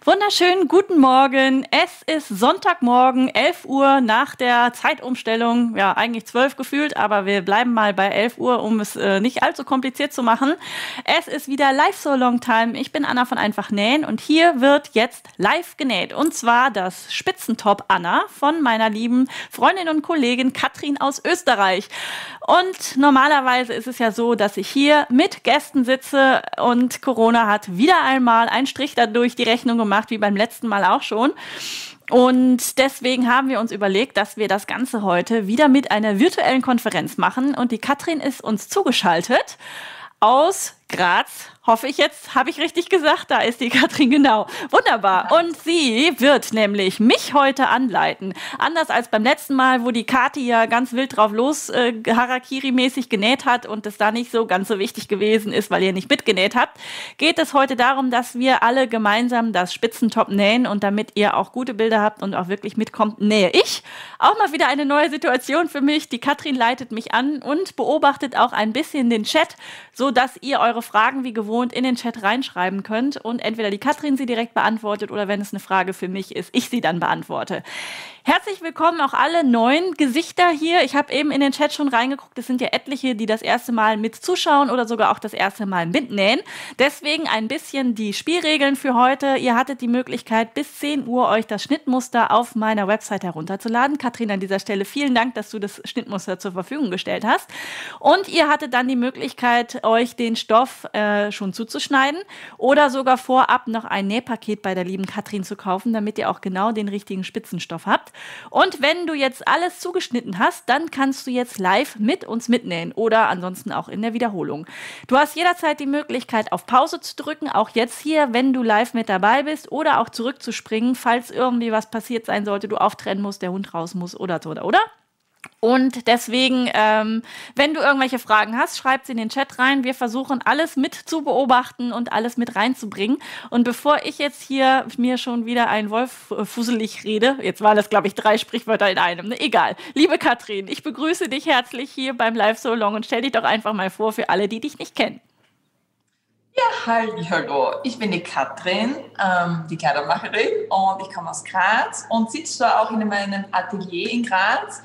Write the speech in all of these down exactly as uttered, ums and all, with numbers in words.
Wunderschönen guten Morgen. Es ist Sonntagmorgen, elf Uhr nach der Zeitumstellung. Ja, eigentlich zwölf gefühlt, aber wir bleiben mal bei elf Uhr, um es äh, nicht allzu kompliziert zu machen. Es ist wieder Live So Long Time. Ich bin Anna von Einfach Nähen und hier wird jetzt live genäht. Und zwar das Spitzentop Anna von meiner lieben Freundin und Kollegin Katrin aus Österreich. Und normalerweise ist es ja so, dass ich hier mit Gästen sitze und Corona hat wieder einmal einen Strich dadurch die Rechnung gemacht, wie beim letzten Mal auch schon. Und deswegen haben wir uns überlegt, dass wir das Ganze heute wieder mit einer virtuellen Konferenz machen. Und die Katrin ist uns zugeschaltet aus Graz. Hoffe ich jetzt, habe ich richtig gesagt? Da ist die Katrin, genau. Wunderbar. Und sie wird nämlich mich heute anleiten. Anders als beim letzten Mal, wo die Kathi ja ganz wild drauf los äh, Harakiri-mäßig genäht hat und es da nicht so ganz so wichtig gewesen ist, weil ihr nicht mitgenäht habt, geht es heute darum, dass wir alle gemeinsam das Spitzentop nähen. Und damit ihr auch gute Bilder habt und auch wirklich mitkommt, nähe ich. Auch mal wieder eine neue Situation für mich. Die Katrin leitet mich an und beobachtet auch ein bisschen den Chat, so dass ihr eure Fragen wie gewohnt in den Chat reinschreiben könnt und entweder die Katrin sie direkt beantwortet oder wenn es eine Frage für mich ist, ich sie dann beantworte. Herzlich willkommen auch alle neuen Gesichter hier. Ich habe eben in den Chat schon reingeguckt. Es sind ja etliche, die das erste Mal mit zuschauen oder sogar auch das erste Mal mitnähen. Deswegen ein bisschen die Spielregeln für heute. Ihr hattet die Möglichkeit, bis zehn Uhr euch das Schnittmuster auf meiner Website herunterzuladen. Katrin, an dieser Stelle vielen Dank, dass du das Schnittmuster zur Verfügung gestellt hast. Und ihr hattet dann die Möglichkeit, euch den Stoff äh, schon zuzuschneiden oder sogar vorab noch ein Nähpaket bei der lieben Katrin zu kaufen, damit ihr auch genau den richtigen Spitzenstoff habt. Und wenn du jetzt alles zugeschnitten hast, dann kannst du jetzt live mit uns mitnähen oder ansonsten auch in der Wiederholung. Du hast jederzeit die Möglichkeit, auf Pause zu drücken, auch jetzt hier, wenn du live mit dabei bist oder auch zurückzuspringen, falls irgendwie was passiert sein sollte, du auftrennen musst, der Hund raus muss oder so, oder? Und deswegen, ähm, wenn du irgendwelche Fragen hast, schreib sie in den Chat rein. Wir versuchen, alles mit zu beobachten und alles mit reinzubringen. Und bevor ich jetzt hier mir schon wieder ein Wolf äh, fusselig rede, jetzt waren das, glaube ich, drei Sprichwörter in einem, ne? Egal. Liebe Katrin, ich begrüße dich herzlich hier beim Live So Long und stell dich doch einfach mal vor für alle, die dich nicht kennen. Ja, halli, hallo. Ich bin die Katrin, ähm, die Kleidermacherin, und ich komme aus Graz und sitze da auch in meinem Atelier in Graz.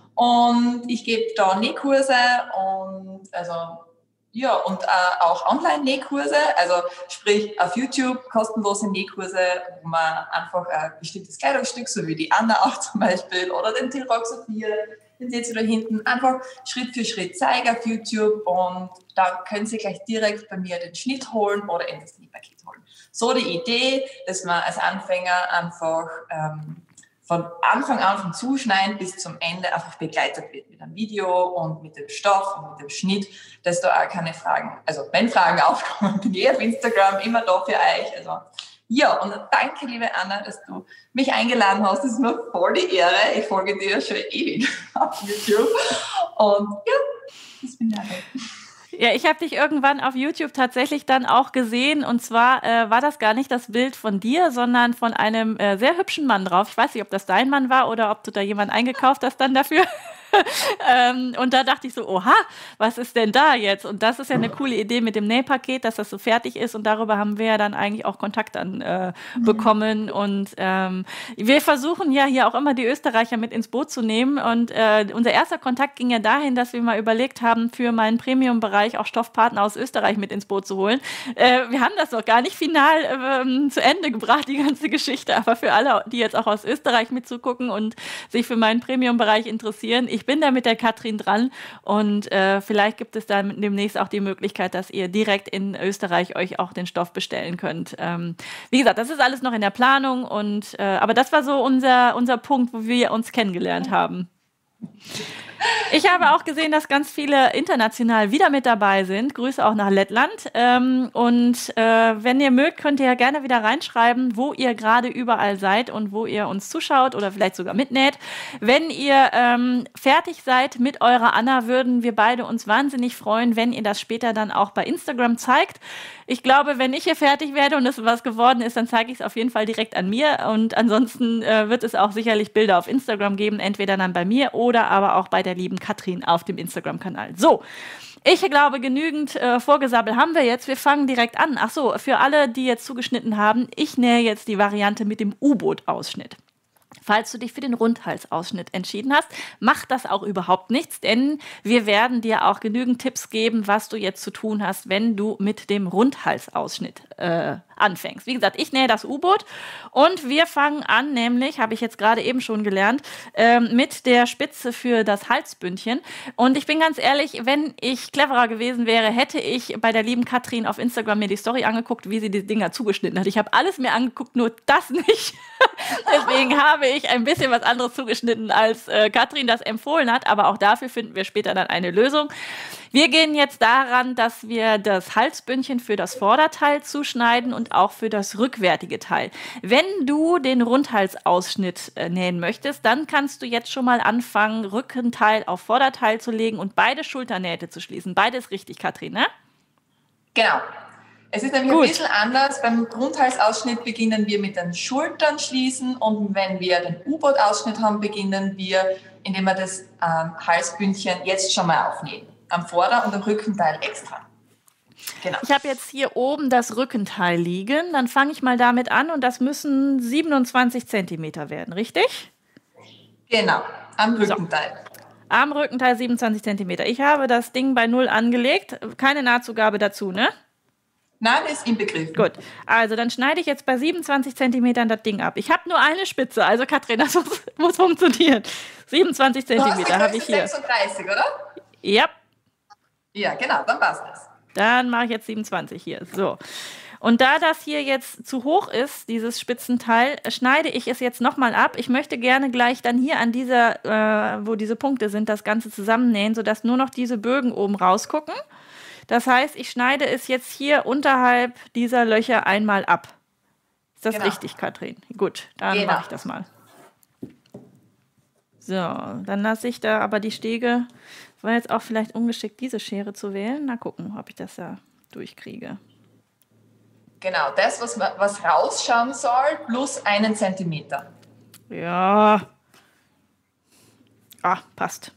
Und ich gebe da Nähkurse und also ja und äh, auch Online-Nähkurse, also sprich auf YouTube kostenlose Nähkurse, wo man einfach ein bestimmtes Kleidungsstück, so wie die Anna auch zum Beispiel, oder den Tilrock Sophia, den seht ihr da hinten, einfach Schritt für Schritt zeige auf YouTube, und da können Sie gleich direkt bei mir den Schnitt holen oder in das Nähpaket holen. So die Idee, dass man als Anfänger einfach ähm, von Anfang an, vom Zuschneiden bis zum Ende einfach begleitet wird mit einem Video und mit dem Stoff und mit dem Schnitt, dass da auch keine Fragen, also wenn Fragen aufkommen, bin ich auf Instagram immer da für euch. Also ja, und danke, liebe Anna, dass du mich eingeladen hast. Das ist mir voll die Ehre. Ich folge dir schon ewig auf YouTube. Und ja, das bin ich. Ja, ich habe dich irgendwann auf YouTube tatsächlich dann auch gesehen, und zwar äh, war das gar nicht das Bild von dir, sondern von einem äh, sehr hübschen Mann drauf. Ich weiß nicht, ob das dein Mann war oder ob du da jemanden eingekauft hast dann dafür. ähm, und da dachte ich so, oha, was ist denn da jetzt? Und das ist ja eine coole Idee mit dem Nähpaket, dass das so fertig ist, und darüber haben wir ja dann eigentlich auch Kontakt dann äh, mhm. bekommen. Und ähm, wir versuchen ja hier auch immer die Österreicher mit ins Boot zu nehmen, und äh, unser erster Kontakt ging ja dahin, dass wir mal überlegt haben, für meinen Premium-Bereich auch Stoffpartner aus Österreich mit ins Boot zu holen. Äh, wir haben das noch gar nicht final äh, zu Ende gebracht, die ganze Geschichte, aber für alle, die jetzt auch aus Österreich mitzugucken und sich für meinen Premium-Bereich interessieren, ich bin da mit der Katrin dran, und äh, vielleicht gibt es dann demnächst auch die Möglichkeit, dass ihr direkt in Österreich euch auch den Stoff bestellen könnt. Ähm, wie gesagt, das ist alles noch in der Planung, und äh, aber das war so unser, unser Punkt, wo wir uns kennengelernt haben. Ich habe auch gesehen, dass ganz viele international wieder mit dabei sind. Grüße auch nach Lettland. Ähm, und äh, wenn ihr mögt, könnt ihr ja gerne wieder reinschreiben, wo ihr gerade überall seid und wo ihr uns zuschaut oder vielleicht sogar mitnäht. Wenn ihr ähm, fertig seid mit eurer Anna, würden wir beide uns wahnsinnig freuen, wenn ihr das später dann auch bei Instagram zeigt. Ich glaube, wenn ich hier fertig werde und es was geworden ist, dann zeige ich es auf jeden Fall direkt an mir. Und ansonsten äh, wird es auch sicherlich Bilder auf Instagram geben, entweder dann bei mir oder aber auch bei der der lieben Katrin auf dem Instagram-Kanal. So, ich glaube, genügend äh, Vorgesabbel haben wir jetzt. Wir fangen direkt an. Ach so, für alle, die jetzt zugeschnitten haben, ich nähe jetzt die Variante mit dem U-Boot-Ausschnitt. Falls du dich für den Rundhalsausschnitt entschieden hast, macht das auch überhaupt nichts, denn wir werden dir auch genügend Tipps geben, was du jetzt zu tun hast, wenn du mit dem Rundhalsausschnitt äh, anfängst. Wie gesagt, ich nähe das U-Boot und wir fangen an, nämlich, habe ich jetzt gerade eben schon gelernt, ähm, mit der Spitze für das Halsbündchen. Und ich bin ganz ehrlich, wenn ich cleverer gewesen wäre, hätte ich bei der lieben Katrin auf Instagram mir die Story angeguckt, wie sie die Dinger zugeschnitten hat. Ich habe alles mir angeguckt, nur das nicht. Deswegen habe ich ein bisschen was anderes zugeschnitten, als äh, Katrin das empfohlen hat. Aber auch dafür finden wir später dann eine Lösung. Wir gehen jetzt daran, dass wir das Halsbündchen für das Vorderteil zuschneiden und auch für das rückwärtige Teil. Wenn du den Rundhalsausschnitt äh, nähen möchtest, dann kannst du jetzt schon mal anfangen, Rückenteil auf Vorderteil zu legen und beide Schulternähte zu schließen. Beides richtig, Katrin, ne? Genau. Es ist nämlich Gut. ein bisschen anders. Beim Rundhalsausschnitt beginnen wir mit den Schultern schließen und wenn wir den U-Boot-Ausschnitt haben, beginnen wir, indem wir das ähm, Halsbündchen jetzt schon mal aufnähen. Am Vorder- und am Rückenteil extra. Genau. Ich habe jetzt hier oben das Rückenteil liegen. Dann fange ich mal damit an und das müssen siebenundzwanzig Zentimeter werden, richtig? Genau, am Rückenteil. So. Am Rückenteil siebenundzwanzig Zentimeter. Ich habe das Ding bei null angelegt. Keine Nahtzugabe dazu, ne? Nein, ist inbegriffen. Gut, also dann schneide ich jetzt bei siebenundzwanzig Zentimetern das Ding ab. Ich habe nur eine Spitze, also Katrin, das muss, muss funktionieren. siebenundzwanzig Zentimeter habe ich hier. sechsunddreißig, oder? Ja. Ja, genau, dann passt das. Dann mache ich jetzt siebenundzwanzig hier. So. Und da das hier jetzt zu hoch ist, dieses Spitzenteil, schneide ich es jetzt nochmal ab. Ich möchte gerne gleich dann hier an dieser, äh, wo diese Punkte sind, das Ganze zusammennähen, sodass nur noch diese Bögen oben rausgucken. Das heißt, ich schneide es jetzt hier unterhalb dieser Löcher einmal ab. Ist das genau. richtig, Katrin? Gut, dann genau. mache ich das mal. So, dann lasse ich da aber die Stege, war jetzt auch vielleicht ungeschickt, diese Schere zu wählen. Na gucken, ob ich das da durchkriege. Genau, das, was, was rausschauen soll, plus einen Zentimeter. Ja. Ah, passt.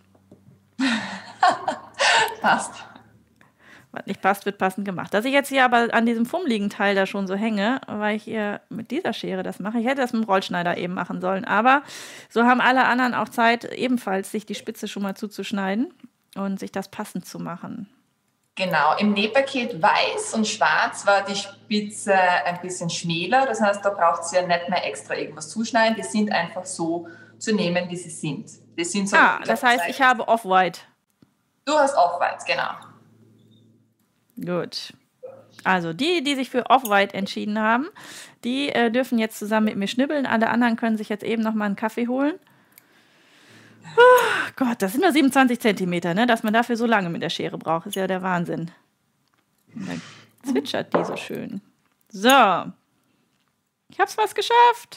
Passt. Was nicht passt, wird passend gemacht. Dass ich jetzt hier aber an diesem fummeligen Teil da schon so hänge, weil ich hier mit dieser Schere das mache. Ich hätte das mit dem Rollschneider eben machen sollen. Aber so haben alle anderen auch Zeit, ebenfalls sich die Spitze schon mal zuzuschneiden und sich das passend zu machen. Genau, im Nähpaket weiß und schwarz war die Spitze ein bisschen schmäler. Das heißt, da braucht es ja nicht mehr extra irgendwas zuschneiden. Die sind einfach so zu nehmen, wie sie sind. Die sind so ah, das heißt, ich habe Off-White. Du hast Off-White, genau. Gut. Also die, die sich für Off-White entschieden haben, die äh, dürfen jetzt zusammen mit mir schnibbeln. Alle anderen können sich jetzt eben noch mal einen Kaffee holen. Oh Gott, das sind nur siebenundzwanzig Zentimeter, ne? Dass man dafür so lange mit der Schere braucht, ist ja der Wahnsinn. Und dann zwitschert die so schön. So. Ich hab's fast geschafft.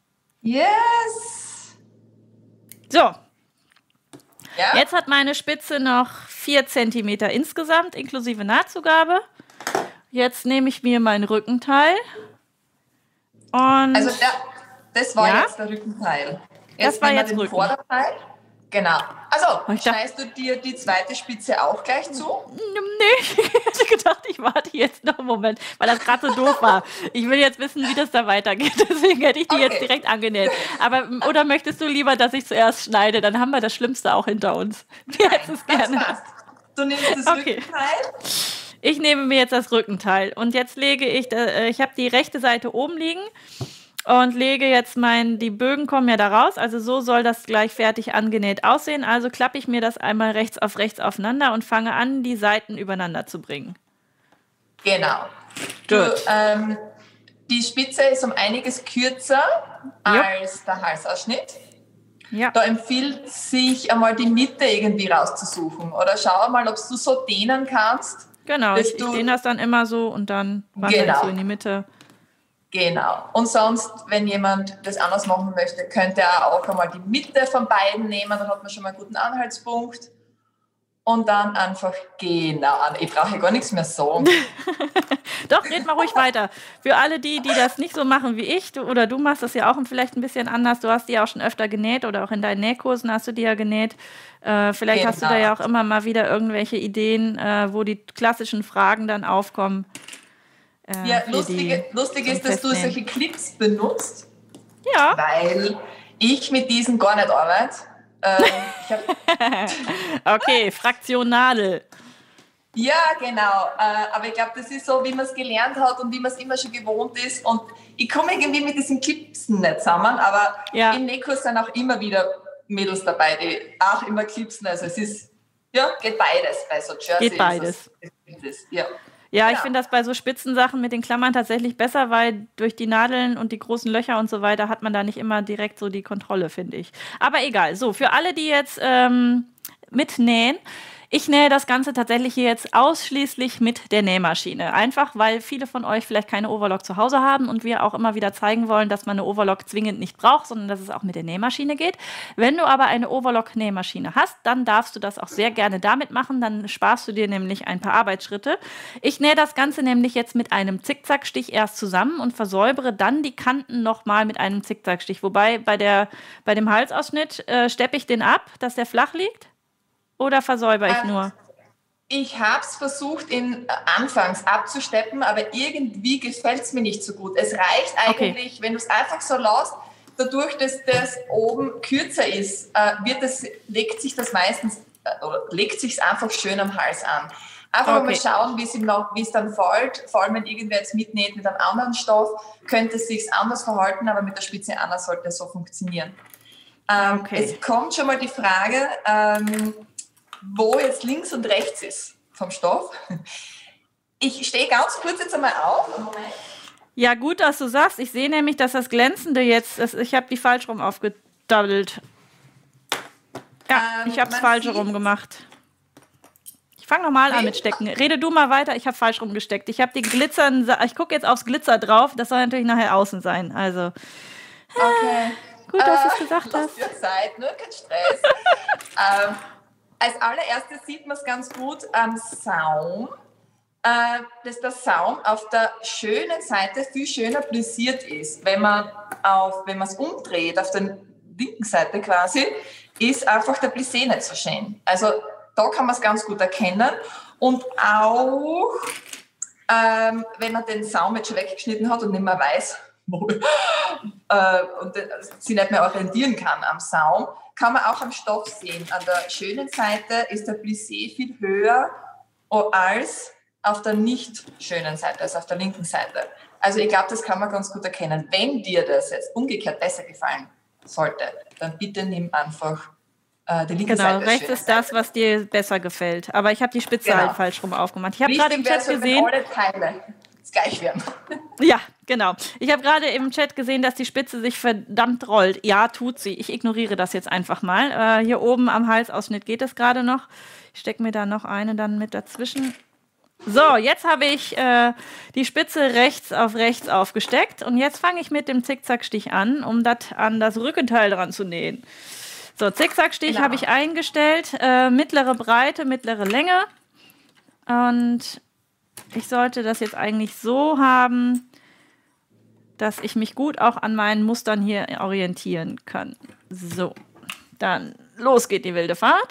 Yes! So. Ja? Jetzt hat meine Spitze noch vier Zentimeter insgesamt, inklusive Nahtzugabe. Jetzt nehme ich mir mein Rückenteil. Und also der, das war ja? jetzt der Rückenteil. Jetzt das war jetzt den Rücken. Vorderteil. Genau. Also, ich schneidest du dir die zweite Spitze auch gleich zu? Nee, ich hätte gedacht, ich warte jetzt noch einen Moment, weil das gerade so doof war. Ich will jetzt wissen, wie das da weitergeht. Deswegen hätte ich die okay. jetzt direkt angenäht. Aber, oder möchtest du lieber, dass ich zuerst schneide? Dann haben wir das Schlimmste auch hinter uns. Wie hättest es gerne? Passt. Du nimmst das okay. Rückenteil. Ich nehme mir jetzt das Rückenteil. Und jetzt lege ich, äh, ich habe die rechte Seite oben liegen. Und lege jetzt mein, die Bögen kommen ja da raus, also so soll das gleich fertig angenäht aussehen. Also klappe ich mir das einmal rechts auf rechts aufeinander und fange an, die Seiten übereinander zu bringen. Genau. Du, ähm, die Spitze ist um einiges kürzer als Jupp. der Halsausschnitt. Ja. Da empfiehlt sich einmal die Mitte irgendwie rauszusuchen. Oder schau mal, ob du so dehnen kannst. Genau, ich, ich dehne das dann immer so und dann wandere genau. ich so in die Mitte. Genau. Und sonst, wenn jemand das anders machen möchte, könnte er auch einmal die Mitte von beiden nehmen, dann hat man schon mal einen guten Anhaltspunkt. und dann einfach genau an. Ich brauche gar nichts mehr sagen. Doch, red mal ruhig weiter. Für alle die, die das nicht so machen wie ich, du, oder du machst das ja auch vielleicht ein bisschen anders, du hast die ja auch schon öfter genäht oder auch in deinen Nähkursen hast du die ja genäht. Äh, vielleicht Genau. hast du da ja auch immer mal wieder irgendwelche Ideen, äh, wo die klassischen Fragen dann aufkommen. Äh, ja, lustig, lustig ist, dass du solche Clips benutzt, ja. weil ich mit diesen gar nicht arbeite. Ähm, ich hab okay, Fraktion Nadel. Ja, genau. Äh, aber ich glaube, das ist so, wie man es gelernt hat und wie man es immer schon gewohnt ist. Und ich komme irgendwie mit diesen Clipsen nicht zusammen, aber ja. Im Nähkurs sind auch immer wieder Mädels dabei, die auch immer clipsen. Also es ist, ja, geht beides bei so Jersey. Geht beides. Das, ja. Ja, ich finde das bei so Spitzensachen mit den Klammern tatsächlich besser, weil durch die Nadeln und die großen Löcher und so weiter hat man da nicht immer direkt so die Kontrolle, finde ich. Aber egal. So, für alle, die jetzt ähm, mitnähen, ich nähe das Ganze tatsächlich hier jetzt ausschließlich mit der Nähmaschine. Einfach, weil viele von euch vielleicht keine Overlock zu Hause haben und wir auch immer wieder zeigen wollen, dass man eine Overlock zwingend nicht braucht, sondern dass es auch mit der Nähmaschine geht. Wenn du aber eine Overlock-Nähmaschine hast, dann darfst du das auch sehr gerne damit machen. Dann sparst du dir nämlich ein paar Arbeitsschritte. Ich nähe das Ganze nämlich jetzt mit einem Zickzackstich erst zusammen und versäubere dann die Kanten nochmal mit einem Zickzackstich. Wobei bei, der, bei dem Halsausschnitt äh, steppe ich den ab, dass der flach liegt. Oder versäuber ich nur? Ich habe es versucht, in, anfangs abzusteppen, aber irgendwie gefällt es mir nicht so gut. Es reicht eigentlich, okay. Wenn du es einfach so lässt, dadurch, dass das oben kürzer ist, äh, wird das, legt sich das meistens, äh, oder legt sich einfach schön am Hals an. Einfach okay. Mal schauen, wie es dann fällt. Vor allem, wenn irgendwer jetzt mitnäht mit einem anderen Stoff, könnte es sich anders verhalten, aber mit der Spitze anders sollte es so funktionieren. Ähm, okay. Es kommt schon mal die Frage, ähm, wo jetzt links und rechts ist vom Stoff. Ich stehe ganz kurz jetzt einmal auf. Moment. Ja, gut, dass du sagst. Ich sehe nämlich, dass das Glänzende jetzt, das, ich habe die falsch rum aufgedaddelt. Ja, ähm, ich habe es falsch rum gemacht. Ich fange nochmal an mit Stecken. Rede du mal weiter, ich habe falsch rumgesteckt. Ich habe die Glitzern, ich gucke jetzt aufs Glitzer drauf, das soll natürlich nachher außen sein. Also, okay. Gut, dass du es äh, gesagt lass hast. Dir Zeit, ne? Kein Stress. ähm, Als allererstes sieht man es ganz gut am Saum, äh, dass der Saum auf der schönen Seite viel schöner plisiert ist. Wenn man es umdreht, auf der linken Seite quasi, ist einfach der Plissé nicht so schön. Also da kann man es ganz gut erkennen. Und auch, ähm, wenn man den Saum jetzt schon weggeschnitten hat und nicht mehr weiß, wo, äh, und sich nicht mehr orientieren kann am Saum, kann man auch am Stoff sehen. An der schönen Seite ist der Plissé viel höher als auf der nicht schönen Seite, also auf der linken Seite. Also ich glaube, das kann man ganz gut erkennen. Wenn dir das jetzt umgekehrt besser gefallen sollte, dann bitte nimm einfach äh, die linke genau, Seite. Genau, rechts ist Seite. das, was dir besser gefällt. Aber ich habe die Spitze genau. halt falsch rum aufgemacht. Ich habe gerade im Chat gesehen, gesehen... alle Teile gleich werden. Ja, genau. Ich habe gerade im Chat gesehen, dass die Spitze sich verdammt rollt. Ja, tut sie. Ich ignoriere das jetzt einfach mal. Äh, hier oben am Halsausschnitt geht es gerade noch. Ich stecke mir da noch eine dann mit dazwischen. So, jetzt habe ich äh, die Spitze rechts auf rechts aufgesteckt und jetzt fange ich mit dem Zickzackstich an, um das an das Rückenteil dran zu nähen. So, Zickzackstich genau. habe ich eingestellt, äh, mittlere Breite, mittlere Länge und ich sollte das jetzt eigentlich so haben, dass ich mich gut auch an meinen Mustern hier orientieren kann. So, dann los geht die wilde Fahrt.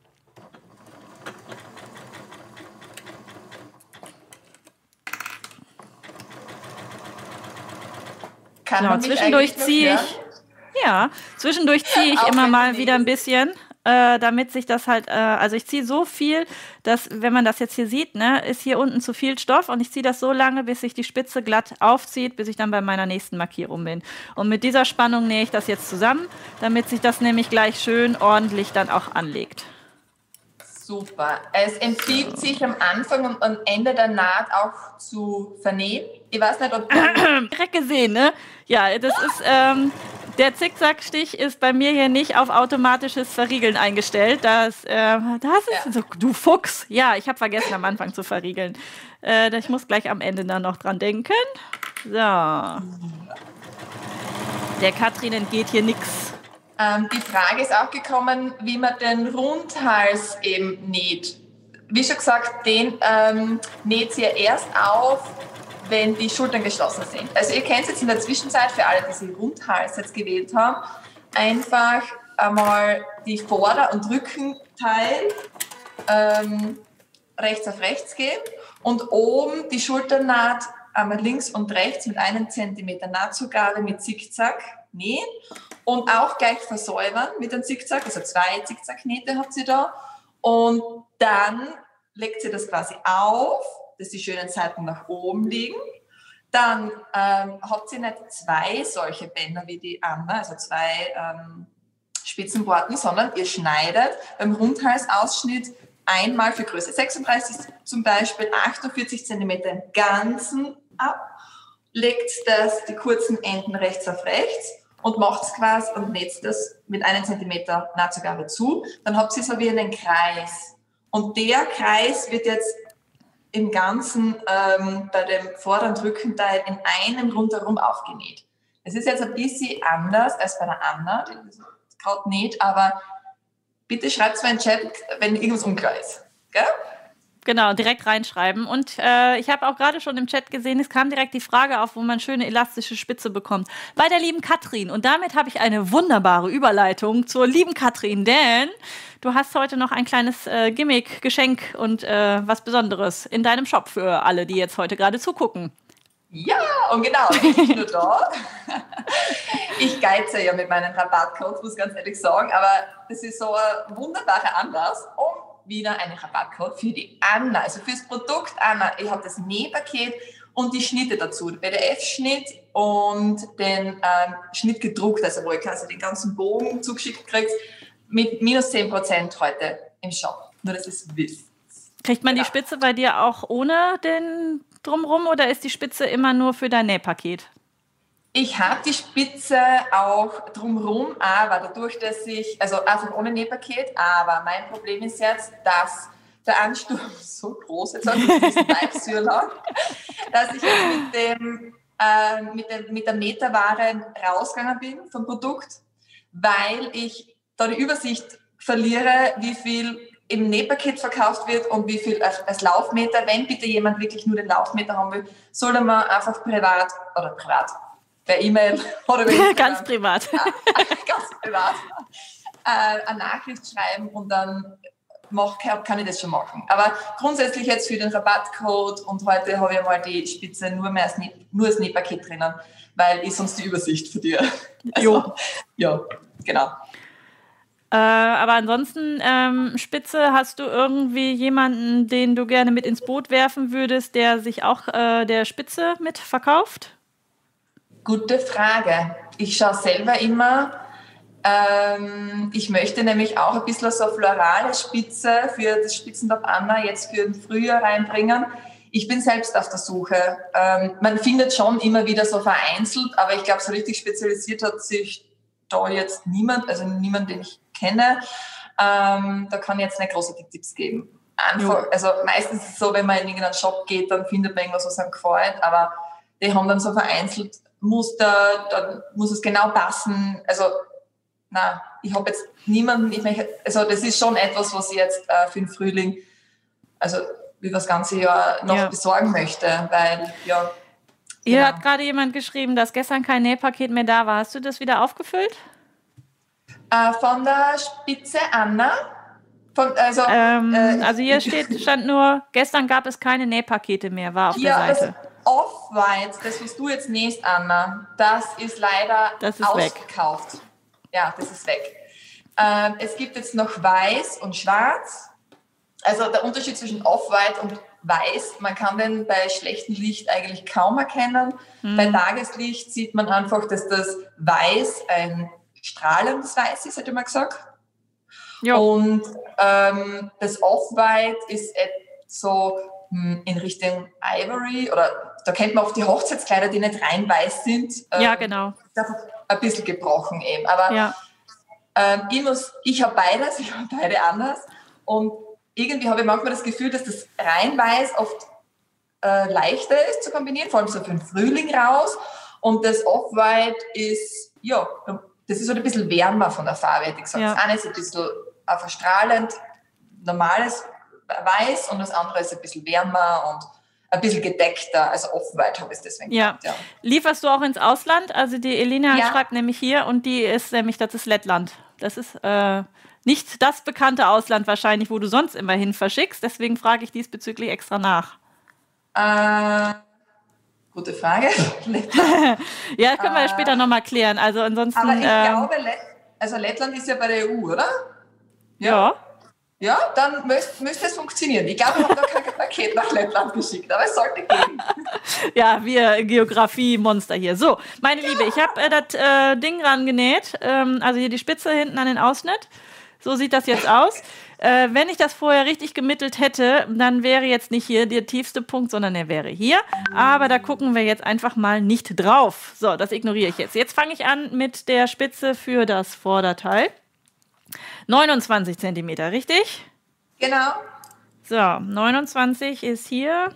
Kann genau, man zwischendurch ziehe ich, ja, zwischendurch ziehe ich immer mal wieder ein bisschen, äh, damit sich das halt, äh, also ich ziehe so viel, dass, wenn man das jetzt hier sieht, ne, ist hier unten zu viel Stoff und ich ziehe das so lange, bis sich die Spitze glatt aufzieht, bis ich dann bei meiner nächsten Markierung bin. Und mit dieser Spannung nähe ich das jetzt zusammen, damit sich das nämlich gleich schön ordentlich dann auch anlegt. Super. Es empfiehlt so. sich am Anfang und am Ende der Naht auch zu vernähen. Ich weiß nicht, ob du... Direkt gesehen, ne? Ja, das ist... Ähm, der Zickzackstich ist bei mir hier nicht auf automatisches Verriegeln eingestellt. Das, äh, das ist ja. so, du Fuchs. Ja, ich habe vergessen, am Anfang zu verriegeln. Äh, ich muss gleich am Ende dann noch dran denken. So. Der Katrin entgeht hier nichts. Ähm, die Frage ist auch gekommen, wie man den Rundhals eben näht. Wie schon gesagt, den ähm, näht ihr erst auf, wenn die Schultern geschlossen sind. Also ihr kennt es jetzt in der Zwischenzeit, für alle, die sie Rundhals jetzt gewählt haben, einfach einmal die Vorder- und Rückenteil ähm, rechts auf rechts geben und oben die Schulternaht einmal links und rechts mit einem Zentimeter Nahtzugabe mit Zickzack nähen und auch gleich versäubern mit einem Zickzack, also zwei Zickzackknete habt ihr da und dann legt ihr das quasi auf, dass die schönen Seiten nach oben liegen. Dann ähm, habt ihr nicht zwei solche Bänder wie die Anna, also zwei ähm, Spitzenborten, sondern ihr schneidet beim Rundhalsausschnitt einmal für Größe sechsunddreißig zum Beispiel achtundvierzig Zentimeter im Ganzen ab, legt das, die kurzen Enden rechts auf rechts und macht es quasi und näht das mit einem Zentimeter Nahtzugabe zu. Dann habt ihr so wie einen Kreis. Und der Kreis wird jetzt im Ganzen ähm, bei dem vorderen Rückenteil in einem rundherum aufgenäht. Es ist jetzt ein bisschen anders als bei der Anna, die das gerade näht, aber bitte schreibt es mir in den Chat, wenn irgendwas unklar ist. Gell? Genau, direkt reinschreiben. Und äh, ich habe auch gerade schon im Chat gesehen, es kam direkt die Frage auf, wo man schöne elastische Spitze bekommt. Bei der lieben Katrin. Und damit habe ich eine wunderbare Überleitung zur lieben Katrin, denn du hast heute noch ein kleines äh, Gimmick, Geschenk und äh, was Besonderes in deinem Shop für alle, die jetzt heute gerade zugucken. Ja, und genau, nicht nur da. Ich geize ja mit meinen Rabattcodes, muss ganz ehrlich sagen, aber das ist so ein wunderbarer Anlass, um wieder einen Rabattcode für die Anna, also fürs Produkt Anna. Ich habe das Nähpaket und die Schnitte dazu, den P D F-Schnitt und den ähm, Schnitt gedruckt, also wo ich quasi den ganzen Bogen zugeschickt kriegst, mit minus zehn Prozent heute im Shop. Nur, dass ihr es wisst. Kriegt man Genau. Die Spitze bei dir auch ohne den Drumrum oder ist die Spitze immer nur für dein Nähpaket? Ich habe die Spitze auch drumherum, aber dadurch, dass ich, also einfach ohne Nähpaket, aber mein Problem ist jetzt, dass der Ansturm so groß ist, also mit diesem Live-Syrlang, dass ich jetzt mit, dem, äh, mit, dem, mit der Meterware rausgegangen bin vom Produkt, weil ich da die Übersicht verliere, wie viel im Nähpaket verkauft wird und wie viel als Laufmeter. Wenn bitte jemand wirklich nur den Laufmeter haben will, soll er mal einfach privat, oder privat, per E-Mail oder ganz privat, äh, ganz privat äh, eine Nachricht schreiben und dann mach, kann ich das schon machen. Aber grundsätzlich jetzt für den Rabattcode und heute habe ich mal die Spitze nur mehr als, nur als Nähpaket drinnen, weil ich sonst die Übersicht verliere. Also, ja, genau. Äh, aber ansonsten, ähm, Spitze, hast du irgendwie jemanden, den du gerne mit ins Boot werfen würdest, der sich auch äh, der Spitze mit verkauft? Gute Frage. Ich schaue selber immer. Ähm, ich möchte nämlich auch ein bisschen so florale Spitze für das Spitzentop Anna jetzt für den Frühjahr reinbringen. Ich bin selbst auf der Suche. Ähm, man findet schon immer wieder so vereinzelt, aber ich glaube, so richtig spezialisiert hat sich da jetzt niemand, also niemand, den ich kenne. Ähm, da kann ich jetzt nicht große Tipps geben. Einfach, also meistens ist es so, wenn man in irgendeinen Shop geht, dann findet man irgendwas, was einem gefällt, aber die haben dann so vereinzelt Muster, dann muss es genau passen. Also, na, ich habe jetzt niemanden, ich möchte, also das ist schon etwas, was ich jetzt äh, für den Frühling, also über das ganze Jahr noch ja. besorgen möchte, weil, ja. Hier genau. Hat gerade jemand geschrieben, dass gestern kein Nähpaket mehr da war. Hast du das wieder aufgefüllt? Äh, von der Spitze Anna. Von, also, ähm, äh, also hier steht, stand nur, gestern gab es keine Nähpakete mehr, war auf ja, der Seite. Off-White, das, was du jetzt nähst, Anna, das ist leider das ist ausgekauft. Weg. Ja, das ist weg. Ähm, es gibt jetzt noch Weiß und Schwarz. Also der Unterschied zwischen Off-White und Weiß, man kann den bei schlechtem Licht eigentlich kaum erkennen. Hm. Bei Tageslicht sieht man einfach, dass das Weiß ein strahlendes Weiß ist, hätte man gesagt. Jo. Und ähm, das Off-White ist so hm, in Richtung Ivory, oder da kennt man oft die Hochzeitskleider, die nicht rein weiß sind. Ähm, ja, genau. Ein bisschen gebrochen eben. Aber ja. ähm, ich, muss, ich habe beides, ich habe beide anders. Und irgendwie habe ich manchmal das Gefühl, dass das rein weiß oft äh, leichter ist zu kombinieren, vor allem so für den Frühling raus. Und das Off-White ist, ja, das ist so ein bisschen wärmer von der Farbe, hätte ich gesagt. Ja. Das eine ist ein bisschen auf ein strahlend, normales Weiß und das andere ist ein bisschen wärmer und ein bisschen gedeckter, also Off-White habe ich es deswegen Ja. gemacht, ja. Lieferst du auch ins Ausland? Also die Elina Ja. schreibt nämlich hier und die ist nämlich, das ist Lettland. Das ist äh, nicht das bekannte Ausland wahrscheinlich, wo du sonst immer hin verschickst. Deswegen frage ich diesbezüglich extra nach. Äh, gute Frage. Ja, das können wir ja Äh, später nochmal klären. Also ansonsten. Aber ich ähm, glaube, Let also Lettland ist ja bei der E U, oder? ja. Ja, dann müsst, müsste es funktionieren. Ich glaube, ich habe noch kein Paket nach Lettland geschickt, aber es sollte gehen. Ja, wir Geografie-Monster hier. So, meine Liebe, ich habe äh, das äh, Ding rangenäht. Ähm, also hier die Spitze hinten an den Ausschnitt. So sieht das jetzt aus. Äh, wenn ich das vorher richtig gemittelt hätte, dann wäre jetzt nicht hier der tiefste Punkt, sondern er wäre hier. Aber da gucken wir jetzt einfach mal nicht drauf. So, das ignoriere ich jetzt. Jetzt fange ich an mit der Spitze für das Vorderteil. neunundzwanzig Zentimeter, richtig? Genau. So, neunundzwanzig ist hier.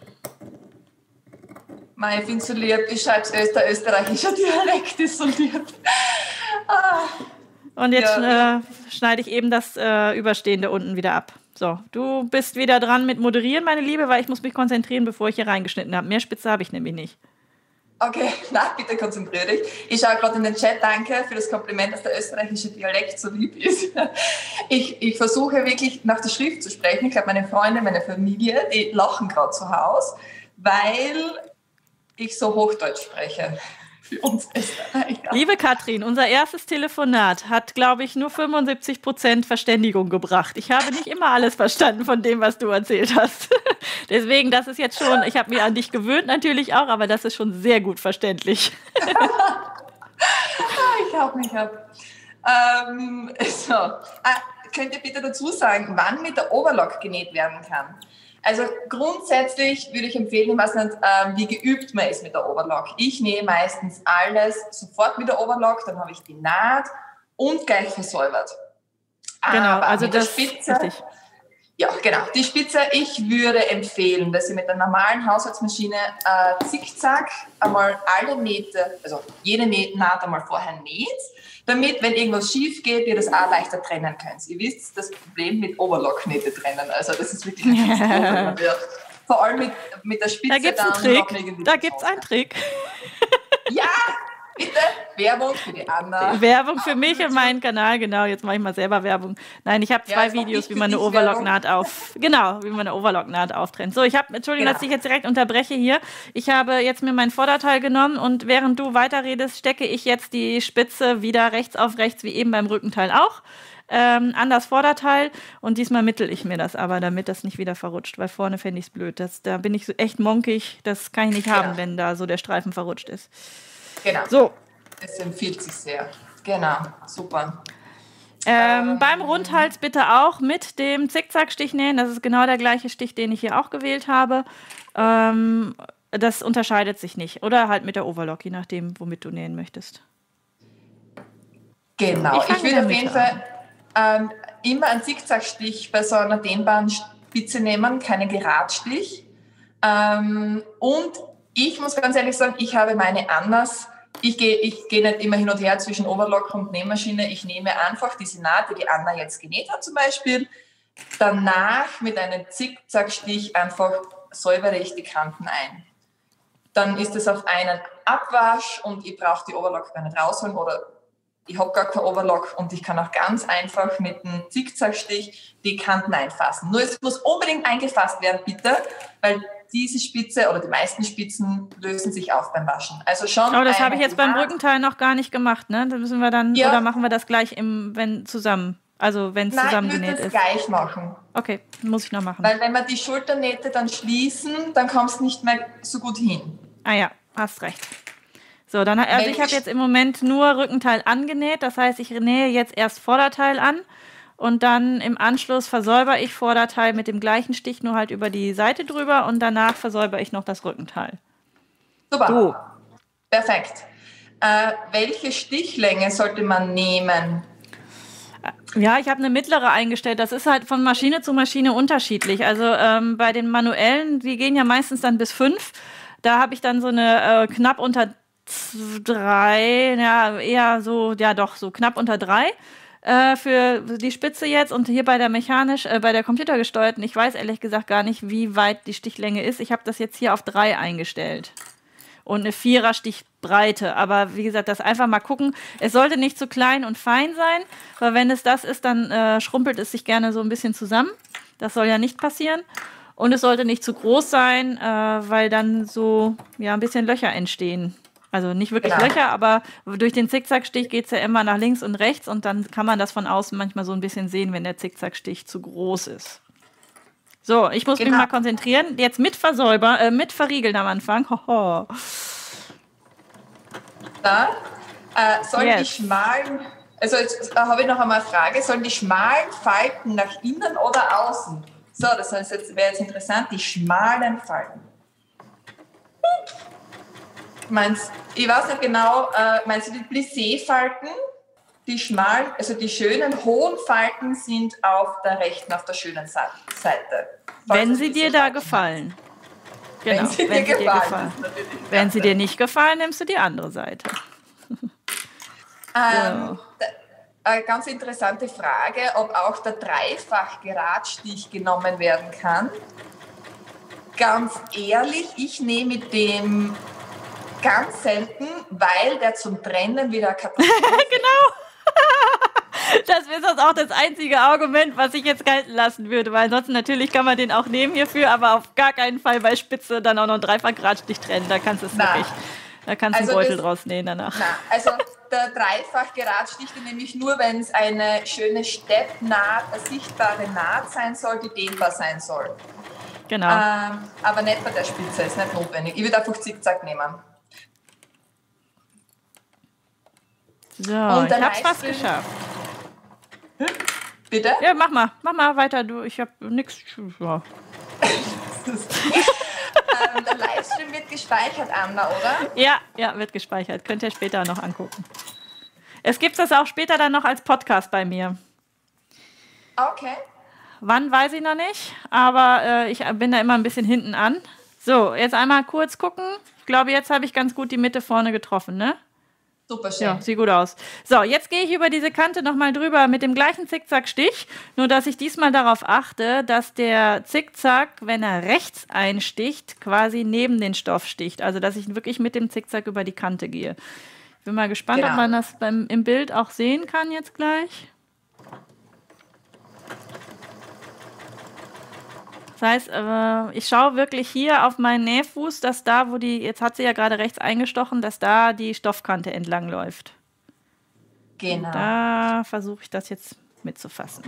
Mei, ich finde so lieb, ich schreibe der österreichische Dialekt ist so lieb. Ah. Und jetzt Ja. äh, schneide ich eben das äh, Überstehende unten wieder ab. So, du bist wieder dran mit Moderieren, meine Liebe, weil ich muss mich konzentrieren, bevor ich hier reingeschnitten habe. Mehr Spitze habe ich nämlich nicht. Okay, na, bitte konzentriere dich. Ich schaue gerade in den Chat, danke für das Kompliment, dass der österreichische Dialekt so lieb ist. Ich, ich versuche wirklich nach der Schrift zu sprechen. Ich glaube, meine Freunde, meine Familie, die lachen gerade zu Hause, weil ich so Hochdeutsch spreche. Für uns Österreicher. Liebe Katrin, unser erstes Telefonat hat, glaube ich, nur fünfundsiebzig Prozent Verständigung gebracht. Ich habe nicht immer alles verstanden von dem, was du erzählt hast. Deswegen, das ist jetzt schon, ich habe mich an dich gewöhnt natürlich auch, aber das ist schon sehr gut verständlich. Ich hau mich ab. Ähm, so. Ah, könnt ihr bitte dazu sagen, wann mit der Overlock genäht werden kann? Also grundsätzlich würde ich empfehlen, ich weiß nicht, ähm, wie geübt man ist mit der Overlock. Ich nähe meistens alles sofort mit der Overlock, dann habe ich die Naht und gleich versäubert. Genau, Aber also mit der das Spitze, richtig. ja, genau. Die Spitze, ich würde empfehlen, dass ihr mit der normalen Haushaltsmaschine äh, zickzack einmal alle Nähte, also jede Naht einmal vorher näht, damit, wenn irgendwas schief geht, ihr das auch leichter trennen könnt. Ihr wisst, das Problem mit Overlock-Nähte trennen, also das ist wirklich ein Problem. Ja. Vor allem mit, mit der Spitze. Da gibt es einen Trick. Da gibt es einen Trick. Ja, bitte. Werbung für die Anna. Werbung für mich und meinen Kanal, genau. Jetzt mache ich mal selber Werbung. Nein, ich habe zwei Ja, Videos, wie für man eine dich Overlock-Naht auf, genau, wie man eine Overlock-Naht auftrennt. So, ich habe, Entschuldigung, Genau. dass ich jetzt direkt unterbreche hier. Ich habe jetzt mir mein Vorderteil genommen und während du weiterredest, stecke ich jetzt die Spitze wieder rechts auf rechts, wie eben beim Rückenteil auch, ähm, an das Vorderteil. Und diesmal mittel ich mir das aber, damit das nicht wieder verrutscht, weil vorne fände ich es blöd. Das, da bin ich so echt monkig, das kann ich nicht haben, Genau. wenn da so der Streifen verrutscht ist. Genau. So. Das empfiehlt sich sehr. Genau, super. Ähm, beim Rundhals bitte auch mit dem Zickzackstich nähen. Das ist genau der gleiche Stich, den ich hier auch gewählt habe. Ähm, das unterscheidet sich nicht. Oder halt mit der Overlock, je nachdem, womit du nähen möchtest. Genau. Ich fang Ich, würde auf damit jeden an. Fall ähm, immer einen Zickzackstich bei so einer dehnbaren Spitze nehmen, keinen Geradstich. Ähm, und ich muss ganz ehrlich sagen, ich habe meine anders. Ich gehe ich geh nicht immer hin und her zwischen Overlock und Nähmaschine. Ich nehme einfach diese Naht, die die Anna jetzt genäht hat zum Beispiel. Danach mit einem Zickzackstich einfach säubere ich die Kanten ein. Dann ist es auf einen Abwasch und ich brauche die Overlock gar nicht rausholen oder ich habe gar kein Overlock und ich kann auch ganz einfach mit einem Zickzackstich die Kanten einfassen. Nur es muss unbedingt eingefasst werden, bitte, weil diese Spitze oder die meisten Spitzen lösen sich auf beim Waschen. Also schon. Aber das habe ich einmal jetzt beim die Naht- Rückenteil noch gar nicht gemacht, ne? Da müssen wir dann, Ja. oder machen wir das gleich im, wenn zusammen, also wenn es Nein, ich zusammengenäht würde das ist. gleich machen. Okay, muss ich noch machen. Weil wenn wir die Schulternähte dann schließen, dann kommst du nicht mehr so gut hin. Ah ja, hast recht. So, dann, also Wenn ich habe ich- jetzt im Moment nur Rückenteil angenäht. Das heißt, ich nähe jetzt erst Vorderteil an und dann im Anschluss versäuber ich Vorderteil mit dem gleichen Stich, nur halt über die Seite drüber und danach versäuber ich noch das Rückenteil. Super. So. Perfekt. Äh, welche Stichlänge sollte man nehmen? Ja, ich habe eine mittlere eingestellt. Das ist halt von Maschine zu Maschine unterschiedlich. Also ähm, bei den manuellen, die gehen ja meistens dann bis fünf. Da habe ich dann so eine äh, knapp unter drei, ja, eher so, ja doch, so knapp unter drei äh, für die Spitze jetzt. Und hier bei der mechanisch, äh, bei der computergesteuerten, ich weiß ehrlich gesagt gar nicht, wie weit die Stichlänge ist. Ich habe das jetzt hier auf drei eingestellt. Und eine Vierer Stichbreite. Aber wie gesagt, das einfach mal gucken. Es sollte nicht zu klein und fein sein, weil wenn es das ist, dann äh, schrumpelt es sich gerne so ein bisschen zusammen. Das soll ja nicht passieren. Und es sollte nicht zu groß sein, äh, weil dann so ja, ein bisschen Löcher entstehen. Also nicht wirklich genau. Löcher, aber durch den Zickzackstich geht es ja immer nach links und rechts und dann kann man das von außen manchmal so ein bisschen sehen, wenn der Zickzackstich zu groß ist. So, ich muss genau. mich mal konzentrieren. Jetzt mit Versäuber, äh, mit Verriegeln am Anfang. Hoho. Da, äh, sollen yes. die schmalen, also jetzt äh, habe ich noch einmal eine Frage, sollen die schmalen Falten nach innen oder außen? So, das heißt, jetzt wäre jetzt interessant, die schmalen Falten. Meinst, ich weiß nicht genau, äh, meinst du die Plissé-Falten? Die schmalen, also die schönen hohen Falten sind auf der rechten, auf der schönen Seite. Wenn sie dir da gefallen. Genau, wenn sie, wenn dir, sie gefallen. dir gefallen. Wenn sie dir nicht gefallen, nimmst du die andere Seite. Ähm, so. Eine ganz interessante Frage, ob auch der Dreifach-Geradstich genommen werden kann. Ganz ehrlich, ich nehme dem ganz selten, weil der zum Trennen wieder kaputt ist. Genau. Das ist das auch das einzige Argument, was ich jetzt gelten lassen würde, weil ansonsten natürlich kann man den auch nehmen hierfür, aber auf gar keinen Fall bei Spitze dann auch noch einen Dreifach-Geradstich trennen. Da kannst du es wirklich, da kannst du also einen Beutel das, draus nähen danach. Na, also der Dreifach-Geradstich, den nehme ich nur, wenn es eine schöne Steppnaht, eine sichtbare Naht sein soll, die dehnbar sein soll. Genau. Ähm, aber nicht bei der Spitze, ist nicht notwendig. Ich würde einfach Zickzack nehmen. So, und ich hab's fast geschafft. Hm? Bitte? Ja, mach mal, mach mal weiter, du, ich hab nix. Ja. ähm, der Livestream wird gespeichert, Anna, oder? Ja, ja, wird gespeichert. Könnt ihr später noch angucken. Es gibt das auch später dann noch als Podcast bei mir. Okay. Wann, weiß ich noch nicht, aber äh, ich bin da immer ein bisschen hinten an. So, jetzt einmal kurz gucken. Ich glaube, jetzt habe ich ganz gut die Mitte vorne getroffen, ne? Super schön. Ja, sieht gut aus. So, jetzt gehe ich über diese Kante nochmal drüber mit dem gleichen Zickzackstich, nur dass ich diesmal darauf achte, dass der Zickzack, wenn er rechts einsticht, quasi neben den Stoff sticht. Also, dass ich wirklich mit dem Zickzack über die Kante gehe. Ich bin mal gespannt, genau. ob man das beim, im Bild auch sehen kann jetzt gleich. Das heißt, äh, ich schaue wirklich hier auf meinen Nähfuß, dass da, wo die, jetzt hat sie ja gerade rechts eingestochen, dass da die Stoffkante entlang läuft. Genau. Und da versuche ich das jetzt mitzufassen.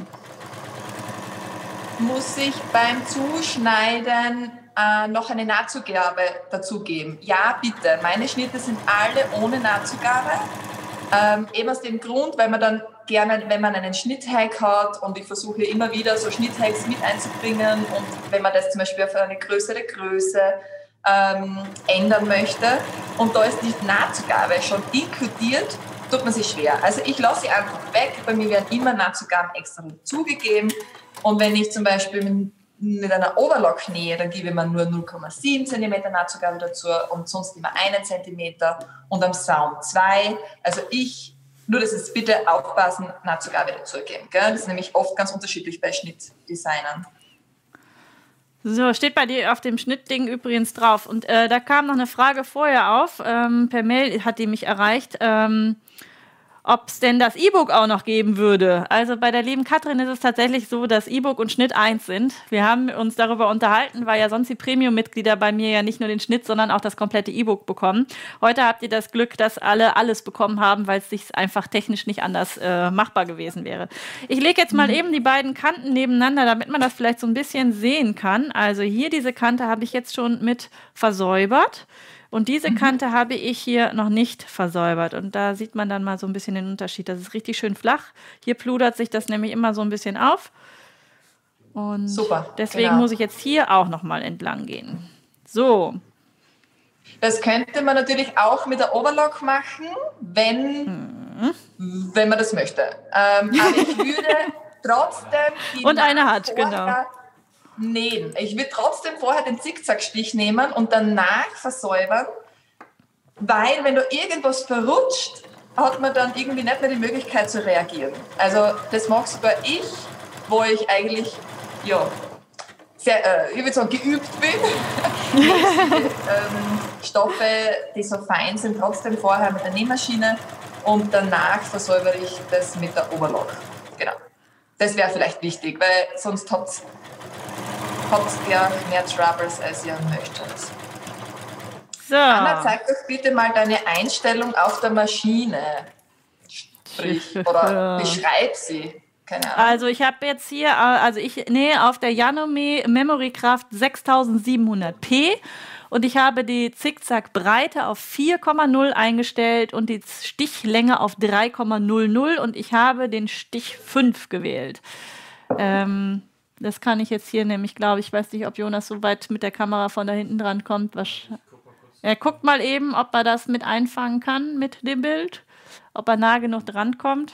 Muss ich beim Zuschneiden äh, noch eine Nahtzugabe dazugeben? Ja, bitte. Meine Schnitte sind alle ohne Nahtzugabe. Ähm, eben aus dem Grund, weil man dann gerne, wenn man einen Schnitthack hat, und ich versuche immer wieder so Schnitthacks mit einzubringen, und wenn man das zum Beispiel auf eine größere Größe ähm, ändern möchte und da ist die Nahtzugabe schon inkludiert, tut man sich schwer. Also ich lasse sie einfach weg, bei mir werden immer Nahtzugaben extra zugegeben, und wenn ich zum Beispiel mit einer Overlock nähe, dann gebe man nur null Komma sieben Zentimeter Nahtzugabe dazu und sonst immer einen Zentimeter und am Saum zwei. Also ich, nur dass es bitte aufpassen, Nahtzugabe dazugeben. Gell? Das ist nämlich oft ganz unterschiedlich bei Schnittdesignern. So, steht bei dir auf dem Schnittding übrigens drauf. Und äh, da kam noch eine Frage vorher auf, ähm, per Mail hat die mich erreicht, ähm, ob es denn das E-Book auch noch geben würde. Also bei der lieben Katrin ist es tatsächlich so, dass E-Book und Schnitt eins sind. Wir haben uns darüber unterhalten, weil ja sonst die Premium-Mitglieder bei mir ja nicht nur den Schnitt, sondern auch das komplette E-Book bekommen. Heute habt ihr das Glück, dass alle alles bekommen haben, weil es sich einfach technisch nicht anders äh, machbar gewesen wäre. Ich lege jetzt mal mhm. eben die beiden Kanten nebeneinander, damit man das vielleicht so ein bisschen sehen kann. Also hier diese Kante habe ich jetzt schon mit versäubert. Und diese Kante mhm. habe ich hier noch nicht versäubert. Und da sieht man dann mal so ein bisschen den Unterschied. Das ist richtig schön flach. Hier pludert sich das nämlich immer so ein bisschen auf. Und super, deswegen genau. muss ich jetzt hier auch noch mal entlang gehen. So. Das könnte man natürlich auch mit der Overlock machen, wenn, mhm. wenn man das möchte. Ähm, aber ich würde trotzdem... Die Und eine hat, genau. nähen. Ich würde trotzdem vorher den Zickzackstich nehmen und danach versäubern, weil wenn du irgendwas verrutscht, hat man dann irgendwie nicht mehr die Möglichkeit zu reagieren. Also das mache sogar ich, wo ich eigentlich, ja, sehr, äh, ich würde sagen, geübt bin. die, ähm, Stoffe, die so fein sind, trotzdem vorher mit der Nähmaschine und danach versäubere ich das mit der Overlock. Genau. Das wäre vielleicht wichtig, weil sonst habt ihr ja mehr Troubles, als ihr möchtet. So. Anna, zeig doch bitte mal deine Einstellung auf der Maschine. Sprich, oder beschreib sie. Keine Ahnung. Also ich habe jetzt hier, also ich nähe auf der Janome Memory Craft sechstausendsiebenhundert p und ich habe die Zickzack-Breite auf vier Komma null eingestellt und die Stichlänge auf drei Komma null null und ich habe den Stich fünf gewählt. Ähm, das kann ich jetzt hier nämlich, glaube ich, weiß nicht, ob Jonas so weit mit der Kamera von da hinten dran kommt. Er guckt mal eben, ob er das mit einfangen kann mit dem Bild, ob er nah genug dran kommt.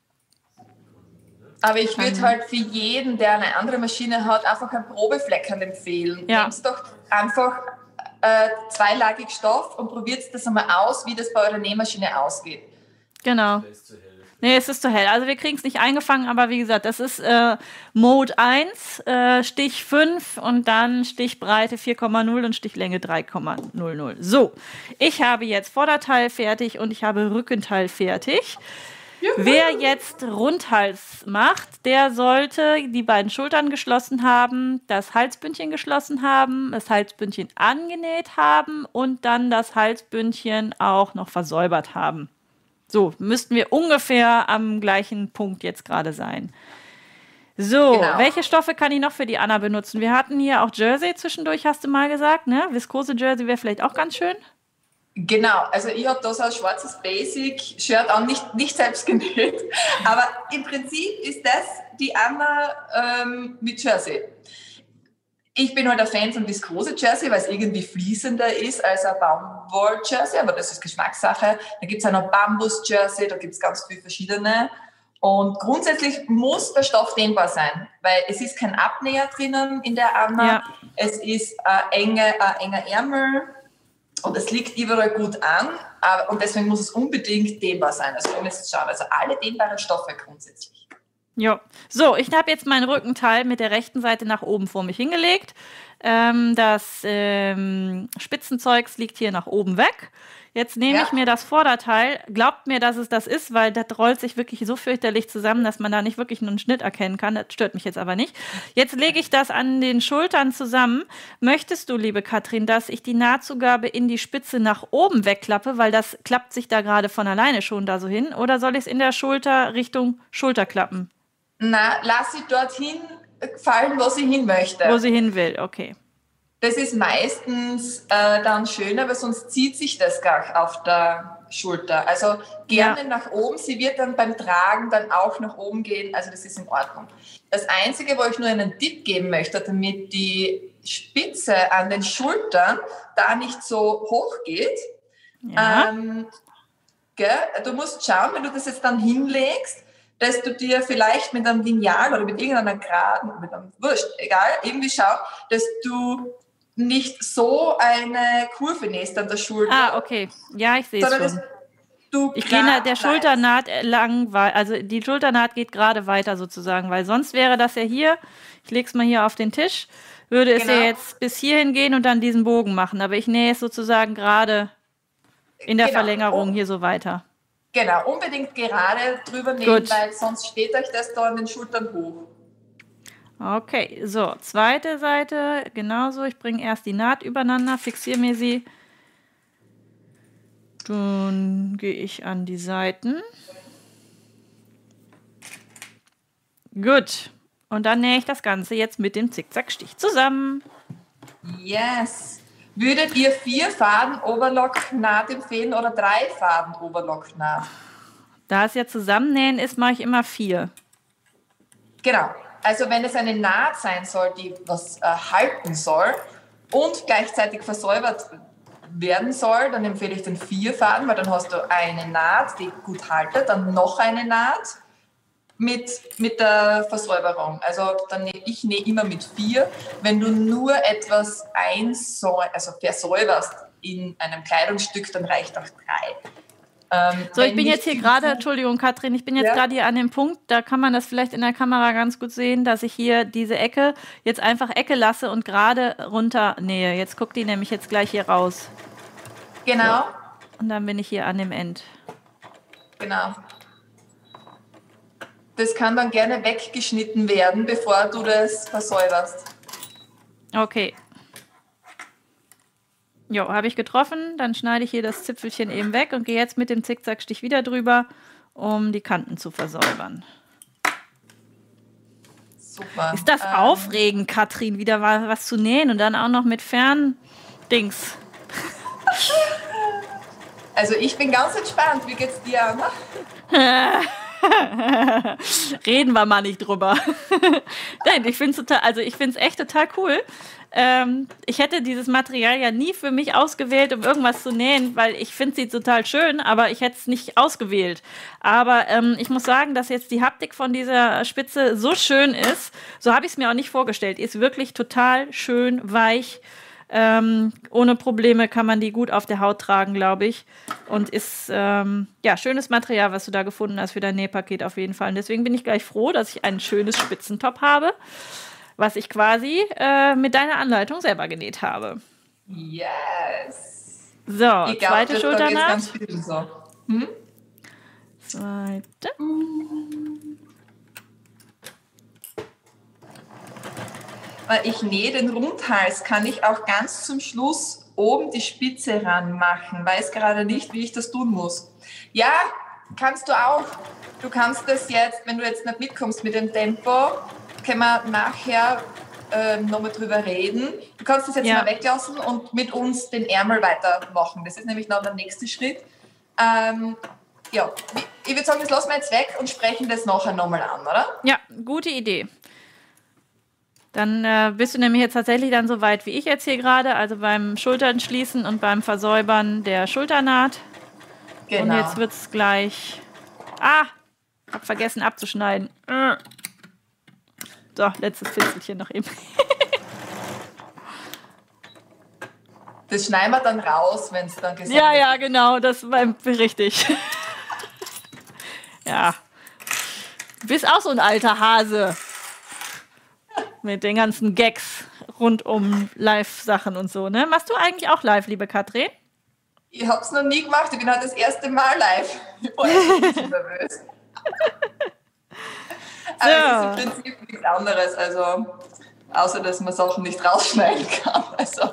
Aber ich würde halt für jeden, der eine andere Maschine hat, einfach ein Probefleckern empfehlen. Ja. Nehmt doch einfach äh, zweilagig Stoff und probiert das einmal aus, wie das bei eurer Nähmaschine ausgeht. Genau. Nee, es ist zu hell. Also wir kriegen es nicht eingefangen, aber wie gesagt, das ist äh, Mode eins, äh, Stich fünf und dann Stichbreite vier Komma null und Stichlänge drei Komma null null. So, ich habe jetzt Vorderteil fertig und ich habe Rückenteil fertig. Juhu. Wer jetzt Rundhals macht, der sollte die beiden Schultern geschlossen haben, das Halsbündchen geschlossen haben, das Halsbündchen angenäht haben und dann das Halsbündchen auch noch versäubert haben. So, müssten wir ungefähr am gleichen Punkt jetzt gerade sein. So, genau. Welche Stoffe kann ich noch für die Anna benutzen? Wir hatten hier auch Jersey zwischendurch, hast du mal gesagt, ne? Viskose Jersey wäre vielleicht auch ganz schön. Genau, also ich habe da so ein schwarzes Basic-Shirt an, nicht, nicht selbst genäht, aber im Prinzip ist das die Anna ähm, mit Jersey. Ich bin halt ein Fan von Viskose-Jersey, weil es irgendwie fließender ist als ein Baumwoll-Jersey, aber das ist Geschmackssache. Da gibt es auch noch Bambus-Jersey, da gibt es ganz viele verschiedene. Und grundsätzlich muss der Stoff dehnbar sein, weil es ist kein Abnäher drinnen in der Anna. Ja. Es ist ein, enge, ein enger Ärmel und es liegt überall gut an. Aber, und deswegen muss es unbedingt dehnbar sein. Also wir müssen jetzt schauen, also alle dehnbaren Stoffe grundsätzlich. Ja, so, ich habe jetzt mein Rückenteil mit der rechten Seite nach oben vor mich hingelegt. Ähm, das ähm, Spitzenzeugs liegt hier nach oben weg. Jetzt nehme ja. ich mir das Vorderteil. Glaubt mir, dass es das ist, weil das rollt sich wirklich so fürchterlich zusammen, dass man da nicht wirklich nur einen Schnitt erkennen kann. Das stört mich jetzt aber nicht. Jetzt lege ich das an den Schultern zusammen. Möchtest du, liebe Katrin, dass ich die Nahtzugabe in die Spitze nach oben wegklappe, weil das klappt sich da gerade von alleine schon da so hin? Oder soll ich es in der Schulter Richtung Schulter klappen? Na, lass sie dorthin fallen, wo sie hin möchte. Wo sie hin will, okay. Das ist meistens äh, dann schöner, weil sonst zieht sich das gar auf der Schulter. Also gerne ja. nach oben. Sie wird dann beim Tragen dann auch nach oben gehen. Also das ist in Ordnung. Das Einzige, wo ich nur einen Tipp geben möchte, damit die Spitze an den Schultern da nicht so hoch geht. Ja. Ähm, gell? Du musst schauen, wenn du das jetzt dann hinlegst, dass du dir vielleicht mit einem Lineal oder mit irgendeiner Geraden, mit einem Wurscht, egal, irgendwie schau, dass du nicht so eine Kurve nähst an der Schulter. Ah, okay. Ja, ich sehe es schon. Du ich gehe nach der Schulternaht lang, also die Schulternaht geht gerade weiter sozusagen, weil sonst wäre das ja hier, ich lege es mal hier auf den Tisch, würde es genau. ja jetzt bis hierhin gehen und dann diesen Bogen machen, aber ich nähe es sozusagen gerade in der genau. Verlängerung hier so weiter. Genau, unbedingt gerade drüber nehmen, Gut. Weil sonst steht euch das da an den Schultern hoch. Okay, so, zweite Seite, genauso. Ich bringe erst die Naht übereinander, fixiere mir sie. Dann gehe ich an die Seiten. Gut, und dann nähe ich das Ganze jetzt mit dem Zickzackstich zusammen. Yes. Würdet ihr vier Faden Overlocknaht empfehlen oder drei Faden Overlocknaht? Da es ja zusammennähen ist, mache ich immer vier. Genau. Also wenn es eine Naht sein soll, die was äh, halten soll und gleichzeitig versäubert werden soll, dann empfehle ich den vier Faden, weil dann hast du eine Naht, die gut haltet, dann noch eine Naht mit, mit der Versäuberung. Also dann, ich nähe immer mit vier. Wenn du nur etwas einsäu- also versäuberst in einem Kleidungsstück, dann reicht auch drei. Ähm, so, ich bin jetzt hier gerade, Entschuldigung, Katrin, ich bin jetzt ja. gerade hier an dem Punkt, da kann man das vielleicht in der Kamera ganz gut sehen, dass ich hier diese Ecke jetzt einfach Ecke lasse und gerade runter nähe. Jetzt guckt die nämlich jetzt gleich hier raus. Genau. So. Und dann bin ich hier an dem End. Genau. Das kann dann gerne weggeschnitten werden, bevor du das versäuberst. Okay. Jo, habe ich getroffen. Dann schneide ich hier das Zipfelchen eben weg und gehe jetzt mit dem Zickzackstich wieder drüber, um die Kanten zu versäubern. Super. Ist das ähm, aufregend, Katrin, wieder was zu nähen und dann auch noch mit Ferndings? Also ich bin ganz entspannt. Wie geht's dir, Anna? Reden wir mal nicht drüber. Nein, ich finde es also ich finde es echt total cool. Ähm, ich hätte dieses Material ja nie für mich ausgewählt, um irgendwas zu nähen, weil ich finde sie total schön, aber ich hätte es nicht ausgewählt. Aber ähm, ich muss sagen, dass jetzt die Haptik von dieser Spitze so schön ist, so habe ich es mir auch nicht vorgestellt. Die ist wirklich total schön weich. Ähm, ohne Probleme kann man die gut auf der Haut tragen, glaube ich. Und ist, ähm, ja, schönes Material, was du da gefunden hast für dein Nähpaket auf jeden Fall. Und deswegen bin ich gleich froh, dass ich ein schönes Spitzentop habe, was ich quasi äh, mit deiner Anleitung selber genäht habe. Yes! So, ich zweite Schulternaht. So. Hm? Zweite. Weil ich nähe den Rundhals, kann ich auch ganz zum Schluss oben die Spitze ranmachen. Weiß gerade nicht, wie ich das tun muss. Ja, kannst du auch. Du kannst das jetzt, wenn du jetzt nicht mitkommst mit dem Tempo, können wir nachher äh, nochmal drüber reden. Du kannst das jetzt ja. mal weglassen und mit uns den Ärmel weitermachen. Das ist nämlich noch der nächste Schritt. Ähm, ja, ich würde sagen, das lassen wir jetzt weg und sprechen das nachher nochmal an, oder? Ja, gute Idee. Dann äh, bist du nämlich jetzt tatsächlich dann so weit wie ich jetzt hier gerade, also beim Schultern schließen und beim Versäubern der Schulternaht. Genau. Und jetzt wird es gleich... Ah, hab vergessen abzuschneiden. So, letztes Pinselchen noch eben. Das schneiden wir dann raus, wenn es dann gesendet Ja, ja, genau, das war richtig. Ja. Du bist auch so ein alter Hase. Mit den ganzen Gags rund um Live-Sachen und so, ne? Machst du eigentlich auch live, liebe Katrin? Ich hab's noch nie gemacht, ich bin halt das erste Mal live. Ich war echt nervös. Aber so. Es ist im Prinzip nichts anderes, also außer dass man Sachen nicht rausschneiden kann. Also.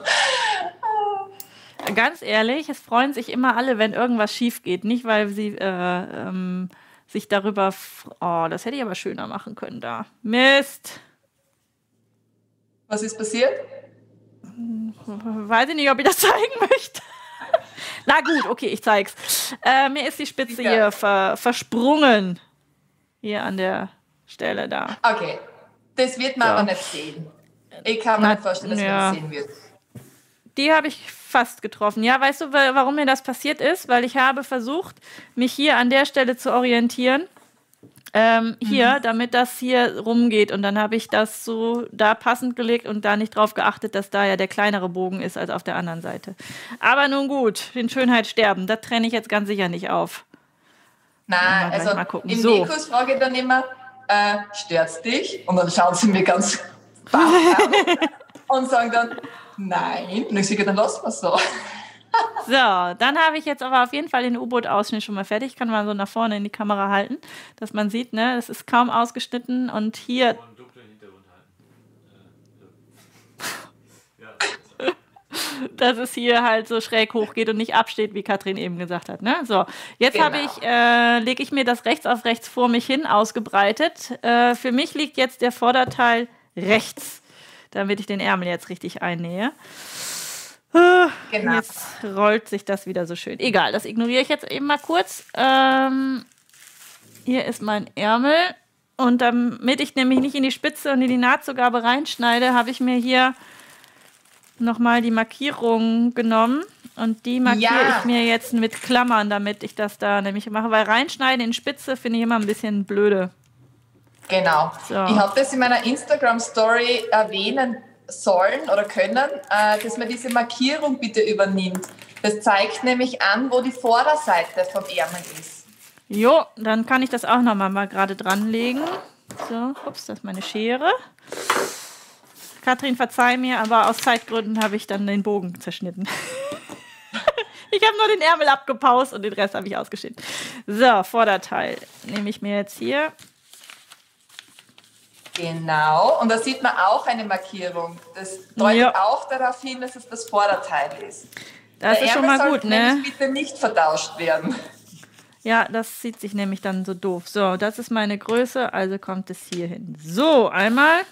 Ganz ehrlich, es freuen sich immer alle, wenn irgendwas schief geht. Nicht, weil sie äh, ähm, sich darüber... Oh, das hätte ich aber schöner machen können da. Mist! Was ist passiert? Weiß ich nicht, ob ich das zeigen möchte. Na gut, okay, ich zeig's. Äh, mir ist die Spitze ja. hier ver versprungen. Hier an der Stelle da. Okay, das wird man so. Aber nicht sehen. Ich kann mir Na, nicht vorstellen, dass ja. man das sehen wird. Die habe ich fast getroffen. Ja, weißt du, warum mir das passiert ist? Weil ich habe versucht, mich hier an der Stelle zu orientieren. Ähm, hier, mhm. damit das hier rumgeht. Und dann habe ich das so da passend gelegt und da nicht drauf geachtet, dass da ja der kleinere Bogen ist als auf der anderen Seite. Aber nun gut, den Schönheit sterben, das trenne ich jetzt ganz sicher nicht auf. Nein, also mal gucken. Im so. Nikos frage ich dann immer, äh, stört's dich? Und dann schauen sie mir ganz baff an und sagen dann, nein. Und ich sage, dann lassen wir es so. So, dann habe ich jetzt aber auf jeden Fall den U-Boot-Ausschnitt schon mal fertig. Ich kann mal so nach vorne in die Kamera halten, dass man sieht, ne, es ist kaum ausgeschnitten und hier... dass es hier halt so schräg hochgeht und nicht absteht, wie Katrin eben gesagt hat. Ne? So, jetzt genau. habe ich, äh, lege ich mir das rechts auf rechts vor mich hin ausgebreitet. Äh, für mich liegt jetzt der Vorderteil rechts, damit ich den Ärmel jetzt richtig einnähe. Genau. Jetzt rollt sich das wieder so schön. Egal, das ignoriere ich jetzt eben mal kurz. Ähm, hier ist mein Ärmel. Und damit ich nämlich nicht in die Spitze und in die Nahtzugabe reinschneide, habe ich mir hier nochmal die Markierung genommen. Und die markiere ja. ich mir jetzt mit Klammern, damit ich das da nämlich mache. Weil reinschneiden in Spitze finde ich immer ein bisschen blöde. Genau. So. Ich habe das in meiner Instagram-Story erwähnen sollen oder können, äh, dass man diese Markierung bitte übernimmt. Das zeigt nämlich an, wo die Vorderseite vom Ärmel ist. Jo, dann kann ich das auch nochmal mal gerade dranlegen. So, ups, das ist meine Schere. Katrin, verzeih mir, aber aus Zeitgründen habe ich dann den Bogen zerschnitten. Ich habe nur den Ärmel abgepaust und den Rest habe ich ausgeschnitten. So, Vorderteil nehme ich mir jetzt hier. Genau, und da sieht man auch eine Markierung. Das deutet ja. auch darauf hin, dass es das Vorderteil ist. Das Der ist Ärmel schon mal gut, ne? Bitte nicht vertauscht werden. Ja, das sieht sich nämlich dann so doof. So, das ist meine Größe, also kommt es hier hin. So, einmal.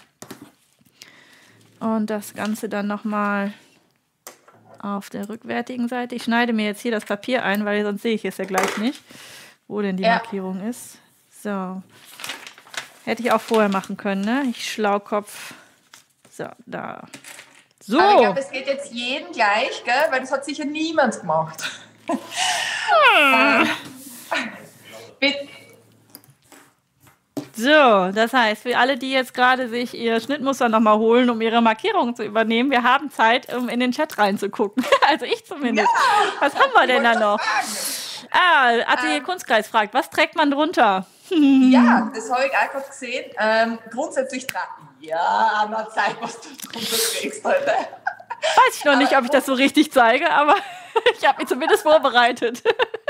Und das Ganze dann nochmal auf der rückwärtigen Seite. Ich schneide mir jetzt hier das Papier ein, weil sonst sehe ich es ja gleich nicht, wo denn die ja. Markierung ist. So. Hätte ich auch vorher machen können, ne? Ich Schlaukopf. So, da. So. Aber ich glaube, es geht jetzt jedem gleich, gell? Weil das hat sicher niemand gemacht. Hm. Bitte. So, das heißt, für alle, die jetzt gerade sich ihr Schnittmuster nochmal holen, um ihre Markierungen zu übernehmen, wir haben Zeit, um in den Chat reinzugucken. Also ich zumindest. Ja, was haben wir denn da noch? Ah, Atelier ähm, Kunstkreis fragt, was trägt man drunter? Ja, das habe ich auch gerade gesehen. Ähm, grundsätzlich tragen. Ja, Anna, zeig, was du drunter trägst heute. Weiß ich noch nicht, ob ich das so richtig zeige, aber ich habe mich zumindest vorbereitet.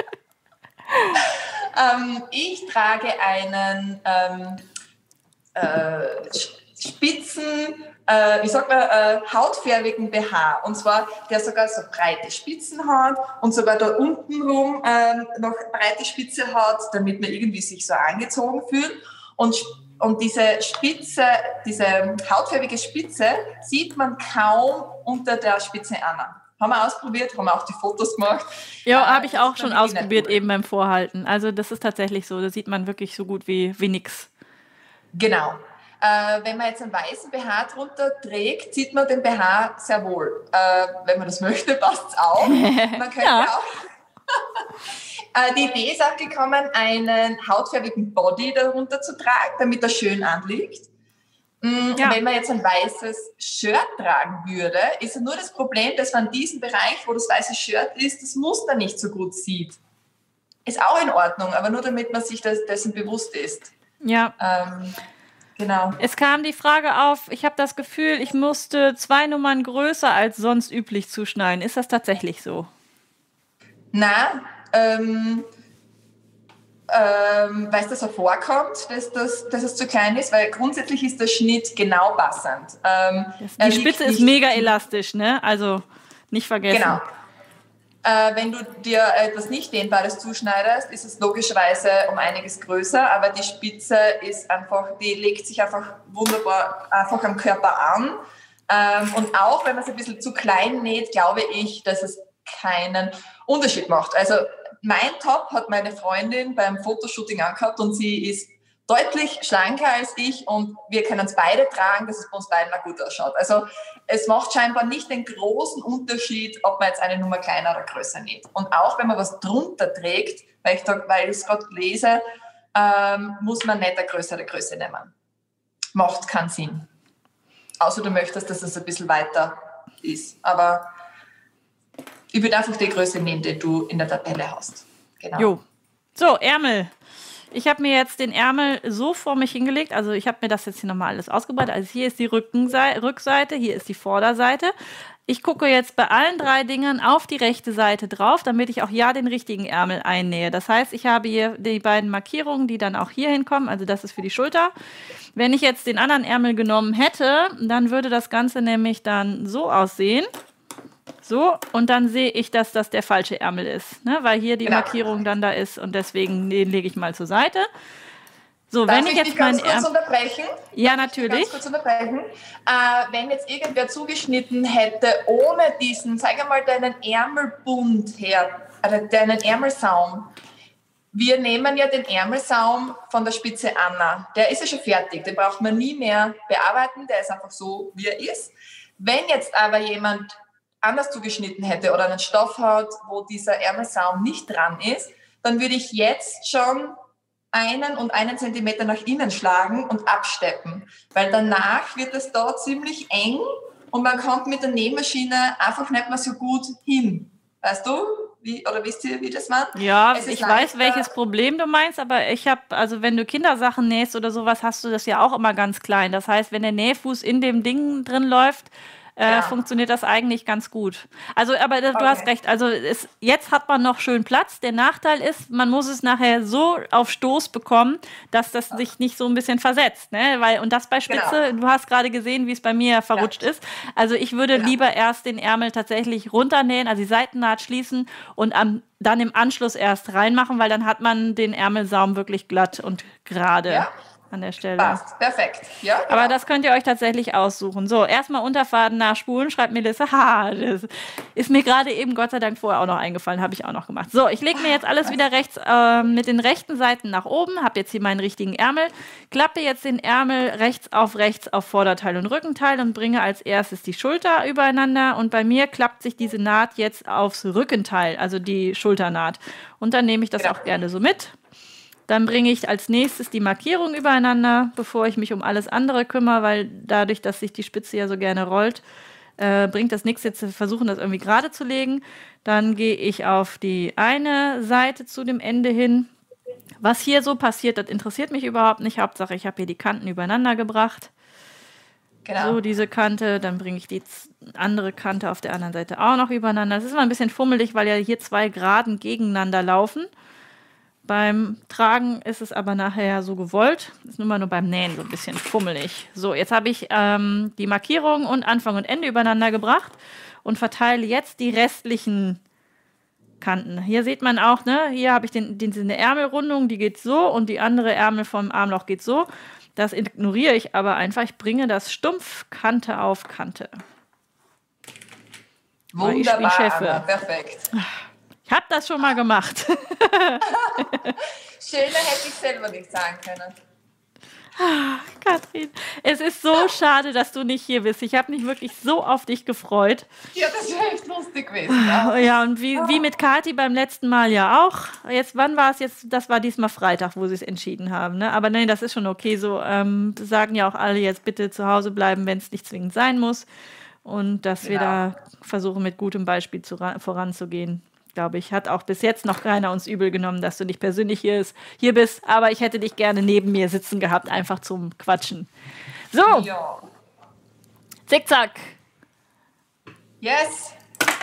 Ähm, ich trage einen ähm, äh, spitzen, äh, wie sagt man, äh, hautfärbigen B H. Und zwar, der sogar so breite Spitzen hat und sogar da unten rum ähm, noch breite Spitze hat, damit man irgendwie sich so angezogen fühlt. Und, und diese Spitze, diese hautfarbige Spitze sieht man kaum unter der Spitze an. Haben wir ausprobiert, haben wir auch die Fotos gemacht. Ja, habe ich auch schon ausprobiert, eben beim Vorhalten. Also das ist tatsächlich so, da sieht man wirklich so gut wie, wie nix. Genau. Äh, wenn man jetzt einen weißen B H drunter trägt, sieht man den B H sehr wohl. Äh, wenn man das möchte, passt es auch. Man könnte ja. auch. äh, die Idee ist auch gekommen, einen hautfärbigen Body darunter zu tragen, damit er schön anliegt. Ja. Wenn man jetzt ein weißes Shirt tragen würde, ist ja nur das Problem, dass man diesen Bereich, wo das weiße Shirt ist, das Muster nicht so gut sieht. Ist auch in Ordnung, aber nur damit man sich das, dessen bewusst ist. Ja. Ähm, genau. Es kam die Frage auf, ich habe das Gefühl, ich musste zwei Nummern größer als sonst üblich zuschneiden. Ist das tatsächlich so? Na, ähm... Ähm, weil es das so vorkommt, dass, das, dass es zu klein ist, weil grundsätzlich ist der Schnitt genau passend. Ähm, die Spitze ist mega elastisch, ne? Also nicht vergessen. Genau. Äh, wenn du dir etwas nicht Dehnbares zuschneidest, ist es logischerweise um einiges größer, aber die Spitze ist einfach, die legt sich einfach wunderbar einfach am Körper an. Ähm, und auch wenn man es ein bisschen zu klein näht, glaube ich, dass es keinen Unterschied macht. Also mein Top hat meine Freundin beim Fotoshooting angehabt und sie ist deutlich schlanker als ich und wir können es beide tragen, dass es bei uns beiden auch gut ausschaut. Also es macht scheinbar nicht den großen Unterschied, ob man jetzt eine Nummer kleiner oder größer näht. Und auch wenn man was drunter trägt, weil ich da, weil ich es gerade lese, ähm, muss man nicht eine größere Größe nehmen. Macht keinen Sinn. Außer du möchtest, dass es ein bisschen weiter ist. Aber ich würde einfach die Größe nehmen, die du in der Tabelle hast. Genau. Jo. So, Ärmel. Ich habe mir jetzt den Ärmel so vor mich hingelegt. Also ich habe mir das jetzt hier nochmal alles ausgebreitet. Also hier ist die Rückenseite, Rückseite, hier ist die Vorderseite. Ich gucke jetzt bei allen drei Dingern auf die rechte Seite drauf, damit ich auch ja den richtigen Ärmel einnähe. Das heißt, ich habe hier die beiden Markierungen, die dann auch hier hinkommen. Also das ist für die Schulter. Wenn ich jetzt den anderen Ärmel genommen hätte, dann würde das Ganze nämlich dann so aussehen. So, und dann sehe ich, dass das der falsche Ärmel ist, ne? Weil hier die genau. Markierung dann da ist und deswegen den lege ich mal zur Seite. So, Darf wenn ich, ich jetzt dich ganz meinen kurz unterbrechen? Ja, Darf natürlich. Ich ganz kurz unterbrechen? Äh, wenn jetzt irgendwer zugeschnitten hätte, ohne diesen, sag einmal, deinen Ärmelbund her, also deinen Ärmelsaum. Wir nehmen ja den Ärmelsaum von der Spitze an. Der ist ja schon fertig, den braucht man nie mehr bearbeiten, der ist einfach so, wie er ist. Wenn jetzt aber jemand anders zugeschnitten hätte oder einen Stoff hat, wo dieser Ärmelsaum nicht dran ist, dann würde ich jetzt schon einen und einen Zentimeter nach innen schlagen und absteppen, weil danach wird es da ziemlich eng und man kommt mit der Nähmaschine einfach nicht mehr so gut hin. Weißt du? Wie, oder wisst ihr, wie das war? Ja, ich weiß, welches Problem du meinst, aber ich habe, also wenn du Kindersachen nähst oder sowas, hast du das ja auch immer ganz klein. Das heißt, wenn der Nähfuß in dem Ding drin läuft, äh, ja. funktioniert das eigentlich ganz gut. Also, aber du okay. hast recht, also es, jetzt hat man noch schön Platz. Der Nachteil ist, man muss es nachher so auf Stoß bekommen, dass das sich nicht so ein bisschen versetzt. Ne? Weil, und das bei Spitze, genau. du hast gerade gesehen, wie es bei mir verrutscht ja. ist. Also ich würde genau. lieber erst den Ärmel tatsächlich runternähen, also die Seitennaht schließen und am, dann im Anschluss erst reinmachen, weil dann hat man den Ärmelsaum wirklich glatt und gerade. Ja. An der Stelle. Passt, perfekt. Ja, genau. Aber das könnt ihr euch tatsächlich aussuchen. So, erstmal Unterfaden nachspulen, schreibt Melissa. Ha, das ist mir gerade eben Gott sei Dank vorher auch noch eingefallen, habe ich auch noch gemacht. So, ich lege mir jetzt alles wieder rechts äh, mit den rechten Seiten nach oben, habe jetzt hier meinen richtigen Ärmel, klappe jetzt den Ärmel rechts auf rechts auf Vorderteil und Rückenteil und bringe als erstes die Schulter übereinander und bei mir klappt sich diese Naht jetzt aufs Rückenteil, also die Schulternaht. Und dann nehme ich das genau. auch gerne so mit. Dann bringe ich als nächstes die Markierung übereinander, bevor ich mich um alles andere kümmere, weil dadurch, dass sich die Spitze ja so gerne rollt, äh, bringt das nichts, jetzt zu versuchen, das irgendwie gerade zu legen. Dann gehe ich auf die eine Seite zu dem Ende hin. Was hier so passiert, das interessiert mich überhaupt nicht. Hauptsache, ich habe hier die Kanten übereinander gebracht. Genau. So, diese Kante, dann bringe ich die andere Kante auf der anderen Seite auch noch übereinander. Das ist immer ein bisschen fummelig, weil ja hier zwei Geraden gegeneinander laufen. Beim Tragen ist es aber nachher so gewollt. Ist nur mal nur beim Nähen so ein bisschen fummelig. So, jetzt habe ich ähm, die Markierung und Anfang und Ende übereinander gebracht und verteile jetzt die restlichen Kanten. Hier sieht man auch, ne, hier habe ich den, den, eine Ärmelrundung, die geht so und die andere Ärmel vom Armloch geht so. Das ignoriere ich aber einfach. Ich bringe das stumpf Kante auf Kante. Wunderbar, Anna, perfekt. Ich habe das schon mal gemacht. Schöner hätte ich selber nicht sagen können. Ah, Katrin, es ist so schade, dass du nicht hier bist. Ich habe mich wirklich so auf dich gefreut. Ja, das wäre echt lustig gewesen. Ja, ja und wie, wie mit Kathi beim letzten Mal ja auch. Jetzt, wann war es jetzt? Das war diesmal Freitag, wo sie es entschieden haben. Ne? Aber nein, das ist schon okay so. Ähm, sagen ja auch alle jetzt bitte zu Hause bleiben, wenn es nicht zwingend sein muss. Und dass genau. wir da versuchen, mit gutem Beispiel zu, voranzugehen. Glaube ich, hat auch bis jetzt noch keiner uns übel genommen, dass du nicht persönlich hier, ist, hier bist, aber ich hätte dich gerne neben mir sitzen gehabt, einfach zum Quatschen. So, ja. Zickzack. Yes.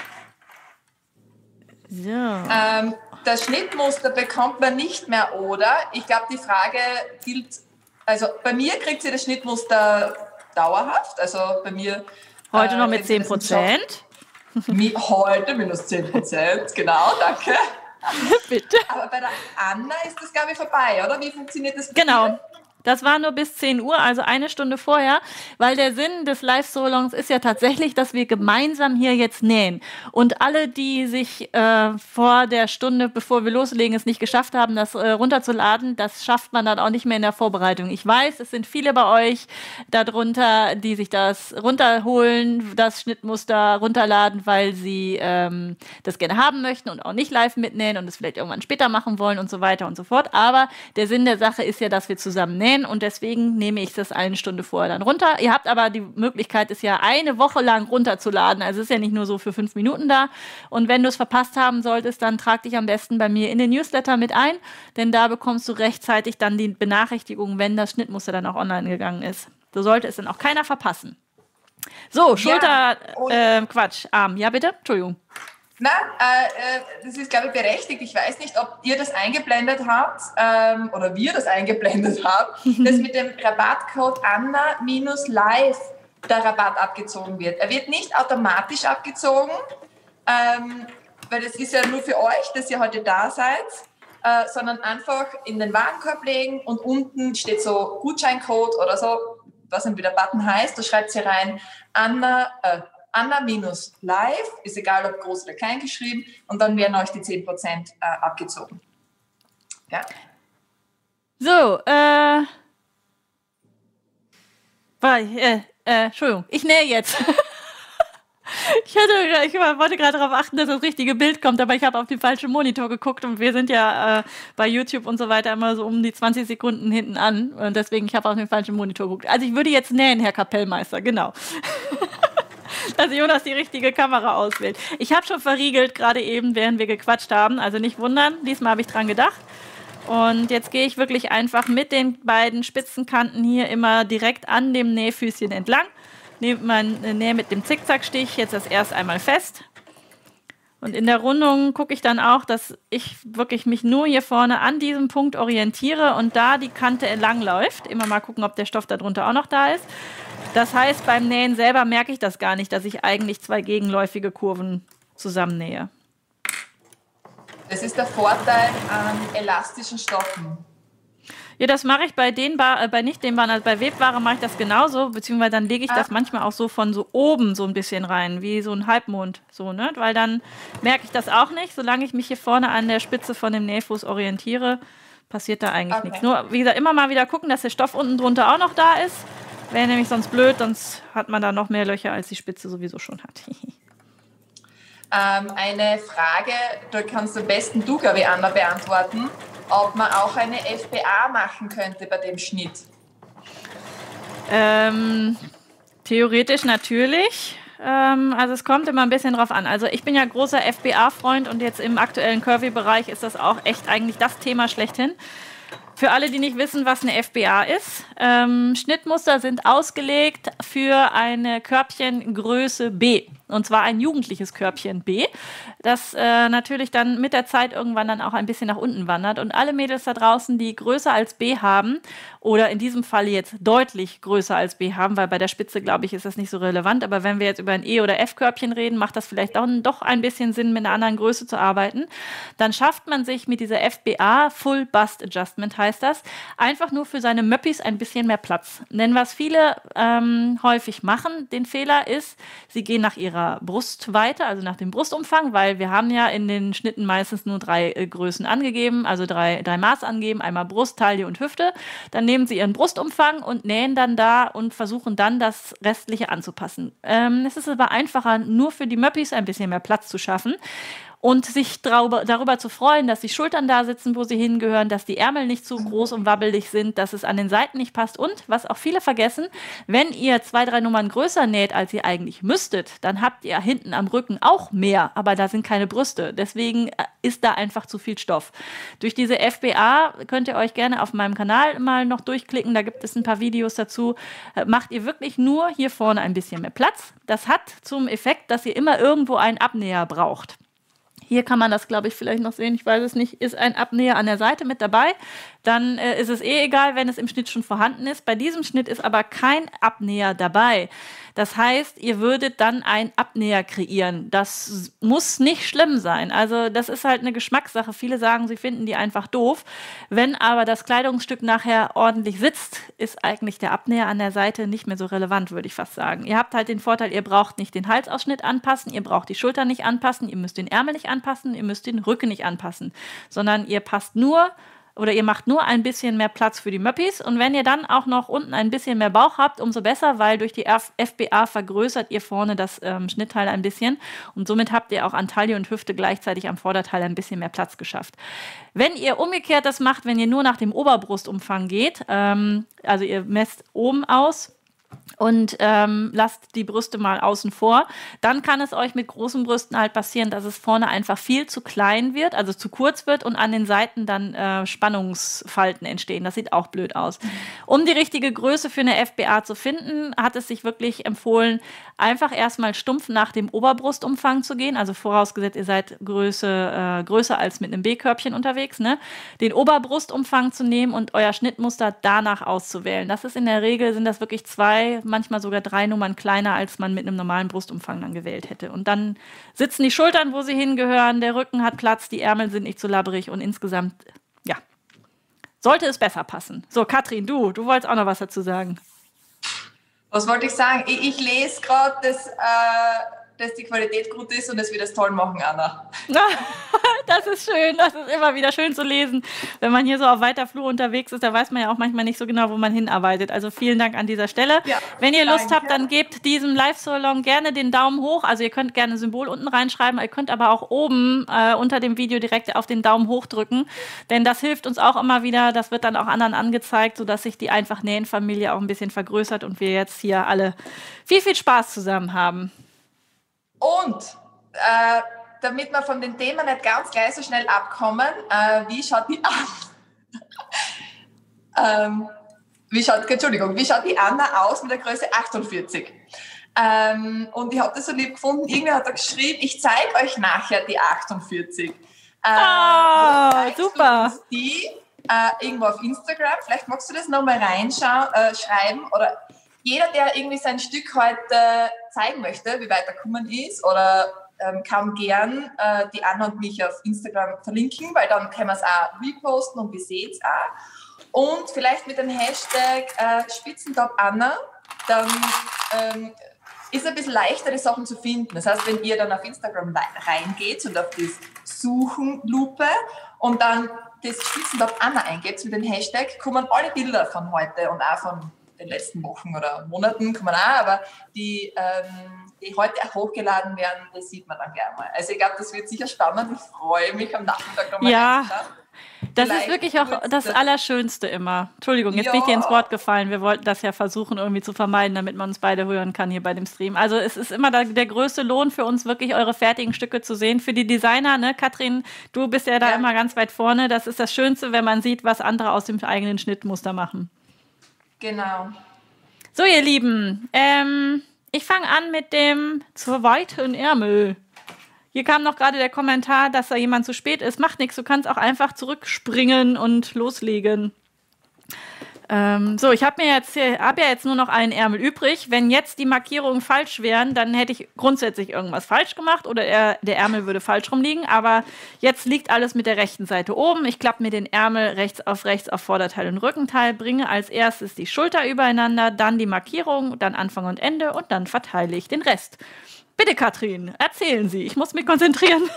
So. Ähm, das Schnittmuster bekommt man nicht mehr, oder? Ich glaube, die Frage gilt, also bei mir kriegt sie das Schnittmuster dauerhaft, also bei mir... Heute äh, noch mit zehn Prozent. Heute minus zehn Prozent, genau, danke. Bitte. Aber bei der Anna ist das, glaube ich, vorbei, oder? Wie funktioniert das? Genau. Das war nur bis zehn Uhr, also eine Stunde vorher, weil der Sinn des Live-Solongs ist ja tatsächlich, dass wir gemeinsam hier jetzt nähen. Und alle, die sich äh, vor der Stunde, bevor wir loslegen, es nicht geschafft haben, das äh, runterzuladen, das schafft man dann auch nicht mehr in der Vorbereitung. Ich weiß, es sind viele bei euch darunter, die sich das runterholen, das Schnittmuster runterladen, weil sie ähm, das gerne haben möchten und auch nicht live mitnähen und es vielleicht irgendwann später machen wollen und so weiter und so fort. Aber der Sinn der Sache ist ja, dass wir zusammen nähen. Und deswegen nehme ich das eine Stunde vorher dann runter. Ihr habt aber die Möglichkeit, es ja eine Woche lang runterzuladen. Also es ist ja nicht nur so für fünf Minuten da. Und wenn du es verpasst haben solltest, dann trag dich am besten bei mir in den Newsletter mit ein, denn da bekommst du rechtzeitig dann die Benachrichtigung, wenn das Schnittmuster dann auch online gegangen ist. So sollte es dann auch keiner verpassen. So, Schulter, ja, äh, Quatsch, Arm. Ja, bitte? Entschuldigung. Na, äh, das ist, glaube ich, berechtigt. Ich weiß nicht, ob ihr das eingeblendet habt ähm, oder wir das eingeblendet haben, dass mit dem Rabattcode Anna-Live der Rabatt abgezogen wird. Er wird nicht automatisch abgezogen, ähm, weil das ist ja nur für euch, dass ihr heute da seid, äh, sondern einfach in den Warenkorb legen und unten steht so Gutscheincode oder so, was dann wieder Button heißt, da schreibt ihr rein Anna, äh, Anna-Live, ist egal ob groß oder klein geschrieben, und dann werden euch die zehn Prozent äh, abgezogen. Ja. So, äh, war, äh, äh, Entschuldigung, ich nähe jetzt. ich, hatte, ich wollte gerade darauf achten, dass das richtige Bild kommt, aber ich habe auf den falschen Monitor geguckt und wir sind ja äh, bei YouTube und so weiter immer so um die zwanzig Sekunden hinten an und deswegen, ich habe auf den falschen Monitor geguckt. Also ich würde jetzt nähen, Herr Kapellmeister, genau. dass Jonas die richtige Kamera auswählt. Ich habe schon verriegelt, gerade eben, während wir gequatscht haben. Also nicht wundern, diesmal habe ich dran gedacht. Und jetzt gehe ich wirklich einfach mit den beiden Spitzenkanten hier immer direkt an dem Nähfüßchen entlang. Nehme mein Näh mit dem Zickzackstich jetzt das erst einmal fest. Und in der Rundung gucke ich dann auch, dass ich wirklich mich nur hier vorne an diesem Punkt orientiere und da die Kante entlang läuft. Immer mal gucken, ob der Stoff darunter auch noch da ist. Das heißt, beim Nähen selber merke ich das gar nicht, dass ich eigentlich zwei gegenläufige Kurven zusammennähe. Das ist der Vorteil an elastischen Stoffen. Ja, das mache ich bei dehnbar, äh, bei nicht dehnbaren, also bei Webware mache ich das genauso, beziehungsweise dann lege ich das manchmal auch so von so oben so ein bisschen rein, wie so ein Halbmond, so, ne? Weil dann merke ich das auch nicht, solange ich mich hier vorne an der Spitze von dem Nähfuß orientiere, passiert da eigentlich okay. nichts. Nur, wie gesagt, immer mal wieder gucken, dass der Stoff unten drunter auch noch da ist. Wäre nämlich sonst blöd, sonst hat man da noch mehr Löcher, als die Spitze sowieso schon hat. ähm, eine Frage, da kannst du am besten du, glaube ich, Anna, beantworten. Ob man auch eine F B A machen könnte bei dem Schnitt? Ähm, theoretisch natürlich. Ähm, also es kommt immer ein bisschen drauf an. Also ich bin ja großer F B A-Freund und jetzt im aktuellen Curvy-Bereich ist das auch echt eigentlich das Thema schlechthin. Für alle, die nicht wissen, was eine F B A ist, ähm, Schnittmuster sind ausgelegt für eine Körbchengröße B. Und zwar ein jugendliches Körbchen B, das äh, natürlich dann mit der Zeit irgendwann dann auch ein bisschen nach unten wandert. Und alle Mädels da draußen, die größer als B haben, oder in diesem Fall jetzt deutlich größer als B haben, weil bei der Spitze, glaube ich, ist das nicht so relevant. Aber wenn wir jetzt über ein E- oder F-Körbchen reden, macht das vielleicht auch, doch ein bisschen Sinn, mit einer anderen Größe zu arbeiten. Dann schafft man sich mit dieser F B A, Full Bust Adjustment heißt das, einfach nur für seine Möppis ein bisschen mehr Platz. Denn was viele ähm, häufig machen, den Fehler ist, sie gehen nach ihrer Brustweite, also nach dem Brustumfang, weil wir haben ja in den Schnitten meistens nur drei äh, Größen angegeben, also drei, drei Maß angeben, einmal Brust, Taille und Hüfte. Dann nehmen sie ihren Brustumfang und nähen dann da und versuchen dann das Restliche anzupassen. Ähm, es ist aber einfacher, nur für die Möppis ein bisschen mehr Platz zu schaffen. Und sich darüber, darüber zu freuen, dass die Schultern da sitzen, wo sie hingehören, dass die Ärmel nicht zu groß und wabbelig sind, dass es an den Seiten nicht passt. Und, was auch viele vergessen, wenn ihr zwei, drei Nummern größer näht, als ihr eigentlich müsstet, dann habt ihr hinten am Rücken auch mehr, aber da sind keine Brüste. Deswegen ist da einfach zu viel Stoff. Durch diese F B A könnt ihr euch gerne auf meinem Kanal mal noch durchklicken, da gibt es ein paar Videos dazu. Macht ihr wirklich nur hier vorne ein bisschen mehr Platz. Das hat zum Effekt, dass ihr immer irgendwo einen Abnäher braucht. Hier kann man das, glaube ich, vielleicht noch sehen. Ich weiß es nicht. Ist ein Abnäher an der Seite mit dabei. Dann äh, ist es eh egal, wenn es im Schnitt schon vorhanden ist. Bei diesem Schnitt ist aber kein Abnäher dabei. Das heißt, ihr würdet dann einen Abnäher kreieren. Das muss nicht schlimm sein. Also das ist halt eine Geschmackssache. Viele sagen, sie finden die einfach doof. Wenn aber das Kleidungsstück nachher ordentlich sitzt, ist eigentlich der Abnäher an der Seite nicht mehr so relevant, würde ich fast sagen. Ihr habt halt den Vorteil, ihr braucht nicht den Halsausschnitt anpassen, ihr braucht die Schultern nicht anpassen, ihr müsst den Ärmel nicht anpassen, ihr müsst den Rücken nicht anpassen, sondern ihr passt nur oder ihr macht nur ein bisschen mehr Platz für die Möppis. Und wenn ihr dann auch noch unten ein bisschen mehr Bauch habt, umso besser, weil durch die F B A vergrößert ihr vorne das ähm, Schnittteil ein bisschen. Und somit habt ihr auch an Taille und Hüfte gleichzeitig am Vorderteil ein bisschen mehr Platz geschafft. Wenn ihr umgekehrt das macht, wenn ihr nur nach dem Oberbrustumfang geht, ähm, also ihr messt oben aus, und ähm, lasst die Brüste mal außen vor, dann kann es euch mit großen Brüsten halt passieren, dass es vorne einfach viel zu klein wird, also zu kurz wird und an den Seiten dann äh, Spannungsfalten entstehen. Das sieht auch blöd aus. Um die richtige Größe für eine F B A zu finden, hat es sich wirklich empfohlen, einfach erstmal stumpf nach dem Oberbrustumfang zu gehen, also vorausgesetzt, ihr seid Größe, äh, größer als mit einem B-Körbchen unterwegs, ne? Den Oberbrustumfang zu nehmen und euer Schnittmuster danach auszuwählen. Das ist in der Regel, sind das wirklich zwei, manchmal sogar drei Nummern kleiner, als man mit einem normalen Brustumfang dann gewählt hätte. Und dann sitzen die Schultern, wo sie hingehören, der Rücken hat Platz, die Ärmel sind nicht zu labbrig und insgesamt, ja, sollte es besser passen. So, Katrin, du, du wolltest auch noch was dazu sagen. Was wollte ich sagen? Ich, ich lese gerade, dass, äh, dass die Qualität gut ist und dass wir das toll machen, Anna. Das ist schön, das ist immer wieder schön zu lesen. Wenn man hier so auf weiter Flur unterwegs ist, da weiß man ja auch manchmal nicht so genau, wo man hinarbeitet. Also vielen Dank an dieser Stelle. Ja, wenn ihr Lust danke. habt, dann gebt diesem Live-Salon gerne den Daumen hoch. Also ihr könnt gerne ein Symbol unten reinschreiben. Ihr könnt aber auch oben äh, unter dem Video direkt auf den Daumen hoch drücken. Denn das hilft uns auch immer wieder. Das wird dann auch anderen angezeigt, sodass sich die Einfach-Nähen-Familie auch ein bisschen vergrößert und wir jetzt hier alle viel, viel Spaß zusammen haben. Und äh, damit wir von den Themen nicht ganz gleich so schnell abkommen, äh, wie schaut die Anna, ähm, wie schaut, Entschuldigung, wie schaut die Anna aus mit der Größe achtundvierzig? Ähm, und ich habe das so lieb gefunden, irgendwer hat da geschrieben, ich zeige euch nachher die achtundvierzig. Äh, oh, super. Die äh, irgendwo auf Instagram, vielleicht magst du das nochmal reinschauen, äh, schreiben, oder jeder, der irgendwie sein Stück heute zeigen möchte, wie weit er gekommen ist, oder ähm, kann gern äh, die Anna und mich auf Instagram verlinken, weil dann können wir es auch reposten und wir sehen es auch. Und vielleicht mit dem Hashtag äh, Spitzentop Anna, dann ähm, ist es ein bisschen leichter, die Sachen zu finden. Das heißt, wenn ihr dann auf Instagram reingeht und auf das Suchen-Lupe und dann das Spitzentop Anna eingebt mit dem Hashtag, kommen alle Bilder von heute und auch von den letzten Wochen oder Monaten, kommen auch, aber die, ähm, die heute auch hochgeladen werden, das sieht man dann gerne mal. Also ich glaube, das wird sicher spannend. Ich freue mich am Nachmittag nochmal ja. reinzuschauen. Das Vielleicht ist wirklich auch das, das Allerschönste immer. Entschuldigung, jetzt ja. bin ich dir ins Wort gefallen. Wir wollten das ja versuchen, irgendwie zu vermeiden, damit man uns beide hören kann hier bei dem Stream. Also es ist immer der, der größte Lohn für uns, wirklich eure fertigen Stücke zu sehen. Für die Designer, ne, Katrin, du bist ja da ja. immer ganz weit vorne. Das ist das Schönste, wenn man sieht, was andere aus dem eigenen Schnittmuster machen. Genau. So, ihr Lieben, ähm, ich fange an mit dem zur weiten Ärmel. Hier kam noch gerade der Kommentar, dass da jemand zu spät ist. Macht nichts, du kannst auch einfach zurückspringen und loslegen. Ähm, so, ich habe mir jetzt hab ja jetzt nur noch einen Ärmel übrig. Wenn jetzt die Markierungen falsch wären, dann hätte ich grundsätzlich irgendwas falsch gemacht oder er, der Ärmel würde falsch rumliegen. Aber jetzt liegt alles mit der rechten Seite oben. Ich klappe mir den Ärmel rechts auf rechts auf Vorderteil und Rückenteil, bringe als erstes die Schulter übereinander, dann die Markierung, dann Anfang und Ende und dann verteile ich den Rest. Bitte, Katrin, erzählen Sie. Ich muss mich konzentrieren.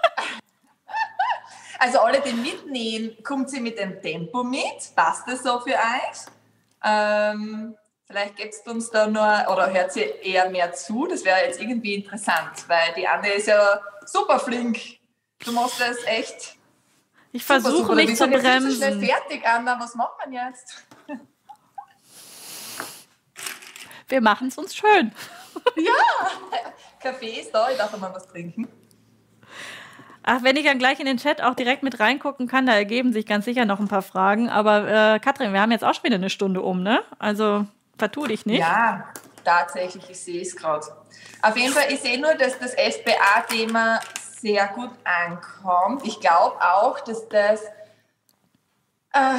Also alle, die mitnähen, kommt sie mit dem Tempo mit? Passt das so für euch? Ähm, vielleicht gibt es uns da nur, oder hört sie eher mehr zu? Das wäre jetzt irgendwie interessant, weil die Anne ist ja super flink. Du machst das echt. Ich versuche mich zu bremsen. So schnell fertig, Anna. Was macht man jetzt? Wir machen es uns schön. Ja, Kaffee ist da, ich darf mal was trinken. Ach, wenn ich dann gleich in den Chat auch direkt mit reingucken kann, da ergeben sich ganz sicher noch ein paar Fragen. Aber äh, Katrin, wir haben jetzt auch schon wieder eine Stunde um, ne? Also vertu dich nicht. Ja, tatsächlich, ich sehe es gerade. Auf jeden Fall, ich sehe nur, dass das F B A-Thema sehr gut ankommt. Ich glaube auch, dass das äh,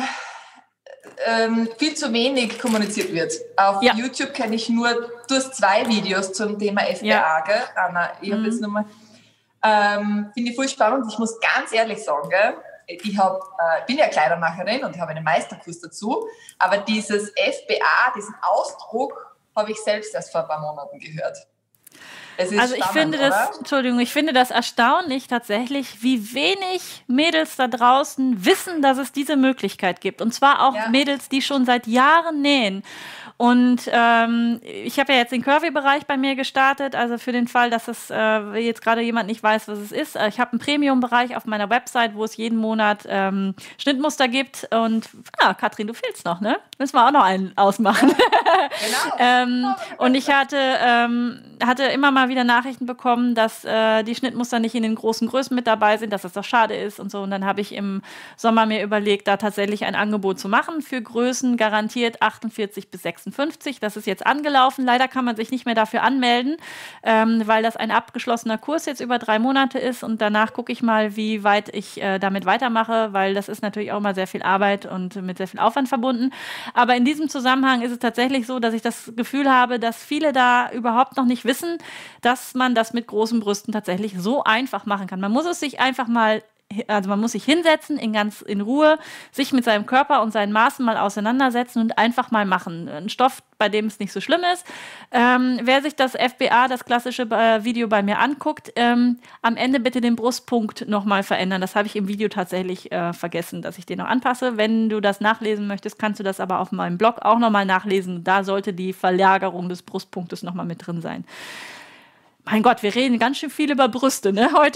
ähm, viel zu wenig kommuniziert wird. Auf ja. YouTube kenne ich nur, du hast zwei Videos zum Thema F B A, ja. gell, Anna? Ich habe mhm. jetzt nochmal... Ähm, finde ich voll spannend. Ich muss ganz ehrlich sagen, ich hab, äh, bin ja Kleidermacherin und ich habe einen Meisterkurs dazu, aber dieses F B A, diesen Ausdruck, habe ich selbst erst vor ein paar Monaten gehört. Es ist also ich spannend, finde das, oder? Entschuldigung, ich finde das erstaunlich tatsächlich, wie wenig Mädels da draußen wissen, dass es diese Möglichkeit gibt. Und zwar auch ja. Mädels, die schon seit Jahren nähen. Und ähm, ich habe ja jetzt den Curvy-Bereich bei mir gestartet, also für den Fall, dass es äh, jetzt gerade jemand nicht weiß, was es ist. Ich habe einen Premium-Bereich auf meiner Website, wo es jeden Monat ähm, Schnittmuster gibt. Und ah, Katrin, du fehlst noch, ne? Müssen wir auch noch einen ausmachen. Genau. ähm, und ich hatte, ähm, hatte immer mal wieder Nachrichten bekommen, dass äh, die Schnittmuster nicht in den großen Größen mit dabei sind, dass das doch schade ist und so. Und dann habe ich im Sommer mir überlegt, da tatsächlich ein Angebot zu machen für Größen garantiert achtundvierzig bis sechsundfünfzig. Das ist jetzt angelaufen. Leider kann man sich nicht mehr dafür anmelden, ähm, weil das ein abgeschlossener Kurs jetzt über drei Monate ist. Und danach gucke ich mal, wie weit ich äh, damit weitermache, weil das ist natürlich auch immer sehr viel Arbeit und mit sehr viel Aufwand verbunden. Aber in diesem Zusammenhang ist es tatsächlich so, dass ich das Gefühl habe, dass viele da überhaupt noch nicht wissen, dass man das mit großen Brüsten tatsächlich so einfach machen kann. Man muss es sich einfach mal Also man muss sich hinsetzen, in ganz in Ruhe, sich mit seinem Körper und seinen Maßen mal auseinandersetzen und einfach mal machen. Ein Stoff, bei dem es nicht so schlimm ist. Ähm, wer sich das F B A, das klassische äh, Video bei mir anguckt, ähm, am Ende bitte den Brustpunkt nochmal verändern. Das habe ich im Video tatsächlich äh, vergessen, dass ich den noch anpasse. Wenn du das nachlesen möchtest, kannst du das aber auf meinem Blog auch nochmal nachlesen. Da sollte die Verlagerung des Brustpunktes nochmal mit drin sein. Mein Gott, wir reden ganz schön viel über Brüste, ne, heute?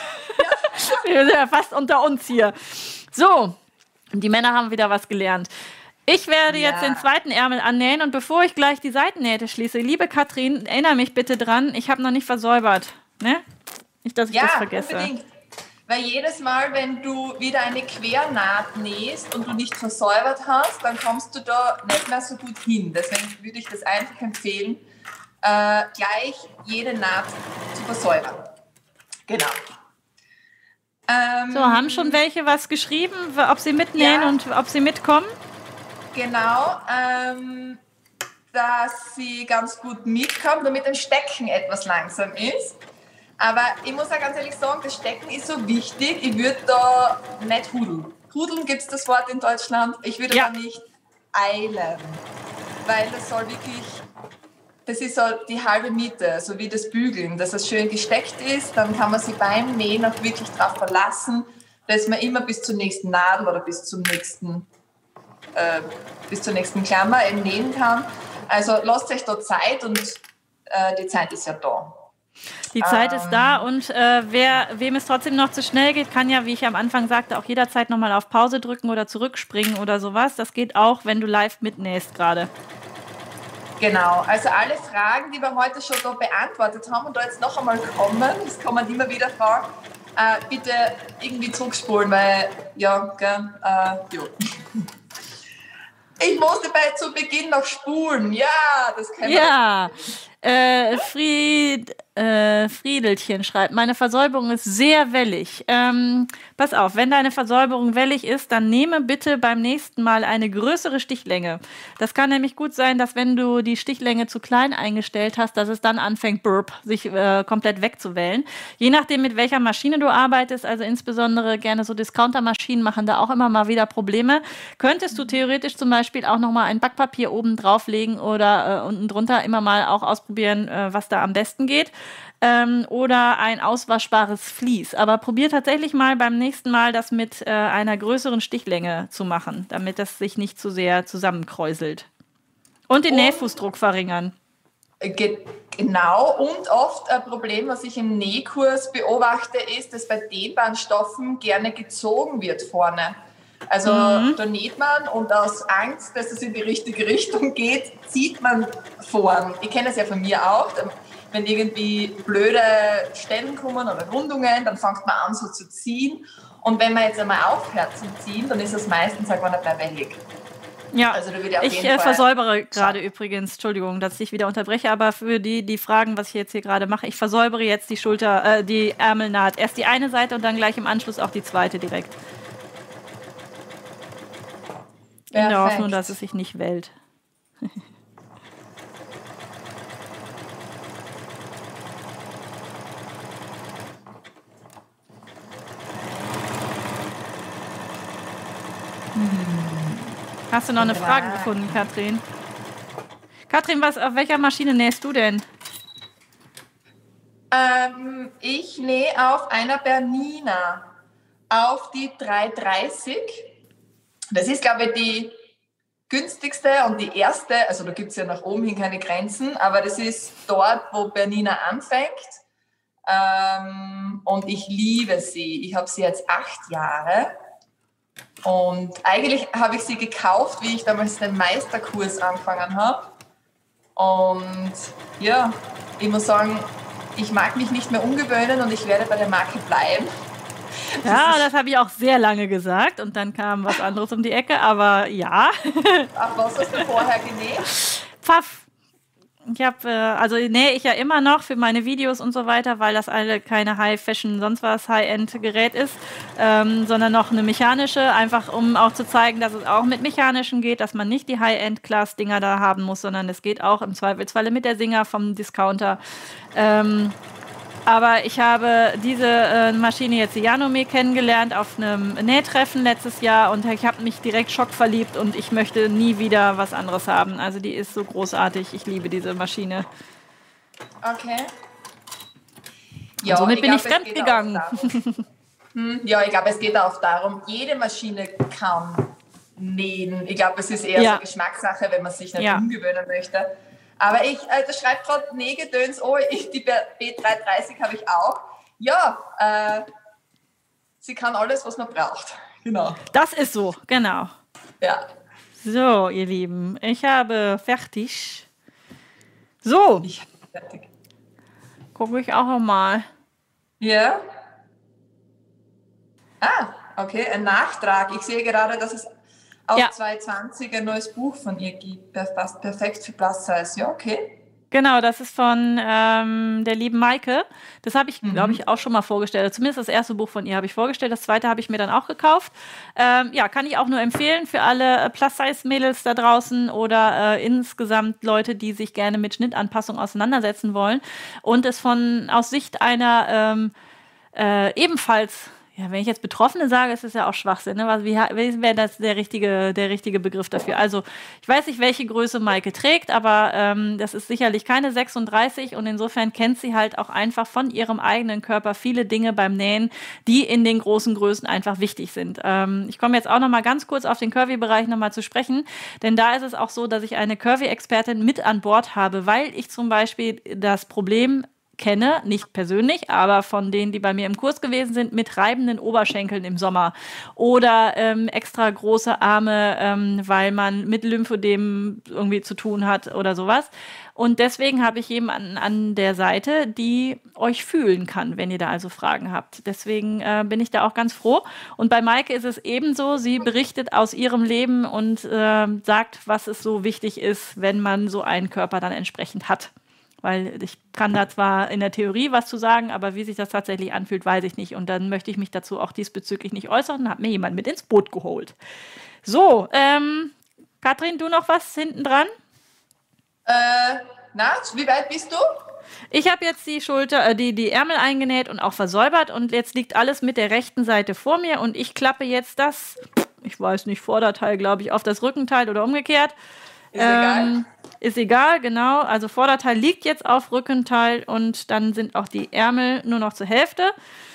Wir sind ja fast unter uns hier. So, die Männer haben wieder was gelernt. Ich werde ja. jetzt den zweiten Ärmel annähen und bevor ich gleich die Seitennähte schließe, liebe Katrin, erinnere mich bitte dran, ich habe noch nicht versäubert. Ne? Nicht, dass ich ja, das vergesse. Unbedingt. Weil jedes Mal, wenn du wieder eine Quernaht nähst und du nicht versäubert hast, dann kommst du da nicht mehr so gut hin. Deswegen würde ich das einfach empfehlen, äh, gleich jede Naht zu versäubern. Genau. Ähm, so, haben schon welche was geschrieben, ob sie mitnähen ja, und ob sie mitkommen? Genau, ähm, dass sie ganz gut mitkommen, damit ein Stecken etwas langsam ist. Aber ich muss auch ganz ehrlich sagen, das Stecken ist so wichtig, ich würde da nicht hudeln. Hudeln gibt es das Wort in Deutschland. Ich würde Ja. da nicht eilen, weil das soll wirklich, das ist so die halbe Miete, so wie das Bügeln, dass es schön gesteckt ist, dann kann man sich beim Nähen auch wirklich darauf verlassen, dass man immer bis zur nächsten Nadel oder bis zum nächsten, äh, bis zur nächsten Klammer eben nähen kann. Also lasst euch da Zeit und äh, die Zeit ist ja da. Die Zeit ähm, ist da und äh, wer, wem es trotzdem noch zu schnell geht, kann ja, wie ich am Anfang sagte, auch jederzeit nochmal auf Pause drücken oder zurückspringen oder sowas. Das geht auch, wenn du live mitnähst gerade. Genau, also alle Fragen, die wir heute schon da beantwortet haben und da jetzt noch einmal kommen, es kommen immer wieder Fragen, äh, bitte irgendwie zurückspulen, weil, ja, gell, äh, jo. Ich musste bei zu Beginn noch spulen, ja, das können wir. Ja, äh, Fried, äh, Friedelchen schreibt, meine Versäuberung ist sehr wellig. Ähm, pass auf, wenn deine Versäuberung wellig ist, dann nehme bitte beim nächsten Mal eine größere Stichlänge. Das kann nämlich gut sein, dass wenn du die Stichlänge zu klein eingestellt hast, dass es dann anfängt, burp, sich äh, komplett wegzuwellen. Je nachdem, mit welcher Maschine du arbeitest, also insbesondere gerne so Discounter-Maschinen machen da auch immer mal wieder Probleme, könntest du theoretisch zum Beispiel auch nochmal ein Backpapier oben drauflegen oder äh, unten drunter immer mal auch ausprobieren, äh, was da am besten geht. Ähm, oder ein auswaschbares Vlies. Aber probier tatsächlich mal beim nächsten Mal das mit äh, einer größeren Stichlänge zu machen, damit das sich nicht zu sehr zusammenkräuselt. Und den Und, Nähfußdruck verringern. Ge genau, und oft ein Problem, was ich im Nähkurs beobachte, ist, dass bei dehnbaren Stoffen gerne gezogen wird vorne. Also mhm. da näht man und aus Angst, dass es in die richtige Richtung geht, zieht man vorn. Ich kenne das ja von mir auch. Wenn irgendwie blöde Stellen kommen oder Rundungen, dann fängt man an so zu ziehen. Und wenn man jetzt einmal aufhört zu ziehen, dann ist es meistens, sagt man, nicht wellig. Ja, also da ich äh, versäubere gerade übrigens, Entschuldigung, dass ich wieder unterbreche, aber für die, die fragen, was ich jetzt hier gerade mache, ich versäubere jetzt die Schulter, äh, die Ärmelnaht. Erst die eine Seite und dann gleich im Anschluss auch die zweite direkt. In der Hoffnung, dass es sich nicht wellt. Hast du noch eine Frage gefunden, Katrin? Katrin, was, auf welcher Maschine nähst du denn? Ähm, ich nähe auf einer Bernina, auf die dreihundertdreißig. Das ist, glaube ich, die günstigste und die erste, also da gibt es ja nach oben hin keine Grenzen, aber das ist dort, wo Bernina anfängt. Ähm, und ich liebe sie. Ich habe sie jetzt acht Jahre. Und eigentlich habe ich sie gekauft, wie ich damals den Meisterkurs angefangen habe. Und ja, ich muss sagen, ich mag mich nicht mehr umgewöhnen und ich werde bei der Marke bleiben. Ja, das habe ich auch sehr lange gesagt und dann kam was anderes um die Ecke, aber ja. Auf was hast du vorher genäht? Pfaff. Ich habe, äh, also nähe ich ja immer noch für meine Videos und so weiter, weil das alle keine High-Fashion, sonst was High-End-Gerät ist, ähm, sondern noch eine mechanische, einfach um auch zu zeigen, dass es auch mit mechanischen geht, dass man nicht die High-End-Class-Dinger da haben muss, sondern es geht auch im Zweifelsfalle mit der Singer vom Discounter. Ähm, aber ich habe diese äh, Maschine jetzt, die Janome, kennengelernt auf einem Nähtreffen letztes Jahr und ich habe mich direkt schockverliebt und ich möchte nie wieder was anderes haben. Also die ist so großartig. Ich liebe diese Maschine. Okay. Ja, und somit bin ich fremdgegangen. hm, ja, ich glaube, es geht auch darum, jede Maschine kann nähen. Ich glaube, es ist eher ja. so Geschmackssache, wenn man sich nicht ja. umgewöhnen möchte. Aber ich, äh, das schreibt gerade Nähgedöns, oh, ich, die B dreihundertdreißig habe ich auch. Ja, äh, sie kann alles, was man braucht. Genau. Das ist so, genau. Ja. So, ihr Lieben, ich habe fertig. So. Ich habe fertig. gucke ich auch noch mal. Ja. Ah, okay, ein Nachtrag. Ich sehe gerade, dass es auf Ja. zwanzig zwanzig ein neues Buch von ihr gibt. Passt perfekt für Plus Size. Ja, okay. Genau, das ist von ähm, der lieben Maike. Das habe ich, glaube Mhm. ich, auch schon mal vorgestellt. Zumindest das erste Buch von ihr habe ich vorgestellt. Das zweite habe ich mir dann auch gekauft. Ähm, ja, kann ich auch nur empfehlen für alle äh, Plus-Size-Mädels da draußen oder äh, insgesamt Leute, die sich gerne mit Schnittanpassung auseinandersetzen wollen. Und es von aus Sicht einer ähm, äh, ebenfalls, ja, wenn ich jetzt Betroffene sage, ist es ja auch Schwachsinn. Ne? Was, wie wie wäre das der richtige, der richtige Begriff dafür? Also, ich weiß nicht, welche Größe Maike trägt, aber ähm, das ist sicherlich keine sechsunddreißig und insofern kennt sie halt auch einfach von ihrem eigenen Körper viele Dinge beim Nähen, die in den großen Größen einfach wichtig sind. Ähm, ich komme jetzt auch noch mal ganz kurz auf den Curvy-Bereich noch mal zu sprechen, denn da ist es auch so, dass ich eine Curvy-Expertin mit an Bord habe, weil ich zum Beispiel das Problem kenne, nicht persönlich, aber von denen, die bei mir im Kurs gewesen sind, mit reibenden Oberschenkeln im Sommer oder ähm, extra große Arme, ähm, weil man mit Lymphödem irgendwie zu tun hat oder sowas. Und deswegen habe ich jemanden an der Seite, die euch fühlen kann, wenn ihr da also Fragen habt. Deswegen äh, bin ich da auch ganz froh. Und bei Maike ist es ebenso, sie berichtet aus ihrem Leben und äh, sagt, was es so wichtig ist, wenn man so einen Körper dann entsprechend hat. Weil ich kann da zwar in der Theorie was zu sagen, aber wie sich das tatsächlich anfühlt, weiß ich nicht. Und dann möchte ich mich dazu auch diesbezüglich nicht äußern. Hat mir jemand mit ins Boot geholt. So, ähm, Katrin, du noch was hinten dran? Äh, na, wie weit bist du? Ich habe jetzt die Schulter, äh, die, die Ärmel eingenäht und auch versäubert und jetzt liegt alles mit der rechten Seite vor mir und ich klappe jetzt das, ich weiß nicht, Vorderteil, glaube ich, auf das Rückenteil oder umgekehrt. Ist egal. Ähm, ist egal, genau. Also Vorderteil liegt jetzt auf Rückenteil und dann sind auch die Ärmel nur noch zur Hälfte.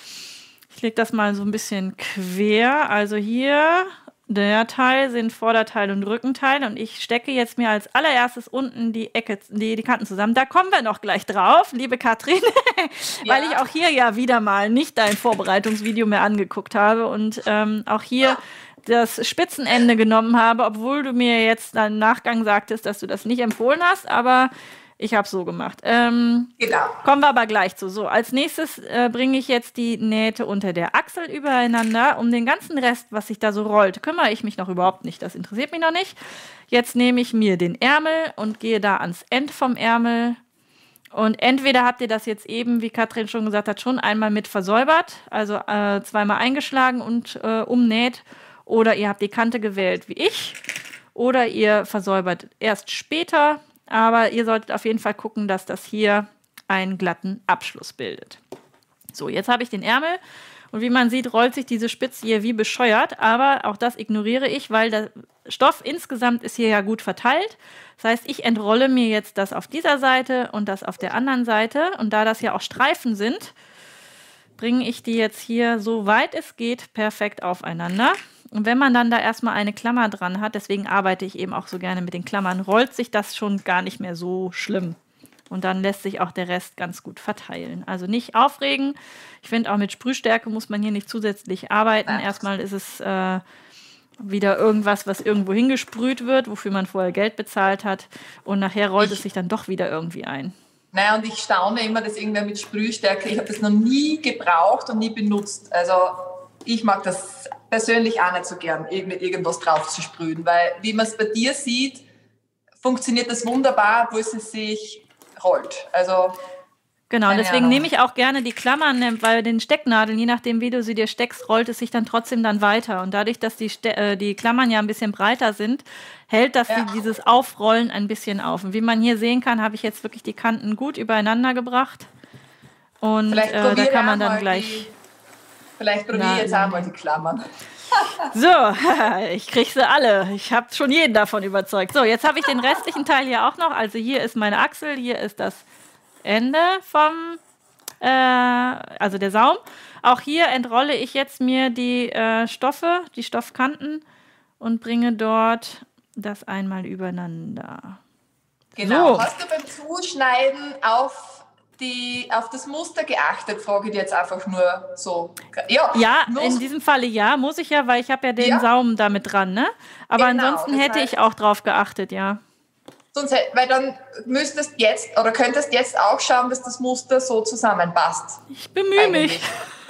Ich lege das mal so ein bisschen quer. Also hier, der Teil sind Vorderteil und Rückenteil und ich stecke jetzt mir als allererstes unten die Ecke, die, die Kanten zusammen. Da kommen wir noch gleich drauf, liebe Katrin, Ja. weil ich auch hier ja wieder mal nicht dein Vorbereitungsvideo mehr angeguckt habe und ähm, auch hier das Spitzenende genommen habe, obwohl du mir jetzt dann im Nachgang sagtest, dass du das nicht empfohlen hast, aber ich habe es so gemacht. Ähm, Genau. kommen wir aber gleich zu. So, als nächstes äh, bringe ich jetzt die Nähte unter der Achsel übereinander. Um den ganzen Rest, was sich da so rollt, kümmere ich mich noch überhaupt nicht. Das interessiert mich noch nicht. Jetzt nehme ich mir den Ärmel und gehe da ans End vom Ärmel. Und entweder habt ihr das jetzt eben, wie Katrin schon gesagt hat, schon einmal mit versäubert, also äh, zweimal eingeschlagen und äh, umnäht, oder ihr habt die Kante gewählt wie ich, oder ihr versäubert erst später, aber ihr solltet auf jeden Fall gucken, dass das hier einen glatten Abschluss bildet. So, jetzt habe ich den Ärmel und wie man sieht, rollt sich diese Spitze hier wie bescheuert, aber auch das ignoriere ich, weil der Stoff insgesamt ist hier ja gut verteilt. Das heißt, ich entrolle mir jetzt das auf dieser Seite und das auf der anderen Seite und da das ja auch Streifen sind, bringe ich die jetzt hier, so weit es geht, perfekt aufeinander. Und wenn man dann da erstmal eine Klammer dran hat, deswegen arbeite ich eben auch so gerne mit den Klammern, rollt sich das schon gar nicht mehr so schlimm. Und dann lässt sich auch der Rest ganz gut verteilen. Also nicht aufregen. Ich finde, auch mit Sprühstärke muss man hier nicht zusätzlich arbeiten. Nein. Erstmal ist es äh, wieder irgendwas, was irgendwo hingesprüht wird, wofür man vorher Geld bezahlt hat. Und nachher rollt Ich- es sich dann doch wieder irgendwie ein. Naja, und ich staune immer, dass irgendwer mit Sprühstärke, ich habe das noch nie gebraucht und nie benutzt. Also ich mag das persönlich auch nicht so gern, mit irgendwas drauf zu sprühen, weil wie man es bei dir sieht, funktioniert das wunderbar, wo es sich rollt. Also Genau, und Keine deswegen Ahnung. nehme ich auch gerne die Klammern, ne, weil den Stecknadeln, je nachdem, wie du sie dir steckst, rollt es sich dann trotzdem dann weiter. Und dadurch, dass die, Ste äh, die Klammern ja ein bisschen breiter sind, hält das Ja. die, dieses Aufrollen ein bisschen auf. Und wie man hier sehen kann, habe ich jetzt wirklich die Kanten gut übereinander gebracht. Und vielleicht äh, da probiere kann man ich auch dann mal gleich... die, vielleicht probiere Na, ich jetzt auch mal die Klammern. So, ich kriege sie alle. Ich habe schon jeden davon überzeugt. So, jetzt habe ich den restlichen Teil hier auch noch. Also hier ist meine Achsel, hier ist das Ende vom, äh, also der Saum. Auch hier entrolle ich jetzt mir die äh, Stoffe, die Stoffkanten und bringe dort das einmal übereinander. Genau. So. Hast du beim Zuschneiden auf, die, auf das Muster geachtet? Frage ich dir jetzt einfach nur so. Ja, Ja, muss- in diesem Falle ja, muss ich ja, weil ich habe ja den Ja. Saum damit dran, ne? Aber Genau, ansonsten das hätte heißt- ich auch drauf geachtet, ja. Sonst, weil dann müsstest jetzt oder könntest jetzt auch schauen, dass das Muster so zusammenpasst. Ich bemühe Eigentlich. mich.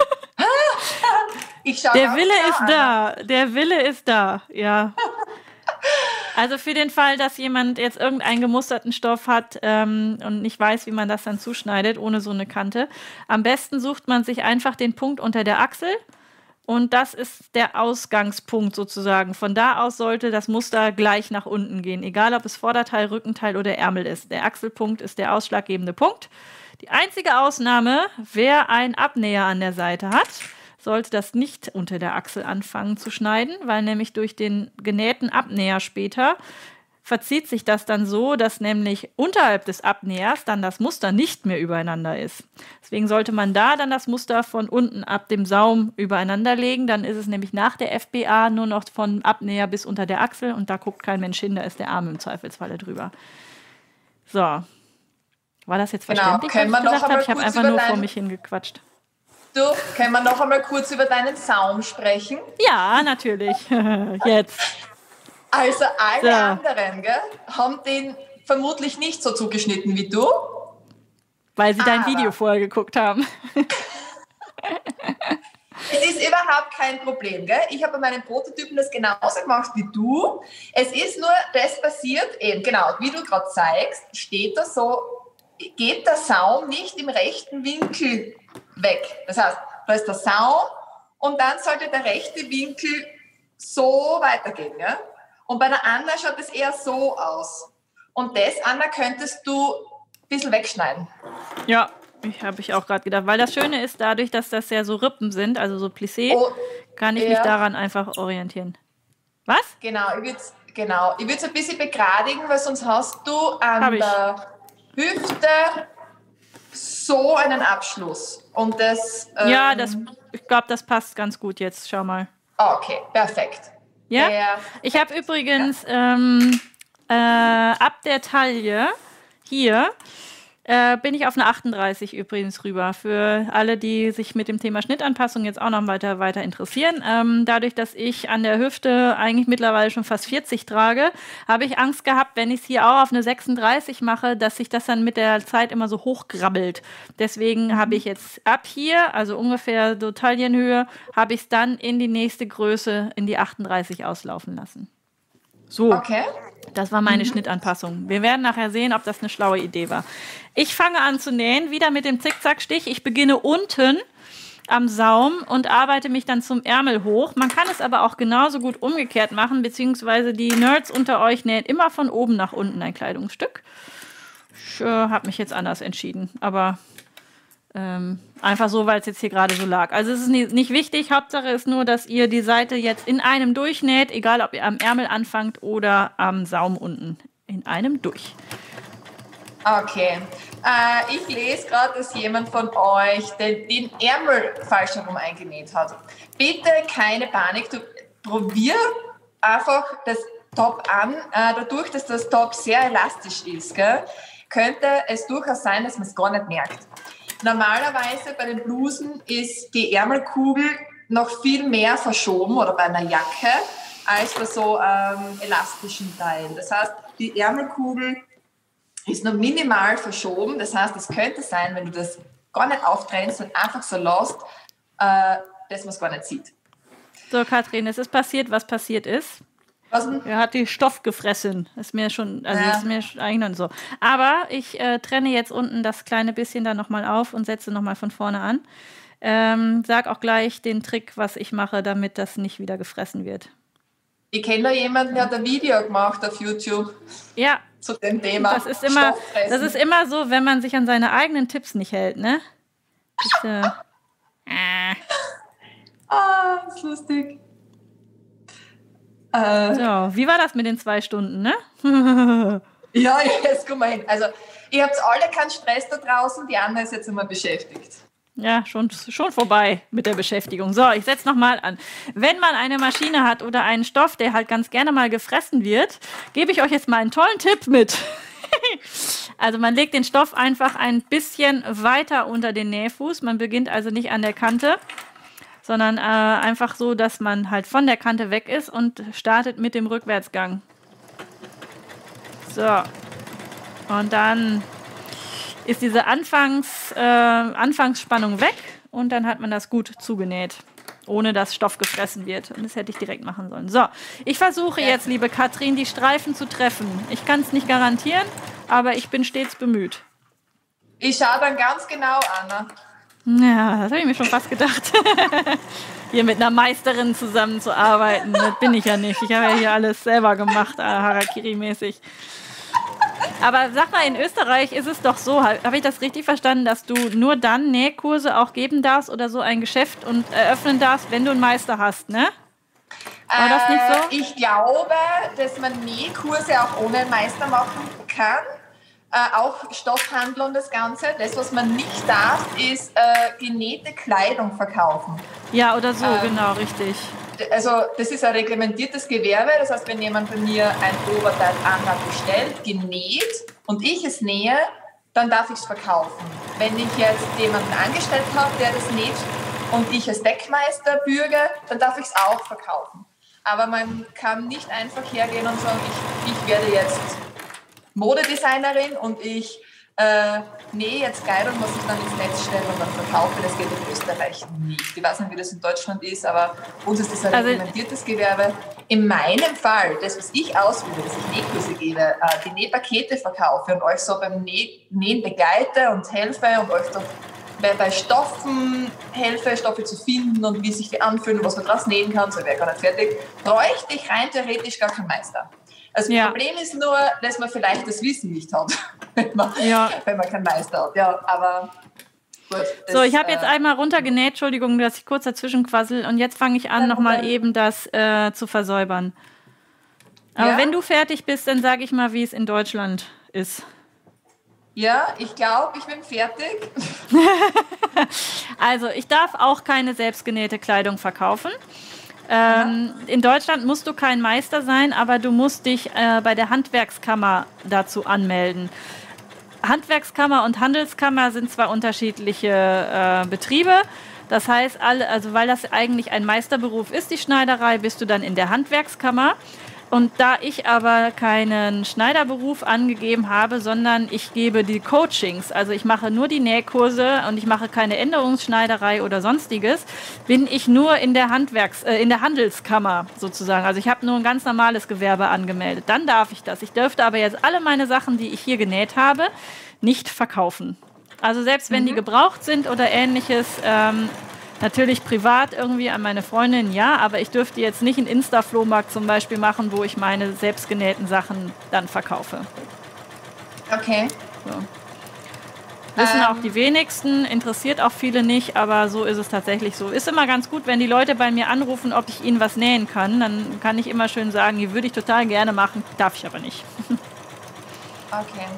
Ich schau Der ganz Wille genau ist an. da. Der Wille ist da, ja. Also für den Fall, dass jemand jetzt irgendeinen gemusterten Stoff hat ähm, und nicht weiß, wie man das dann zuschneidet, ohne so eine Kante, am besten sucht man sich einfach den Punkt unter der Achsel und das ist der Ausgangspunkt sozusagen. Von da aus sollte das Muster gleich nach unten gehen, egal ob es Vorderteil, Rückenteil oder Ärmel ist. Der Achselpunkt ist der ausschlaggebende Punkt. Die einzige Ausnahme, wer einen Abnäher an der Seite hat, sollte das nicht unter der Achsel anfangen zu schneiden, weil nämlich durch den genähten Abnäher später verzieht sich das dann so, dass nämlich unterhalb des Abnähers dann das Muster nicht mehr übereinander ist. Deswegen sollte man da dann das Muster von unten ab dem Saum übereinander legen. Dann ist es nämlich nach der F B A nur noch von Abnäher bis unter der Achsel und da guckt kein Mensch hin, da ist der Arm im Zweifelsfalle drüber. So. War das jetzt verständlich, Können was ich wir noch gesagt habe? einmal Ich habe kurz einfach über nur vor dein- mich hingequatscht. Du, können wir noch einmal kurz über deinen Saum sprechen? Ja, natürlich. Jetzt. Also alle So. anderen, gell, haben den vermutlich nicht so zugeschnitten wie du. Weil sie dein Aber- Video vorher geguckt haben. Es ist überhaupt kein Problem. Gell? Ich habe bei meinen Prototypen das genauso gemacht wie du. Es ist nur das passiert, eben genau, wie du gerade zeigst, steht da so, geht der Saum nicht im rechten Winkel weg. Das heißt, da ist der Saum und dann sollte der rechte Winkel so weitergehen. Gell? Und bei der Anna schaut es eher so aus. Und das, Anna, könntest du ein bisschen wegschneiden. Ja, ich habe ich auch gerade gedacht. Weil das Schöne ist, dadurch, dass das ja so Rippen sind, also so Plissé, Oh, kann ich ja. mich daran einfach orientieren. Was? Genau, ich würde es genau, ich würd's ein bisschen begradigen, weil sonst hast du an Hab ich. der Hüfte so einen Abschluss. Und das. Ähm, Ja, das, ich glaube, das passt ganz gut jetzt. Schau mal. Okay, perfekt. Ja? Der- Ich habe übrigens ähm, äh, ab der Taille hier äh, bin ich auf eine achtunddreißig übrigens rüber. Für alle, die sich mit dem Thema Schnittanpassung jetzt auch noch weiter, weiter interessieren. Ähm, dadurch, dass ich an der Hüfte eigentlich mittlerweile schon fast vierzig trage, habe ich Angst gehabt, wenn ich es hier auch auf eine sechsunddreißig mache, dass sich das dann mit der Zeit immer so hochgrabbelt. Deswegen habe ich jetzt ab hier, also ungefähr so Taillenhöhe, habe ich es dann in die nächste Größe, in die achtunddreißig auslaufen lassen. So. Okay. Das war meine Schnittanpassung. Wir werden nachher sehen, ob das eine schlaue Idee war. Ich fange an zu nähen, wieder mit dem Zickzackstich. Ich beginne unten am Saum und arbeite mich dann zum Ärmel hoch. Man kann es aber auch genauso gut umgekehrt machen, beziehungsweise die Nerds unter euch nähen immer von oben nach unten ein Kleidungsstück. Ich äh, habe mich jetzt anders entschieden, aber ähm, einfach so, weil es jetzt hier gerade so lag. Also es ist nie, nicht wichtig, Hauptsache ist nur, dass ihr die Seite jetzt in einem durchnäht, egal ob ihr am Ärmel anfangt oder am Saum unten. In einem durch. Okay. Äh, ich lese gerade, dass jemand von euch den, den Ärmel falsch herum eingenäht hat. Bitte keine Panik. Du probier einfach das Top an. Äh, dadurch, dass das Top sehr elastisch ist, gell, könnte es durchaus sein, dass man es gar nicht merkt. Normalerweise bei den Blusen ist die Ärmelkugel noch viel mehr verschoben oder bei einer Jacke als bei so ähm, elastischen Teilen. Das heißt, die Ärmelkugel ist nur minimal verschoben. Das heißt, es könnte sein, wenn du das gar nicht auftrennst und einfach so lässt, äh, dass man es gar nicht sieht. So, Katrin, es ist passiert, was passiert ist. Was denn? Er hat die Stoff gefressen. Ist mir schon, also Ja. ist mir schon eigentlich noch so. Aber ich äh, trenne jetzt unten das kleine bisschen dann nochmal auf und setze nochmal von vorne an. Ähm, sag auch gleich den Trick, was ich mache, damit das nicht wieder gefressen wird. Ich kenne da jemanden, der hat ein Video gemacht auf YouTube Ja, zu dem Thema. das ist immer, Stofffressen. das ist immer so, wenn man sich an seine eigenen Tipps nicht hält, ne? Ist, äh, äh. Ah, das ist lustig. Äh, So, wie war das mit den zwei Stunden, ne? ja, jetzt komm mal hin. Also, ihr habt alle keinen Stress da draußen, die Anna ist jetzt immer beschäftigt. Ja, schon, schon vorbei mit der Beschäftigung. So, ich setze nochmal an. Wenn man eine Maschine hat oder einen Stoff, der halt ganz gerne mal gefressen wird, gebe ich euch jetzt mal einen tollen Tipp mit. Also man legt den Stoff einfach ein bisschen weiter unter den Nähfuß. Man beginnt also nicht an der Kante, sondern äh, einfach so, dass man halt von der Kante weg ist und startet mit dem Rückwärtsgang. So, Und dann ist diese Anfangs, äh, Anfangsspannung weg und dann hat man das gut zugenäht, ohne dass Stoff gefressen wird. Und das hätte ich direkt machen sollen. So, ich versuche jetzt, liebe Katrin, die Streifen zu treffen. Ich kann es nicht garantieren, aber ich bin stets bemüht. Ich schaue dann ganz genau, Anna. Ja, das habe ich mir schon fast gedacht. Hier mit einer Meisterin zusammenzuarbeiten, das bin ich ja nicht. Ich habe ja hier alles selber gemacht, Harakiri-mäßig. Aber sag mal, in Österreich ist es doch so, habe ich das richtig verstanden, dass du nur dann Nähkurse auch geben darfst oder so ein Geschäft und eröffnen darfst, wenn du einen Meister hast, ne? War das nicht so? Äh, ich glaube, dass man Nähkurse auch ohne einen Meister machen kann. Äh, auch Stoffhandel und das Ganze. Das, was man nicht darf, ist äh, genähte Kleidung verkaufen. Ja, oder so, ähm, genau, richtig. Also das ist ein reglementiertes Gewerbe. Das heißt, wenn jemand bei mir ein Oberteil anhat bestellt, genäht und ich es nähe, dann darf ich es verkaufen. Wenn ich jetzt jemanden angestellt habe, der das näht und ich als Deckmeister bürge, dann darf ich es auch verkaufen. Aber man kann nicht einfach hergehen und sagen, ich, ich werde jetzt Modedesignerin und ich äh, nähe jetzt Kleidung, was ich dann ins Netz stelle und dann verkaufe. Das geht in Österreich nicht. Ich weiß nicht, wie das in Deutschland ist, aber uns ist das ein also reglementiertes Gewerbe. In meinem Fall, das, was ich ausübe, dass ich Nähkurse gebe, äh, die Nähpakete verkaufe und euch so beim Näh Nähen begleite und helfe und euch so bei, bei Stoffen helfe, Stoffe zu finden und wie sich die anfühlen und was man draus nähen kann, so wäre gar nicht fertig, bräuchte ich rein theoretisch gar keinen Meister. Also das ja. Problem ist nur, dass man vielleicht das Wissen nicht hat, wenn man, ja. wenn man keinen Meister hat. Ja, aber gut. Das, so, ich habe jetzt äh, einmal runtergenäht, Entschuldigung, dass ich kurz dazwischen quassel und jetzt fange ich an, nochmal eben das äh, zu versäubern. Aber ja. wenn du fertig bist, dann sage ich mal, wie es in Deutschland ist. Ja, ich glaube, ich bin fertig. Also, ich darf auch keine selbstgenähte Kleidung verkaufen. Ähm, in Deutschland musst du kein Meister sein, aber du musst dich äh, bei der Handwerkskammer dazu anmelden. Handwerkskammer und Handelskammer sind zwar unterschiedliche äh, Betriebe, das heißt, alle, also weil das eigentlich ein Meisterberuf ist, die Schneiderei, bist du dann in der Handwerkskammer. Und da ich aber keinen Schneiderberuf angegeben habe, sondern ich gebe die Coachings, also ich mache nur die Nähkurse und ich mache keine Änderungsschneiderei oder sonstiges, bin ich nur in der Handwerks-, äh, in der Handelskammer sozusagen. Also ich habe nur ein ganz normales Gewerbe angemeldet. Dann darf ich das. Ich dürfte aber jetzt alle meine Sachen, die ich hier genäht habe, nicht verkaufen. Also selbst wenn mhm. die gebraucht sind oder ähnliches, ähm, natürlich privat irgendwie an meine Freundin, ja, aber ich dürfte jetzt nicht einen Insta-Flohmarkt zum Beispiel machen, wo ich meine selbstgenähten Sachen dann verkaufe. Okay. So. Wissen ähm. auch die wenigsten, interessiert auch viele nicht, aber so ist es tatsächlich so. Ist immer ganz gut, wenn die Leute bei mir anrufen, ob ich ihnen was nähen kann, dann kann ich immer schön sagen, die würde ich total gerne machen, darf ich aber nicht. Okay.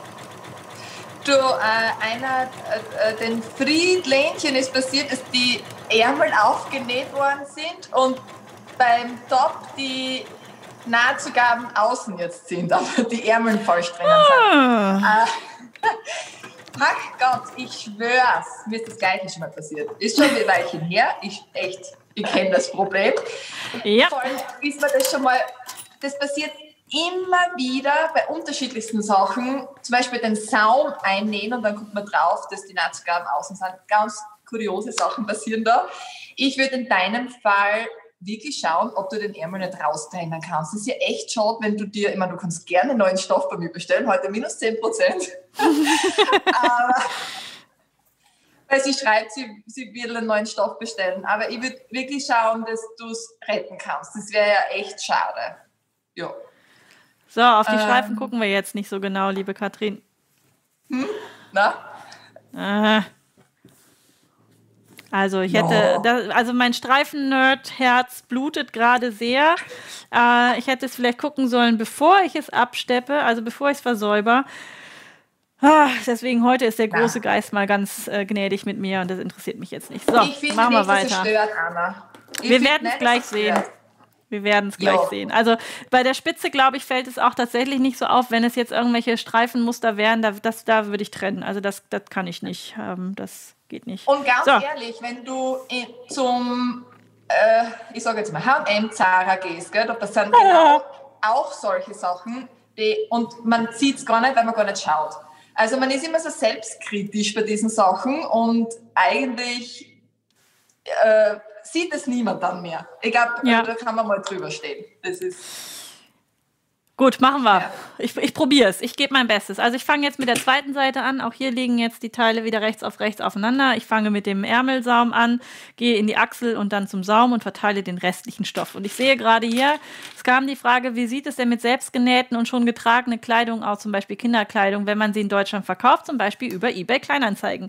Du, äh, einer, äh, den Friedlänchen ist passiert, dass die Ärmel aufgenäht worden sind und beim Top die Nahtzugaben außen jetzt sind, aber die Ärmel falsch drinnen ah. sind. Äh, ach Gott, ich schwör's, mir ist das Gleiche schon mal passiert. Ist schon ein Weilchen her, ich echt, ich kenne das Problem. Ja. Vor allem ist mir das schon mal, das passiert immer wieder bei unterschiedlichsten Sachen, zum Beispiel den Saum einnähen und dann guckt man drauf, dass die Nahtzugaben außen sind. Ganz kuriose Sachen passieren da. Ich würde in deinem Fall wirklich schauen, ob du den Ärmel nicht raustrennen kannst. Das ist ja echt schade, wenn du dir, ich meine, du kannst gerne neuen Stoff bei mir bestellen, heute minus zehn Prozent. Aber, weil sie schreibt, sie, sie will einen neuen Stoff bestellen. Aber ich würde wirklich schauen, dass du es retten kannst. Das wäre ja echt schade. Ja. So, auf die ähm, Streifen gucken wir jetzt nicht so genau, liebe Katrin. Hm? Na? Äh. Also ich hätte, ja. das, also mein Streifen-Nerd-Herz blutet gerade sehr. Äh, ich hätte es vielleicht gucken sollen, bevor ich es absteppe, also bevor ich es versäuber. Ah, deswegen heute ist der große ja. Geist mal ganz äh, gnädig mit mir und das interessiert mich jetzt nicht. So, ich machen wir nicht, weiter. Dass es stört, Anna. Ich wir werden es gleich sehen. Stört. Wir werden es gleich jo. sehen. Also bei der Spitze, glaube ich, fällt es auch tatsächlich nicht so auf, wenn es jetzt irgendwelche Streifenmuster wären, da, das, da würde ich trennen. Also das, das kann ich nicht. Ähm, das geht nicht. Und ganz so. ehrlich, wenn du in, zum, äh, ich sage jetzt mal, H und M, Zara gehst, gell, das sind genau auch solche Sachen, die, und man sieht es gar nicht, weil man gar nicht schaut. Also man ist immer so selbstkritisch bei diesen Sachen und eigentlich äh, sieht es niemand dann mehr. Ich glaube, ja. da kann man mal drüber stehen. Das ist... Gut, machen wir. Ja. Ich, ich probiere es. Ich gebe mein Bestes. Also ich fange jetzt mit der zweiten Seite an. Auch hier liegen jetzt die Teile wieder rechts auf rechts aufeinander. Ich fange mit dem Ärmelsaum an, gehe in die Achsel und dann zum Saum und verteile den restlichen Stoff. Und ich sehe gerade hier, es kam die Frage, wie sieht es denn mit selbstgenähten und schon getragene Kleidung aus, zum Beispiel Kinderkleidung, wenn man sie in Deutschland verkauft, zum Beispiel über eBay Kleinanzeigen.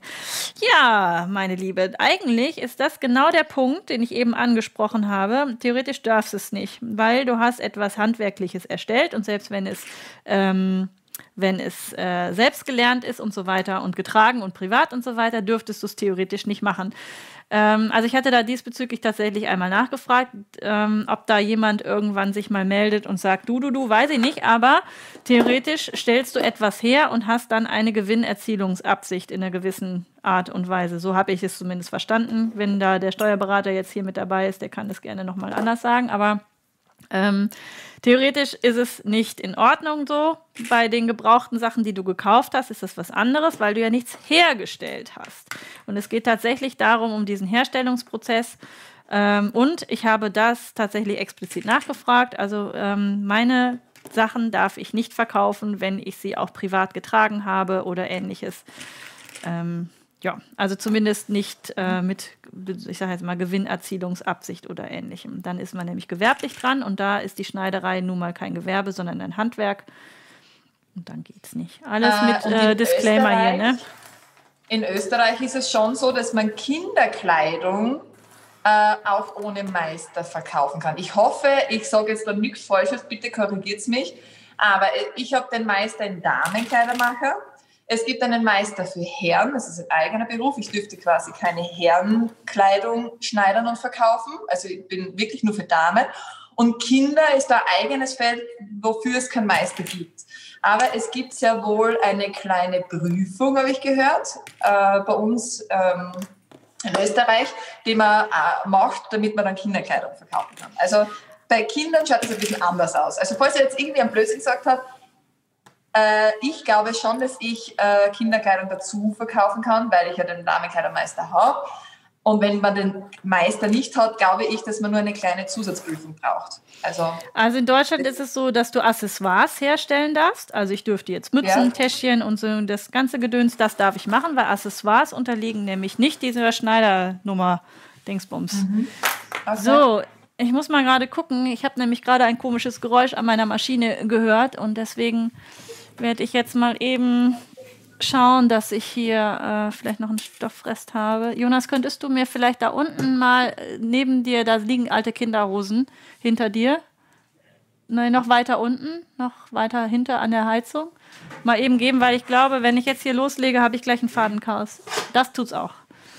Ja, meine Liebe, eigentlich ist das genau der Punkt, den ich eben angesprochen habe. Theoretisch darfst du es nicht, weil du hast etwas Handwerkliches erstellt. Und selbst wenn es, ähm, wenn es äh, selbst gelernt ist und so weiter und getragen und privat und so weiter, dürftest du es theoretisch nicht machen. Ähm, also ich hatte da diesbezüglich tatsächlich einmal nachgefragt, ähm, ob da jemand irgendwann sich mal meldet und sagt, du, du, du, weiß ich nicht, aber theoretisch stellst du etwas her und hast dann eine Gewinnerzielungsabsicht in einer gewissen Art und Weise. So habe ich es zumindest verstanden. Wenn da der Steuerberater jetzt hier mit dabei ist, der kann das gerne nochmal anders sagen, aber Ähm, theoretisch ist es nicht in Ordnung so. Bei den gebrauchten Sachen, die du gekauft hast, ist das was anderes, weil du ja nichts hergestellt hast. Und es geht tatsächlich darum, um diesen Herstellungsprozess. Ähm, und ich habe das tatsächlich explizit nachgefragt. Also ähm, meine Sachen darf ich nicht verkaufen, wenn ich sie auch privat getragen habe oder ähnliches. Ähm, Ja, also zumindest nicht äh, mit, ich sage jetzt mal, Gewinnerzielungsabsicht oder Ähnlichem. Dann ist man nämlich gewerblich dran und da ist die Schneiderei nun mal kein Gewerbe, sondern ein Handwerk. Und dann geht's nicht. Alles äh, mit äh, Disclaimer hier, ne? In Österreich ist es schon so, dass man Kinderkleidung äh, auch ohne Meister verkaufen kann. Ich hoffe, ich sage jetzt da nichts Falsches, bitte korrigiert mich, aber ich habe den Meister in Damenkleidermacher. Es gibt einen Meister für Herren, das ist ein eigener Beruf. Ich dürfte quasi keine Herrenkleidung schneidern und verkaufen. Also ich bin wirklich nur für Damen. Und Kinder ist da ein eigenes Feld, wofür es keinen Meister gibt. Aber es gibt sehr wohl eine kleine Prüfung, habe ich gehört, äh, bei uns ähm, in Österreich, die man äh, macht, damit man dann Kinderkleidung verkaufen kann. Also bei Kindern schaut es ein bisschen anders aus. Also falls ihr jetzt irgendwie einen Blödsinn gesagt habt, ich glaube schon, dass ich äh, Kinderkleidung dazu verkaufen kann, weil ich ja den Damenkleidermeister habe. Und wenn man den Meister nicht hat, glaube ich, dass man nur eine kleine Zusatzprüfung braucht. Also, also in Deutschland ist es so, dass du Accessoires herstellen darfst. Also ich dürfte jetzt Mützen, ja. Täschchen und so das ganze Gedöns, das darf ich machen, weil Accessoires unterliegen nämlich nicht dieser Schneidernummer Dingsbums. Mhm. Okay. So, ich muss mal gerade gucken. Ich habe nämlich gerade ein komisches Geräusch an meiner Maschine gehört und deswegen werde ich jetzt mal eben schauen, dass ich hier äh, vielleicht noch einen Stoffrest habe. Jonas, könntest du mir vielleicht da unten mal äh, neben dir, da liegen alte Kinderhosen hinter dir. Nein, noch weiter unten, noch weiter hinter an der Heizung. Mal eben geben, weil ich glaube, wenn ich jetzt hier loslege, habe ich gleich einen Fadenchaos. Das tut's auch.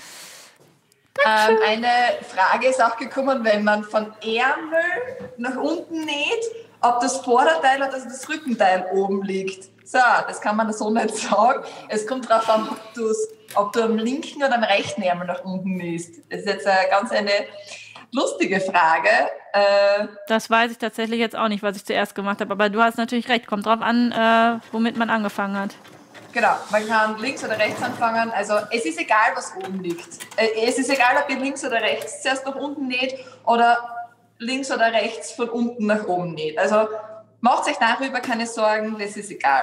Ähm, eine Frage ist auch gekommen, wenn man von Ärmel nach unten näht, ob das Vorderteil oder das Rückenteil oben liegt. So, das kann man so nicht sagen. Es kommt darauf an, ob, ob du am linken oder am rechten Ärmel nach unten nähst. Das ist jetzt eine ganz eine lustige Frage. Äh, das weiß ich tatsächlich jetzt auch nicht, was ich zuerst gemacht habe. Aber du hast natürlich recht. Kommt drauf an, äh, womit man angefangen hat. Genau, man kann links oder rechts anfangen. Also es ist egal, was oben liegt. Es ist egal, ob ihr links oder rechts zuerst nach unten näht oder links oder rechts von unten nach oben näht. Also macht euch darüber keine Sorgen, das ist egal.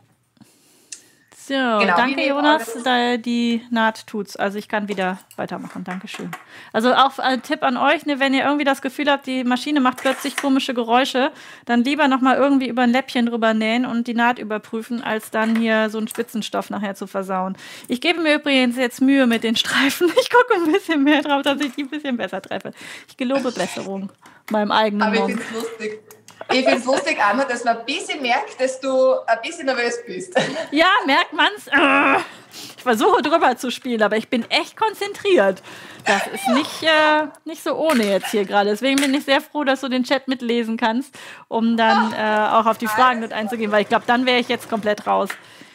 So, genau, danke Jonas, da die Naht tut's. Also ich kann wieder weitermachen, Dankeschön. Also auch ein Tipp an euch, ne, wenn ihr irgendwie das Gefühl habt, die Maschine macht plötzlich komische Geräusche, dann lieber nochmal irgendwie über ein Läppchen drüber nähen und die Naht überprüfen, als dann hier so einen Spitzenstoff nachher zu versauen. Ich gebe mir übrigens jetzt Mühe mit den Streifen. Ich gucke ein bisschen mehr drauf, dass ich die ein bisschen besser treffe. Ich gelobe Besserung meinem eigenen Aber ich finde es lustig. Ich finde es lustig, Anna, dass man ein bisschen merkt, dass du ein bisschen nervös bist. Ja, merkt man's. Ich versuche drüber zu spielen, aber ich bin echt konzentriert. Das ist nicht, äh, nicht so ohne jetzt hier gerade. Deswegen bin ich sehr froh, dass du den Chat mitlesen kannst, um dann äh, auch auf die Fragen mit einzugehen, weil ich glaube, dann wäre ich jetzt komplett raus.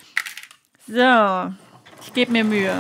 So, ich gebe mir Mühe.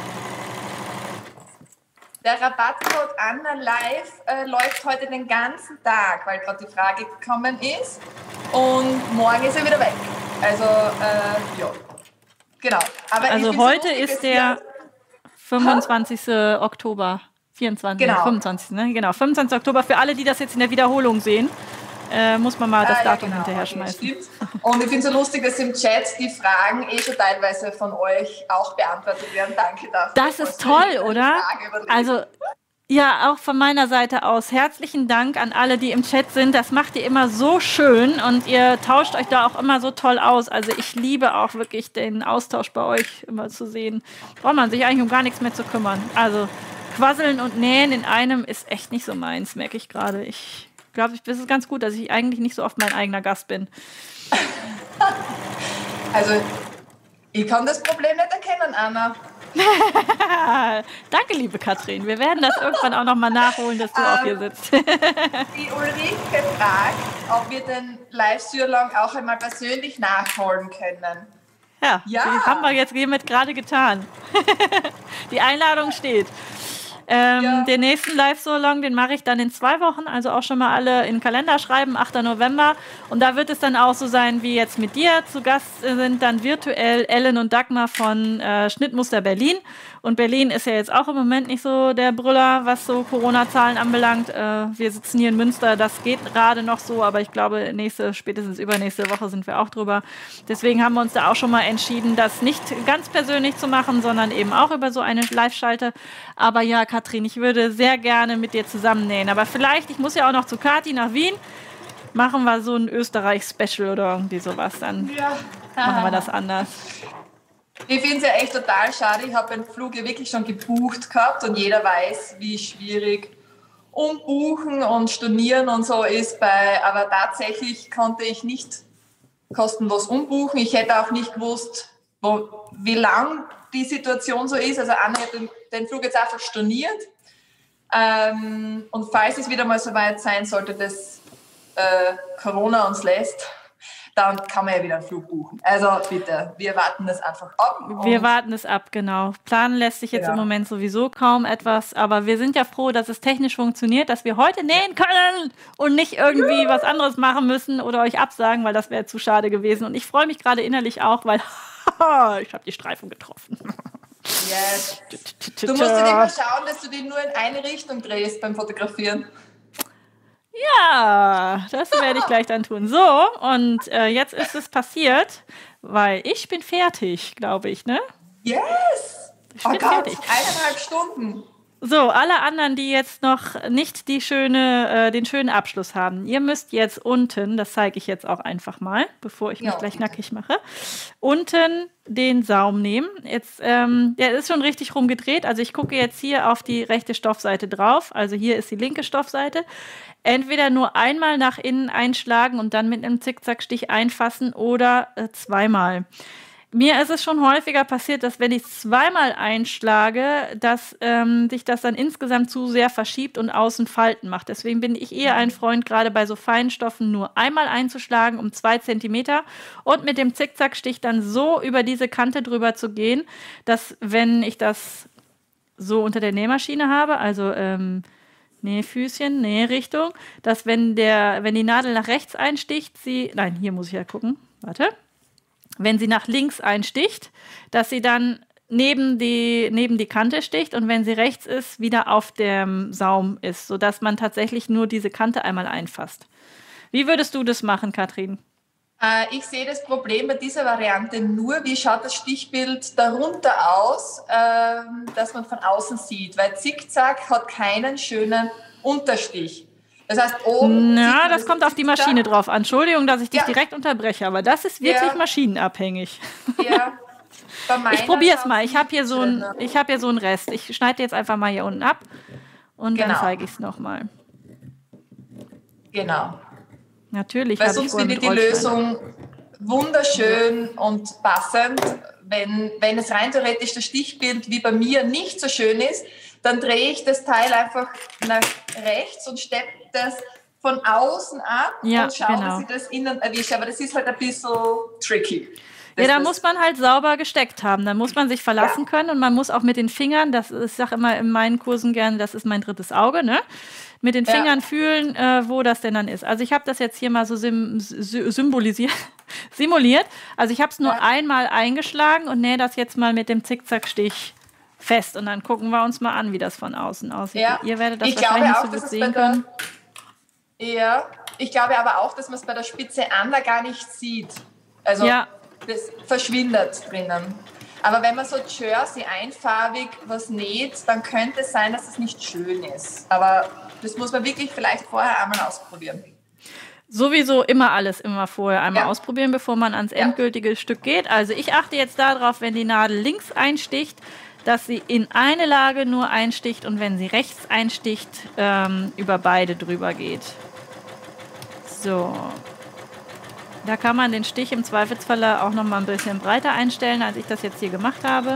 Der Rabattcode Anna Live äh, läuft heute den ganzen Tag, weil gerade die Frage gekommen ist. und morgen ist er wieder weg. Also, äh, ja, genau. Aber also heute so lustig, ist der fünfundzwanzigsten Oktober. vierundzwanzigsten Genau. fünfundzwanzigsten Ne? Genau, fünfundzwanzigsten Oktober. Für alle, die das jetzt in der Wiederholung sehen, äh, muss man mal das ah, Datum ja, genau. hinterher schmeißen. Okay, und ich finde es so lustig, dass im Chat die Fragen eh schon teilweise von euch auch beantwortet werden. Danke dafür. Das ist toll, oder? Also ja, auch von meiner Seite aus herzlichen Dank an alle, die im Chat sind. Das macht ihr immer so schön und ihr tauscht euch da auch immer so toll aus. Also ich liebe auch wirklich den Austausch bei euch immer zu sehen. Braucht man sich eigentlich um gar nichts mehr zu kümmern. Also Quasseln und Nähen in einem ist echt nicht so meins, merke ich gerade. Ich glaube, es ist ganz gut, dass ich eigentlich nicht so oft mein eigener Gast bin. Also ich kann das Problem nicht erkennen, Anna. Danke, liebe Katrin. Wir werden das irgendwann auch noch mal nachholen, dass du ähm, auch hier sitzt. Die Ulrike fragt, ob wir den Live-Syrlang auch einmal persönlich nachholen können. Ja, ja. Das haben wir jetzt hiermit gerade getan. Die Einladung steht. Ähm, ja. Den nächsten Live-Salon, den mache ich dann in zwei Wochen, also auch schon mal alle in den Kalender schreiben, achter November. Und da wird es dann auch so sein, wie jetzt mit dir. Zu Gast sind dann virtuell Ellen und Dagmar von äh, Schnittmuster Berlin. Und Berlin ist ja jetzt auch im Moment nicht so der Brüller, was so Corona-Zahlen anbelangt. Äh, wir sitzen hier in Münster, das geht gerade noch so, aber ich glaube, nächste, spätestens übernächste Woche sind wir auch drüber. Deswegen haben wir uns da auch schon mal entschieden, das nicht ganz persönlich zu machen, sondern eben auch über so eine Live-Schalte. Aber ja, Katrin, ich würde sehr gerne mit dir zusammen nähen. Aber vielleicht, ich muss ja auch noch zu Kathi nach Wien, machen wir so ein Österreich-Special oder irgendwie sowas. Dann ja. machen wir das anders. Ich finde es ja echt total schade. Ich habe den Flug ja wirklich schon gebucht gehabt und jeder weiß, wie schwierig umbuchen und stornieren und so ist. Bei, aber tatsächlich konnte ich nicht kostenlos umbuchen. Ich hätte auch nicht gewusst, wo, wie lang die Situation so ist. Also Anne hat den, den Flug jetzt einfach storniert. Ähm, und falls es wieder mal so weit sein sollte, dass äh, Corona uns lässt, dann kann man ja wieder einen Flug buchen. Also bitte, wir warten das einfach ab. Wir warten es ab, genau. Planen lässt sich jetzt ja. im Moment sowieso kaum etwas, aber wir sind ja froh, dass es technisch funktioniert, dass wir heute nähen können und nicht irgendwie was anderes machen müssen oder euch absagen, weil das wäre zu schade gewesen. Und ich freue mich gerade innerlich auch, weil ich habe die Streifung getroffen. Yes. Du musst dir immer schauen, dass du die nur in eine Richtung drehst beim Fotografieren. Ja, das werde ich gleich dann tun. So, und äh, jetzt ist es passiert, weil ich bin fertig, glaube ich, ne? Yes! Ich bin oh Gott, fertig. Eineinhalb Stunden. So, alle anderen, die jetzt noch nicht die schöne, äh, den schönen Abschluss haben, ihr müsst jetzt unten, das zeige ich jetzt auch einfach mal, bevor ich mich ja, gleich nackig mache, unten den Saum nehmen. Jetzt, ähm, der ist schon richtig rumgedreht, also ich gucke jetzt hier auf die rechte Stoffseite drauf, also hier ist die linke Stoffseite. Entweder nur einmal nach innen einschlagen und dann mit einem Zickzackstich einfassen oder äh, zweimal. Mir ist es schon häufiger passiert, dass wenn ich zweimal einschlage, dass ähm, sich das dann insgesamt zu sehr verschiebt und außen Falten macht. Deswegen bin ich eher ein Freund, gerade bei so feinen Stoffen nur einmal einzuschlagen um zwei Zentimeter und mit dem Zickzackstich dann so über diese Kante drüber zu gehen, dass wenn ich das so unter der Nähmaschine habe, also ähm, Nähfüßchen, Nährichtung, dass wenn, der, wenn die Nadel nach rechts einsticht, sie, nein, hier muss ich ja gucken, warte, wenn sie nach links einsticht, dass sie dann neben die, neben die Kante sticht und wenn sie rechts ist, wieder auf dem Saum ist, sodass man tatsächlich nur diese Kante einmal einfasst. Wie würdest du das machen, Katrin? Äh, ich sehe das Problem bei dieser Variante nur, wie schaut das Stichbild darunter aus, äh, dass man von außen sieht, weil Zickzack hat keinen schönen Unterstich. Das heißt, oben. Na, das kommt auf die Maschine drauf an. Entschuldigung, dass ich dich ja. direkt unterbreche, aber das ist wirklich ja. maschinenabhängig. Ja. Ich probiere es mal. Ich habe hier, so ein, hab hier so einen Rest. Ich schneide jetzt einfach mal hier unten ab und genau. dann zeige ich es nochmal. Genau. Natürlich. Weil sonst finde ich die Lösung wunderschön und passend. Wenn, wenn es rein theoretisch das Stichbild wie bei mir nicht so schön ist, dann drehe ich das Teil einfach nach rechts und steppe das von außen ab ja, und schaue, genau. dass ich das innen erwische. Aber das ist halt ein bisschen tricky. Ja, da muss man halt sauber gesteckt haben. Da muss man sich verlassen ja. können und man muss auch mit den Fingern, das ist, ich sage immer in meinen Kursen gerne, das ist mein drittes Auge, ne? Mit den Fingern ja. fühlen, äh, wo das denn dann ist. Also ich habe das jetzt hier mal so sim symbolisiert, simuliert. Also ich habe es nur ja. einmal eingeschlagen und nähe das jetzt mal mit dem Zickzackstich fest. Und dann gucken wir uns mal an, wie das von außen aussieht. Ja. Ihr werdet das ich wahrscheinlich nicht so gut sehen können. Ja, ich glaube aber auch, dass man es bei der Spitze an der gar nicht sieht. Also ja. das verschwindet drinnen. Aber wenn man so Jersey einfarbig was näht, dann könnte es sein, dass es nicht schön ist. Aber das muss man wirklich vielleicht vorher einmal ausprobieren. Sowieso immer alles immer vorher einmal ja. ausprobieren, bevor man ans endgültige ja. Stück geht. Also ich achte jetzt darauf, wenn die Nadel links einsticht, dass sie in eine Lage nur einsticht und wenn sie rechts einsticht, ähm, über beide drüber geht. So. Da kann man den Stich im Zweifelsfalle auch noch mal ein bisschen breiter einstellen, als ich das jetzt hier gemacht habe.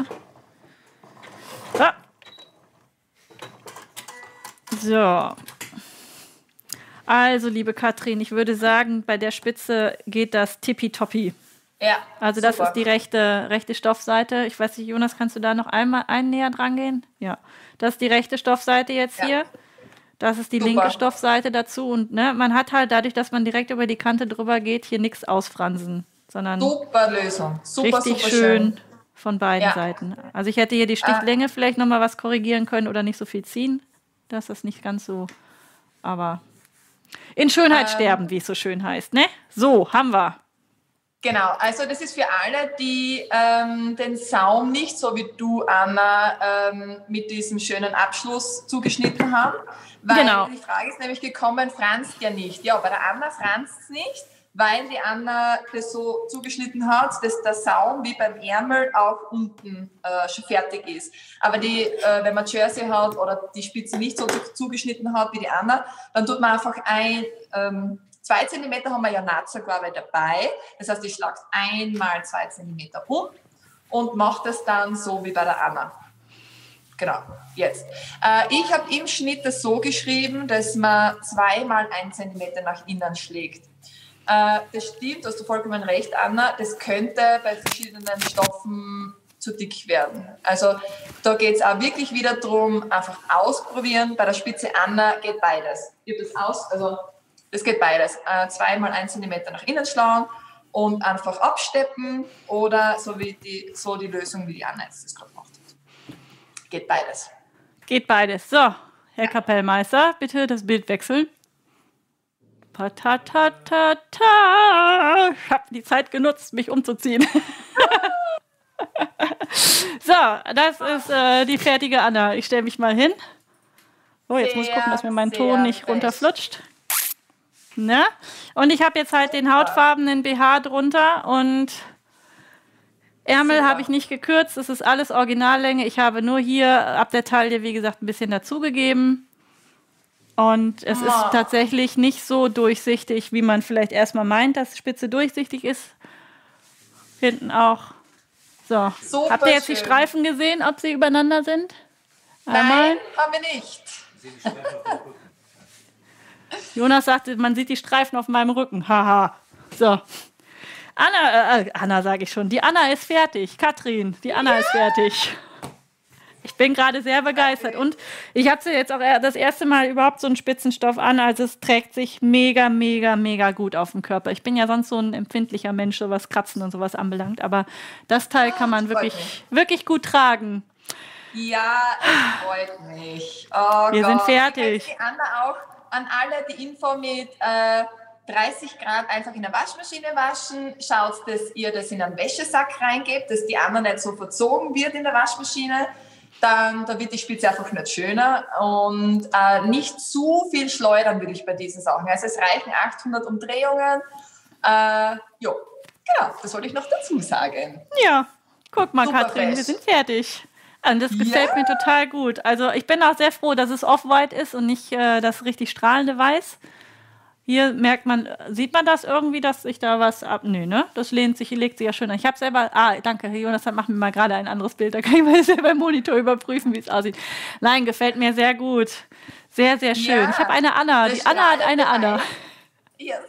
So. So. Also, liebe Katrin, ich würde sagen, bei der Spitze geht das tippitoppi. Ja, also das super. Ist die rechte, rechte Stoffseite. Ich weiß nicht, Jonas, kannst du da noch einmal einen näher dran gehen? Ja. Das ist die rechte Stoffseite jetzt ja. hier. Das ist die super. Linke Stoffseite dazu. Und ne, man hat halt dadurch, dass man direkt über die Kante drüber geht, hier nichts ausfransen. Sondern super Lösung. Super, richtig super schön, schön von beiden ja. Seiten. Also ich hätte hier die Stichlänge ah. vielleicht nochmal was korrigieren können oder nicht so viel ziehen. Das ist nicht ganz so. Aber in Schönheit ähm. sterben, wie es so schön heißt. Ne? So, haben wir. Genau, also das ist für alle, die ähm, den Saum nicht so wie du, Anna, ähm, mit diesem schönen Abschluss zugeschnitten haben. Weil genau. die Frage ist nämlich gekommen, franzt ja nicht. Ja, bei der Anna franzt es nicht, weil die Anna das so zugeschnitten hat, dass der Saum wie beim Ärmel auch unten äh, schon fertig ist. Aber die, äh, wenn man Jersey hat oder die Spitze nicht so zugeschnitten hat wie die Anna, dann tut man einfach ein... Ähm, Zwei Zentimeter haben wir ja Nahtzeugware dabei. Das heißt, ich schlage einmal zwei Zentimeter um und mache das dann so wie bei der Anna. Genau, jetzt. Äh, ich habe im Schnitt das so geschrieben, dass man zweimal ein Zentimeter nach innen schlägt. Äh, das stimmt, hast du vollkommen recht, Anna. Das könnte bei verschiedenen Stoffen zu dick werden. Also da geht es auch wirklich wieder darum, einfach ausprobieren. Bei der Spitze Anna geht beides. Ich habe das aus, also es geht beides. Äh, zweimal ein Zentimeter nach innen schlagen und einfach absteppen oder so wie die, so die Lösung, wie die Anna jetzt das gerade macht. Geht beides. Geht beides. So, Herr ja. Kapellmeister, bitte das Bild wechseln. Patatatata. Ich habe die Zeit genutzt, mich umzuziehen. So, das ist äh, die fertige Anna. Ich stelle mich mal hin. Oh, jetzt sehr, muss ich gucken, dass mir mein Ton nicht runterflutscht. Ne? Und ich habe jetzt halt den hautfarbenen B H drunter und Ärmel habe ich nicht gekürzt. Das ist alles Originallänge. Ich habe nur hier ab der Taille, wie gesagt, ein bisschen dazugegeben. Und es oh. ist tatsächlich nicht so durchsichtig, wie man vielleicht erstmal meint, dass die Spitze durchsichtig ist. Hinten auch. So. Super Habt ihr jetzt schön. Die Streifen gesehen, ob sie übereinander sind? Einmal. Nein, haben wir nicht. Jonas sagte, man sieht die Streifen auf meinem Rücken. Haha. So. Anna, äh, Anna sage ich schon. Die Anna ist fertig. Katrin, die Anna ja. ist fertig. Ich bin gerade sehr begeistert. Und ich habe sie jetzt auch das erste Mal überhaupt so einen Spitzenstoff an. Also es trägt sich mega, mega, mega gut auf dem Körper. Ich bin ja sonst so ein empfindlicher Mensch, so was Kratzen und sowas anbelangt. Aber das Teil kann man wirklich, wirklich gut tragen. Ja, es freut mich. Oh Wir Gott. sind fertig. Die Anna auch an alle die Info mit äh, dreißig Grad einfach in der Waschmaschine waschen. Schaut, dass ihr das in einen Wäschesack reingebt, dass die Anna nicht so verzogen wird in der Waschmaschine. Dann da wird die Spitze einfach nicht schöner. Und äh, nicht zu viel schleudern würde ich bei diesen Sachen. Also es reichen achthundert Umdrehungen. Äh, jo, genau, das wollte ich noch dazu sagen. Ja, guck mal, super Katrin, fresh. Wir sind fertig. Und das gefällt ja. mir total gut. Also ich bin auch sehr froh, dass es off-white ist und nicht äh, das richtig strahlende Weiß. Hier merkt man, sieht man das irgendwie, dass sich da was ab... Nö, ne? Das lehnt sich, legt sich ja schön an. Ich habe selber... Ah, danke, Herr Jonas, dann machen wir mal gerade ein anderes Bild. Da kann ich mal selber im Monitor überprüfen, wie es aussieht. Nein, gefällt mir sehr gut. Sehr, sehr schön. Ja, ich habe eine Anna. Die Anna hat eine Anna. Yes.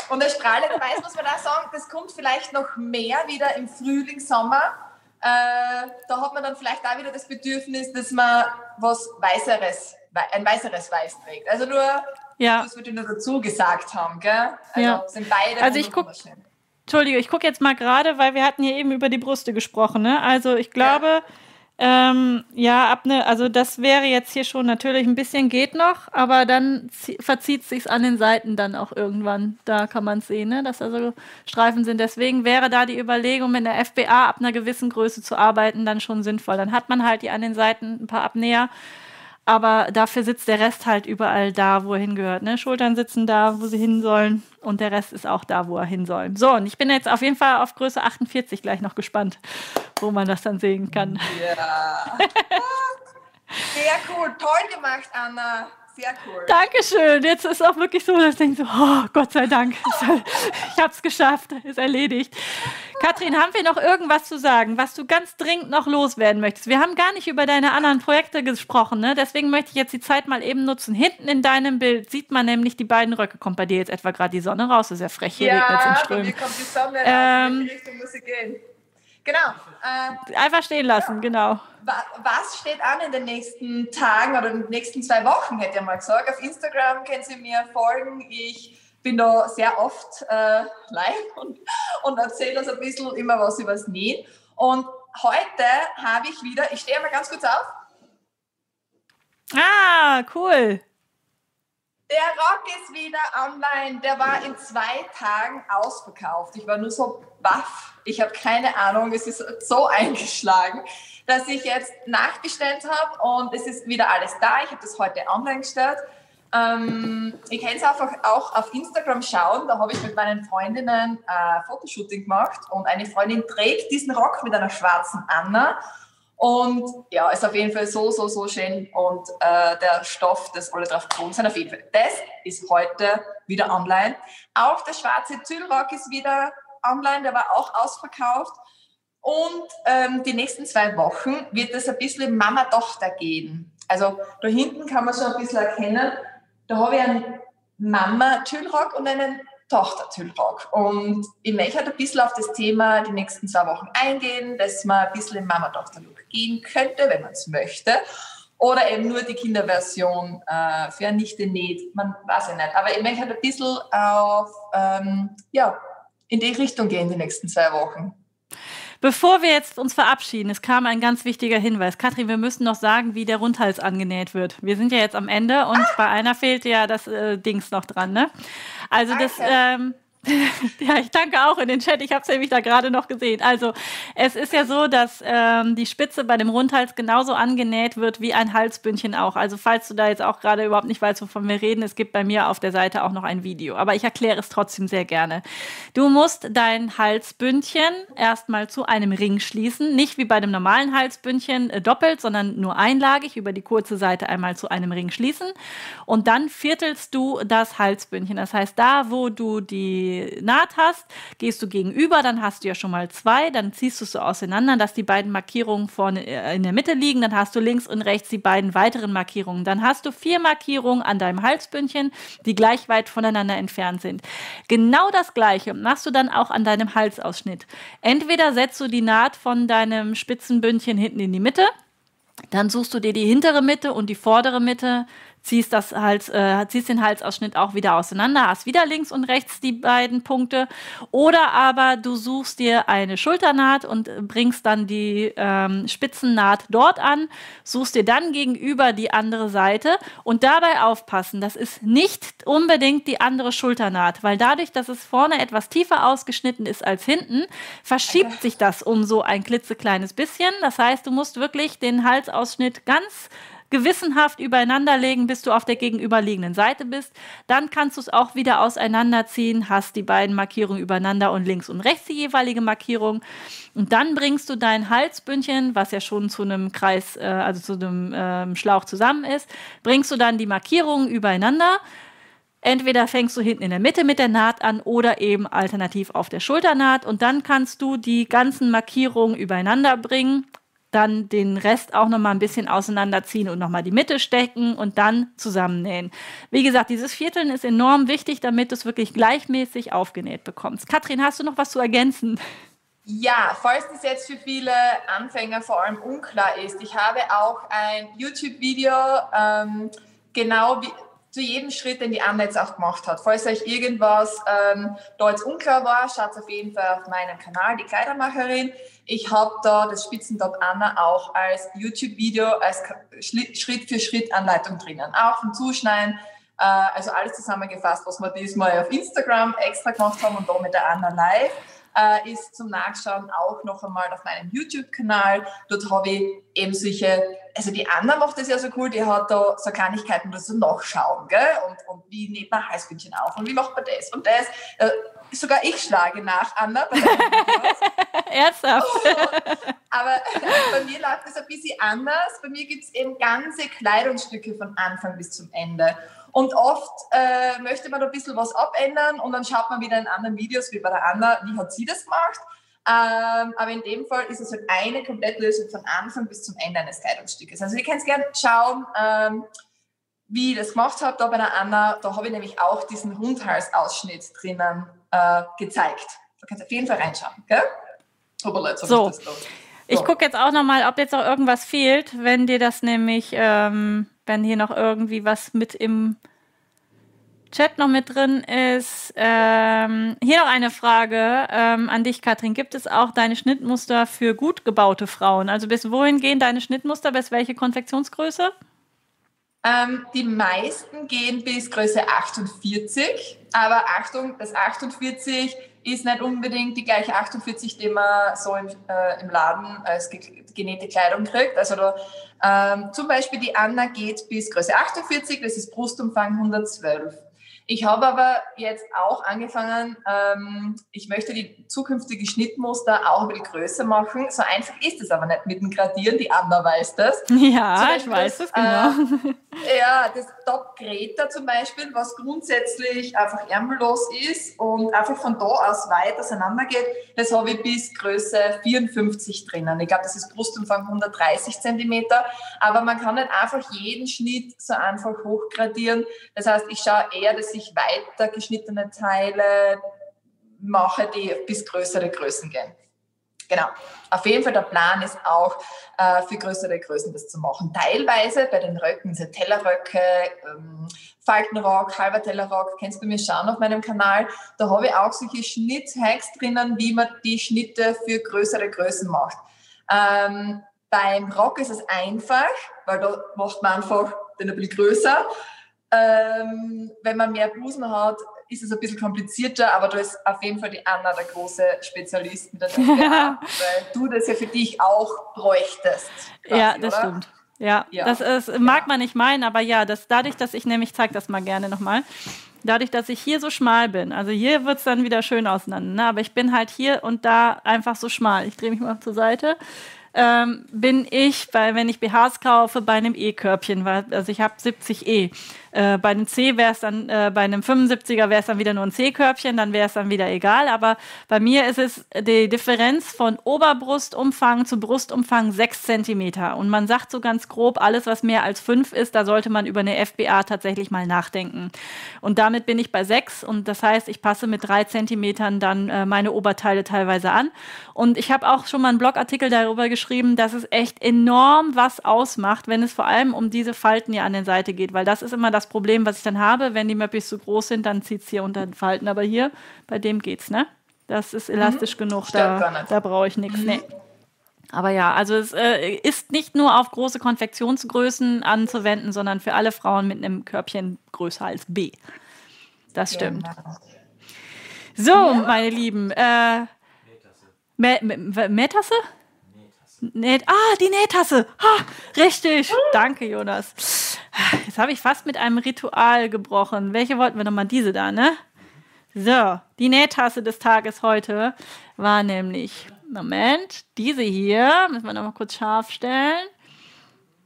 Und der strahlende Weiß, muss man da sagen, das kommt vielleicht noch mehr wieder im Frühling, Sommer. Äh, da hat man dann vielleicht auch wieder das Bedürfnis, dass man was Weißeres, ein weißeres Weiß trägt. Also nur, ja. das würde ich nur dazu gesagt haben, gell? Also ja. sind beide also ich guck, Entschuldige, ich gucke jetzt mal gerade, weil wir hatten hier eben über die Brüste gesprochen, ne? Also ich glaube, ja. Ähm, ja, ab ne, also das wäre jetzt hier schon natürlich ein bisschen geht noch, aber dann verzieht sich's an den Seiten dann auch irgendwann. Da kann man es sehen, ne, dass da so Streifen sind. Deswegen wäre da die Überlegung, mit der F B A ab einer gewissen Größe zu arbeiten, dann schon sinnvoll. Dann hat man halt die an den Seiten ein paar Abnäher, aber dafür sitzt der Rest halt überall da, wo er hingehört. Ne? Schultern sitzen da, wo sie hin sollen und der Rest ist auch da, wo er hin soll. So, und ich bin jetzt auf jeden Fall auf Größe achtundvierzig gleich noch gespannt, wo man das dann sehen kann. Ja. Sehr cool. Toll gemacht, Anna. Sehr cool. Dankeschön. Jetzt ist auch wirklich so, dass ich denke so, oh, Gott sei Dank, ich habe es geschafft, ist erledigt. Katrin, haben wir noch irgendwas zu sagen, was du ganz dringend noch loswerden möchtest? Wir haben gar nicht über deine anderen Projekte gesprochen, ne? Deswegen möchte ich jetzt die Zeit mal eben nutzen. Hinten in deinem Bild sieht man nämlich die beiden Röcke. Kommt bei dir jetzt etwa gerade die Sonne raus? Das ist ja frech, hier ja, regnet es in Strömen. Ja, bei mir kommt die Sonne raus. Ähm, in die Richtung muss ich gehen. Genau. Äh, Einfach stehen lassen, ja. genau. Was steht an in den nächsten Tagen oder in den nächsten zwei Wochen, hätte ich mal gesagt. Auf Instagram können Sie mir folgen. Ich bin da sehr oft äh, live und, und erzähle uns ein bisschen immer was über das Nähen. Und heute habe ich wieder, ich stehe mal ganz kurz auf. Ah, cool. Der Rock ist wieder online. Der war in zwei Tagen ausverkauft. Ich war nur so baff. Ich habe keine Ahnung. Es ist so eingeschlagen, dass ich jetzt nachbestellt habe und es ist wieder alles da. Ich habe das heute online gestellt. Ähm, ihr könnt es einfach auch auf Instagram schauen. Da habe ich mit meinen Freundinnen ein äh, Fotoshooting gemacht und eine Freundin trägt diesen Rock mit einer schwarzen Anna. Und ja, ist auf jeden Fall so, so, so schön. Und äh, der Stoff, das alle drauf gekommen sind, auf jeden Fall. Das ist heute wieder online. Auch der schwarze Tüllrock ist wieder online, der war auch ausverkauft. Und ähm, die nächsten zwei Wochen wird es ein bisschen Mama-Tochter gehen. Also da hinten kann man schon ein bisschen erkennen, da habe ich einen Mama-Tüllrock und einen Tochter-Tüllrock. Und ich möchte halt ein bisschen auf das Thema die nächsten zwei Wochen eingehen, dass man ein bisschen im Mama-Tochter-Look gehen könnte, wenn man es möchte. Oder eben nur die Kinderversion äh, für eine Nichte näht, man weiß ja nicht. Aber ich möchte halt ein bisschen auf, ähm, ja, in die Richtung gehen die nächsten zwei Wochen. Bevor wir jetzt uns verabschieden, es kam ein ganz wichtiger Hinweis. Katrin, wir müssen noch sagen, wie der Rundhals angenäht wird. Wir sind ja jetzt am Ende und ah. bei einer fehlt ja das äh, Dings noch dran, ne? Also das... Ähm, ja, ich danke auch in den Chat. Ich habe es nämlich da gerade noch gesehen. Also es ist ja so, dass ähm, die Spitze bei dem Rundhals genauso angenäht wird wie ein Halsbündchen auch. Also falls du da jetzt auch gerade überhaupt nicht weißt, wovon wir reden, es gibt bei mir auf der Seite auch noch ein Video. Aber ich erkläre es trotzdem sehr gerne. Du musst dein Halsbündchen erstmal zu einem Ring schließen. Nicht wie bei dem normalen Halsbündchen äh, doppelt, sondern nur einlagig über die kurze Seite einmal zu einem Ring schließen. Und dann viertelst du das Halsbündchen. Das heißt, da, wo du die Naht hast, gehst du gegenüber, dann hast du ja schon mal zwei, dann ziehst du es so auseinander, dass die beiden Markierungen vorne in der Mitte liegen, dann hast du links und rechts die beiden weiteren Markierungen. Dann hast du vier Markierungen an deinem Halsbündchen, die gleich weit voneinander entfernt sind. Genau das Gleiche machst du dann auch an deinem Halsausschnitt. Entweder setzt du die Naht von deinem Spitzenbündchen hinten in die Mitte, dann suchst du dir die hintere Mitte und die vordere Mitte, ziehst, das Hals, äh, ziehst den Halsausschnitt auch wieder auseinander, hast wieder links und rechts die beiden Punkte. Oder aber du suchst dir eine Schulternaht und bringst dann die ähm, Spitzennaht dort an, suchst dir dann gegenüber die andere Seite und dabei aufpassen, das ist nicht unbedingt die andere Schulternaht, weil dadurch, dass es vorne etwas tiefer ausgeschnitten ist als hinten, verschiebt sich das um so ein klitzekleines bisschen. Das heißt, du musst wirklich den Halsausschnitt ganz gewissenhaft übereinander legen, bis du auf der gegenüberliegenden Seite bist. Dann kannst du es auch wieder auseinanderziehen, hast die beiden Markierungen übereinander und links und rechts die jeweilige Markierung. Und dann bringst du dein Halsbündchen, was ja schon zu einem Kreis, äh, also zu einem ähm, Schlauch zusammen ist, bringst du dann die Markierungen übereinander. Entweder fängst du hinten in der Mitte mit der Naht an oder eben alternativ auf der Schulternaht. Und dann kannst du die ganzen Markierungen übereinander bringen. dann den Rest auch noch mal ein bisschen auseinanderziehen und noch mal die Mitte stecken und dann zusammennähen. Wie gesagt, dieses Vierteln ist enorm wichtig, damit du es wirklich gleichmäßig aufgenäht bekommst. Katrin, hast du noch was zu ergänzen? Ja, falls das jetzt für viele Anfänger vor allem unklar ist, ich habe auch ein YouTube-Video ähm, genau wie, zu jedem Schritt, den die Anna jetzt auch gemacht hat. Falls euch irgendwas ähm, da jetzt unklar war, schaut auf jeden Fall auf meinem Kanal, die Kleidermacherin. Ich habe da das Spitzentop Anna auch als YouTube-Video, als Schritt-für-Schritt-Anleitung drinnen. Auch vom Zuschneiden, äh, also alles zusammengefasst, was wir diesmal auf Instagram extra gemacht haben und da mit der Anna live. Äh, ist zum Nachschauen auch noch einmal auf meinem YouTube-Kanal. Dort habe ich eben solche, also die Anna macht das ja so cool, die hat da so Kleinigkeiten, das so nachschauen, gell? Und, und wie näht man Halsbündchen auf und wie macht man das und das. Äh, sogar ich schlage nach, Anna. Bei Ernsthaft? Oh, aber bei mir läuft das ein bisschen anders. Bei mir gibt es eben ganze Kleidungsstücke von Anfang bis zum Ende. Und oft äh, möchte man da ein bisschen was abändern und dann schaut man wieder in anderen Videos, wie bei der Anna, wie hat sie das gemacht. Ähm, aber in dem Fall ist es halt eine Komplettlösung von Anfang bis zum Ende eines Kleidungsstückes. Also ihr könnt gerne schauen, ähm, wie ich das gemacht habe. Da bei der Anna, da habe ich nämlich auch diesen Rundhalsausschnitt drinnen äh, gezeigt. Da könnt ihr auf jeden Fall reinschauen. Gell? Aber Leute, so. Ich, das da. So. Ich gucke jetzt auch nochmal, ob jetzt auch irgendwas fehlt, wenn dir das nämlich, ähm, wenn hier noch irgendwie was mit im Chat noch mit drin ist. Ähm, hier noch eine Frage ähm, an dich, Katrin. Gibt es auch deine Schnittmuster für gut gebaute Frauen? Also bis wohin gehen deine Schnittmuster? Bis welche Konfektionsgröße? Ähm, die meisten gehen bis Größe achtundvierzig. Aber Achtung, das achtundvierzig ist nicht unbedingt die gleiche achtundvierzig, die man so im, äh, im Laden als ge genähte Kleidung kriegt. Also da, ähm, zum Beispiel die Anna geht bis Größe achtundvierzig, das ist Brustumfang hundertzwölf. Ich habe aber jetzt auch angefangen, ähm, ich möchte die zukünftige Schnittmuster auch ein bisschen größer machen. So einfach ist es aber nicht mit dem Gradieren, die Anna weiß das. Ja, ich weiß das, genau. Äh, ja, das Top Greta zum Beispiel, was grundsätzlich einfach ärmellos ist und einfach von da aus weit auseinander geht, das habe ich bis Größe vierundfünfzig drinnen. Ich glaube, das ist Brustumfang hundertdreißig Zentimeter, aber man kann nicht einfach jeden Schnitt so einfach hochgradieren. Das heißt, ich schaue eher, dass ich weiter geschnittene Teile mache, die bis größere Größen gehen. Genau. Auf jeden Fall der Plan ist auch, äh, für größere Größen das zu machen. Teilweise bei den Röcken, diese Tellerröcke, ähm, Faltenrock, halber Tellerrock, kennst du bei mir schauen auf meinem Kanal. Da habe ich auch solche Schnitthacks drinnen, wie man die Schnitte für größere Größen macht. Ähm, beim Rock ist es einfach, weil da macht man einfach den ein bisschen größer. Ähm, wenn man mehr Blusen hat, ist es ein bisschen komplizierter, aber da ist auf jeden Fall die Anna der große Spezialist mit der F B A, weil du das ja für dich auch bräuchtest. Quasi, ja, das oder? Stimmt. Ja, ja, das ist, genau. Mag man nicht meinen, aber ja, das, dadurch, dass ich nämlich, ich zeige das mal gerne nochmal, dadurch, dass ich hier so schmal bin, also hier wird es dann wieder schön auseinander, ne? Aber ich bin halt hier und da einfach so schmal. Ich drehe mich mal zur Seite. Ähm, bin ich, bei, wenn ich B Hs kaufe, bei einem E-Körbchen, weil, also ich habe siebzig E. Äh, bei einem C wäre es dann, äh, bei einem fünfundsiebziger wäre es dann wieder nur ein C-Körbchen, dann wäre es dann wieder egal. Aber bei mir ist es die Differenz von Oberbrustumfang zu Brustumfang sechs Zentimeter. Und man sagt so ganz grob, alles, was mehr als fünf ist, da sollte man über eine F B A tatsächlich mal nachdenken. Und damit bin ich bei sechs. Und das heißt, ich passe mit drei Zentimetern dann äh, meine Oberteile teilweise an. Und ich habe auch schon mal einen Blogartikel darüber geschrieben, dass es echt enorm was ausmacht, wenn es vor allem um diese Falten hier an der Seite geht. Weil das ist immer das Problem, was ich dann habe. Wenn die Möppis zu groß sind, dann zieht es hier unter den Falten. Aber hier, bei dem geht's, ne? Das ist elastisch mhm. genug, da, da brauche ich nichts. Mhm. Nee. Aber ja, also es äh, ist nicht nur auf große Konfektionsgrößen anzuwenden, sondern für alle Frauen mit einem Körbchen größer als B. Das stimmt. Genau. So, ja. Meine Lieben. Äh, Mähtasse? Näht, ah, die Nähtasse. Ha, richtig. Danke, Jonas. Jetzt habe ich fast mit einem Ritual gebrochen. Welche wollten wir nochmal? Diese da, ne? So, die Nähtasse des Tages heute war nämlich, Moment, diese hier. Müssen wir nochmal kurz scharf stellen.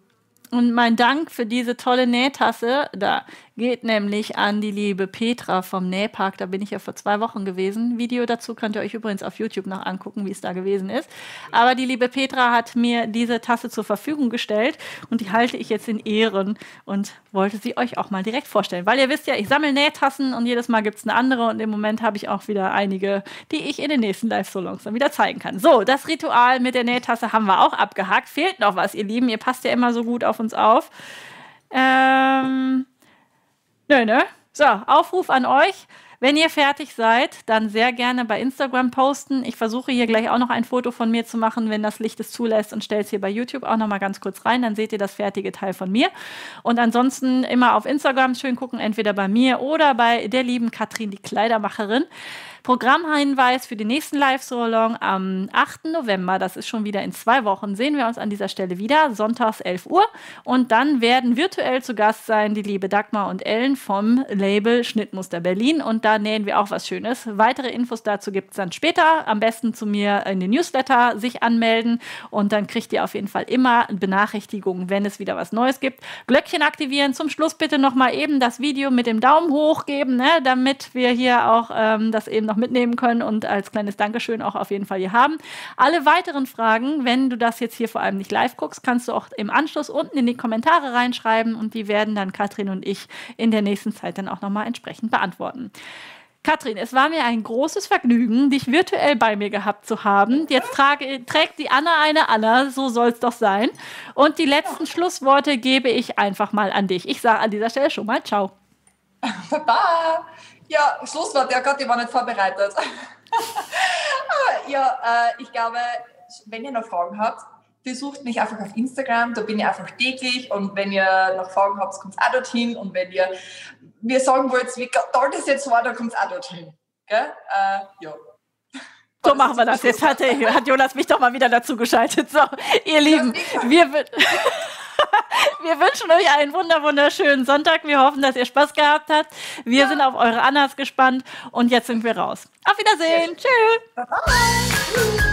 und mein Dank für diese tolle Nähtasse, da geht nämlich an die liebe Petra vom Nähpark. Da bin ich ja vor zwei Wochen gewesen. Video dazu könnt ihr euch übrigens auf YouTube noch angucken, wie es da gewesen ist. Aber die liebe Petra hat mir diese Tasse zur Verfügung gestellt und die halte ich jetzt in Ehren und wollte sie euch auch mal direkt vorstellen. Weil ihr wisst ja, ich sammle Nähtassen und jedes Mal gibt es eine andere und im Moment habe ich auch wieder einige, die ich in den nächsten Live-Salons dann wieder zeigen kann. So, das Ritual mit der Nähtasse haben wir auch abgehakt. Fehlt noch was, ihr Lieben. Ihr passt ja immer so gut auf uns auf. Ähm... Nö, ne? So, Aufruf an euch. Wenn ihr fertig seid, dann sehr gerne bei Instagram posten. Ich versuche hier gleich auch noch ein Foto von mir zu machen, wenn das Licht es zulässt, und stelle es hier bei YouTube auch noch mal ganz kurz rein. Dann seht ihr das fertige Teil von mir. Und ansonsten immer auf Instagram schön gucken, entweder bei mir oder bei der lieben Katrin, die Kleidermacherin. Programmhinweis für den nächsten Live-Salon am achten November, das ist schon wieder in zwei Wochen, sehen wir uns an dieser Stelle wieder, sonntags elf Uhr. Und dann werden virtuell zu Gast sein die liebe Dagmar und Ellen vom Label Schnittmuster Berlin. Und da nähen wir auch was Schönes. Weitere Infos dazu gibt es dann später. Am besten zu mir in den Newsletter sich anmelden. Und dann kriegt ihr auf jeden Fall immer Benachrichtigungen, wenn es wieder was Neues gibt. Glöckchen aktivieren. Zum Schluss bitte nochmal eben das Video mit dem Daumen hoch geben, ne, damit wir hier auch ähm, das eben noch mitnehmen können und als kleines Dankeschön auch auf jeden Fall hier haben. Alle weiteren Fragen, wenn du das jetzt hier vor allem nicht live guckst, kannst du auch im Anschluss unten in die Kommentare reinschreiben und die werden dann Katrin und ich in der nächsten Zeit dann auch nochmal entsprechend beantworten. Katrin, es war mir ein großes Vergnügen, dich virtuell bei mir gehabt zu haben. Jetzt trage, trägt die Anna eine Anna, so soll es doch sein. Und die letzten Schlussworte gebe ich einfach mal an dich. Ich sage an dieser Stelle schon mal ciao. Baba! Ja, Schlusswort, ja Gott, ich war nicht vorbereitet. ja, äh, ich glaube, wenn ihr noch Fragen habt, besucht mich einfach auf Instagram, da bin ich einfach täglich und wenn ihr noch Fragen habt, kommt auch dorthin und wenn ihr mir sagen wollt, wie toll das jetzt war, dann kommt auch dorthin. Gell? Äh, ja. So machen wir das. Jetzt hat, der, hat Jonas mich doch mal wieder dazu geschaltet. So, ihr Lieben, wir... Wir wünschen euch einen wunder wunderschönen Sonntag. Wir hoffen, dass ihr Spaß gehabt habt. Wir ja. sind auf eure Annas gespannt und jetzt sind wir raus. Auf Wiedersehen. Tschüss. Bye.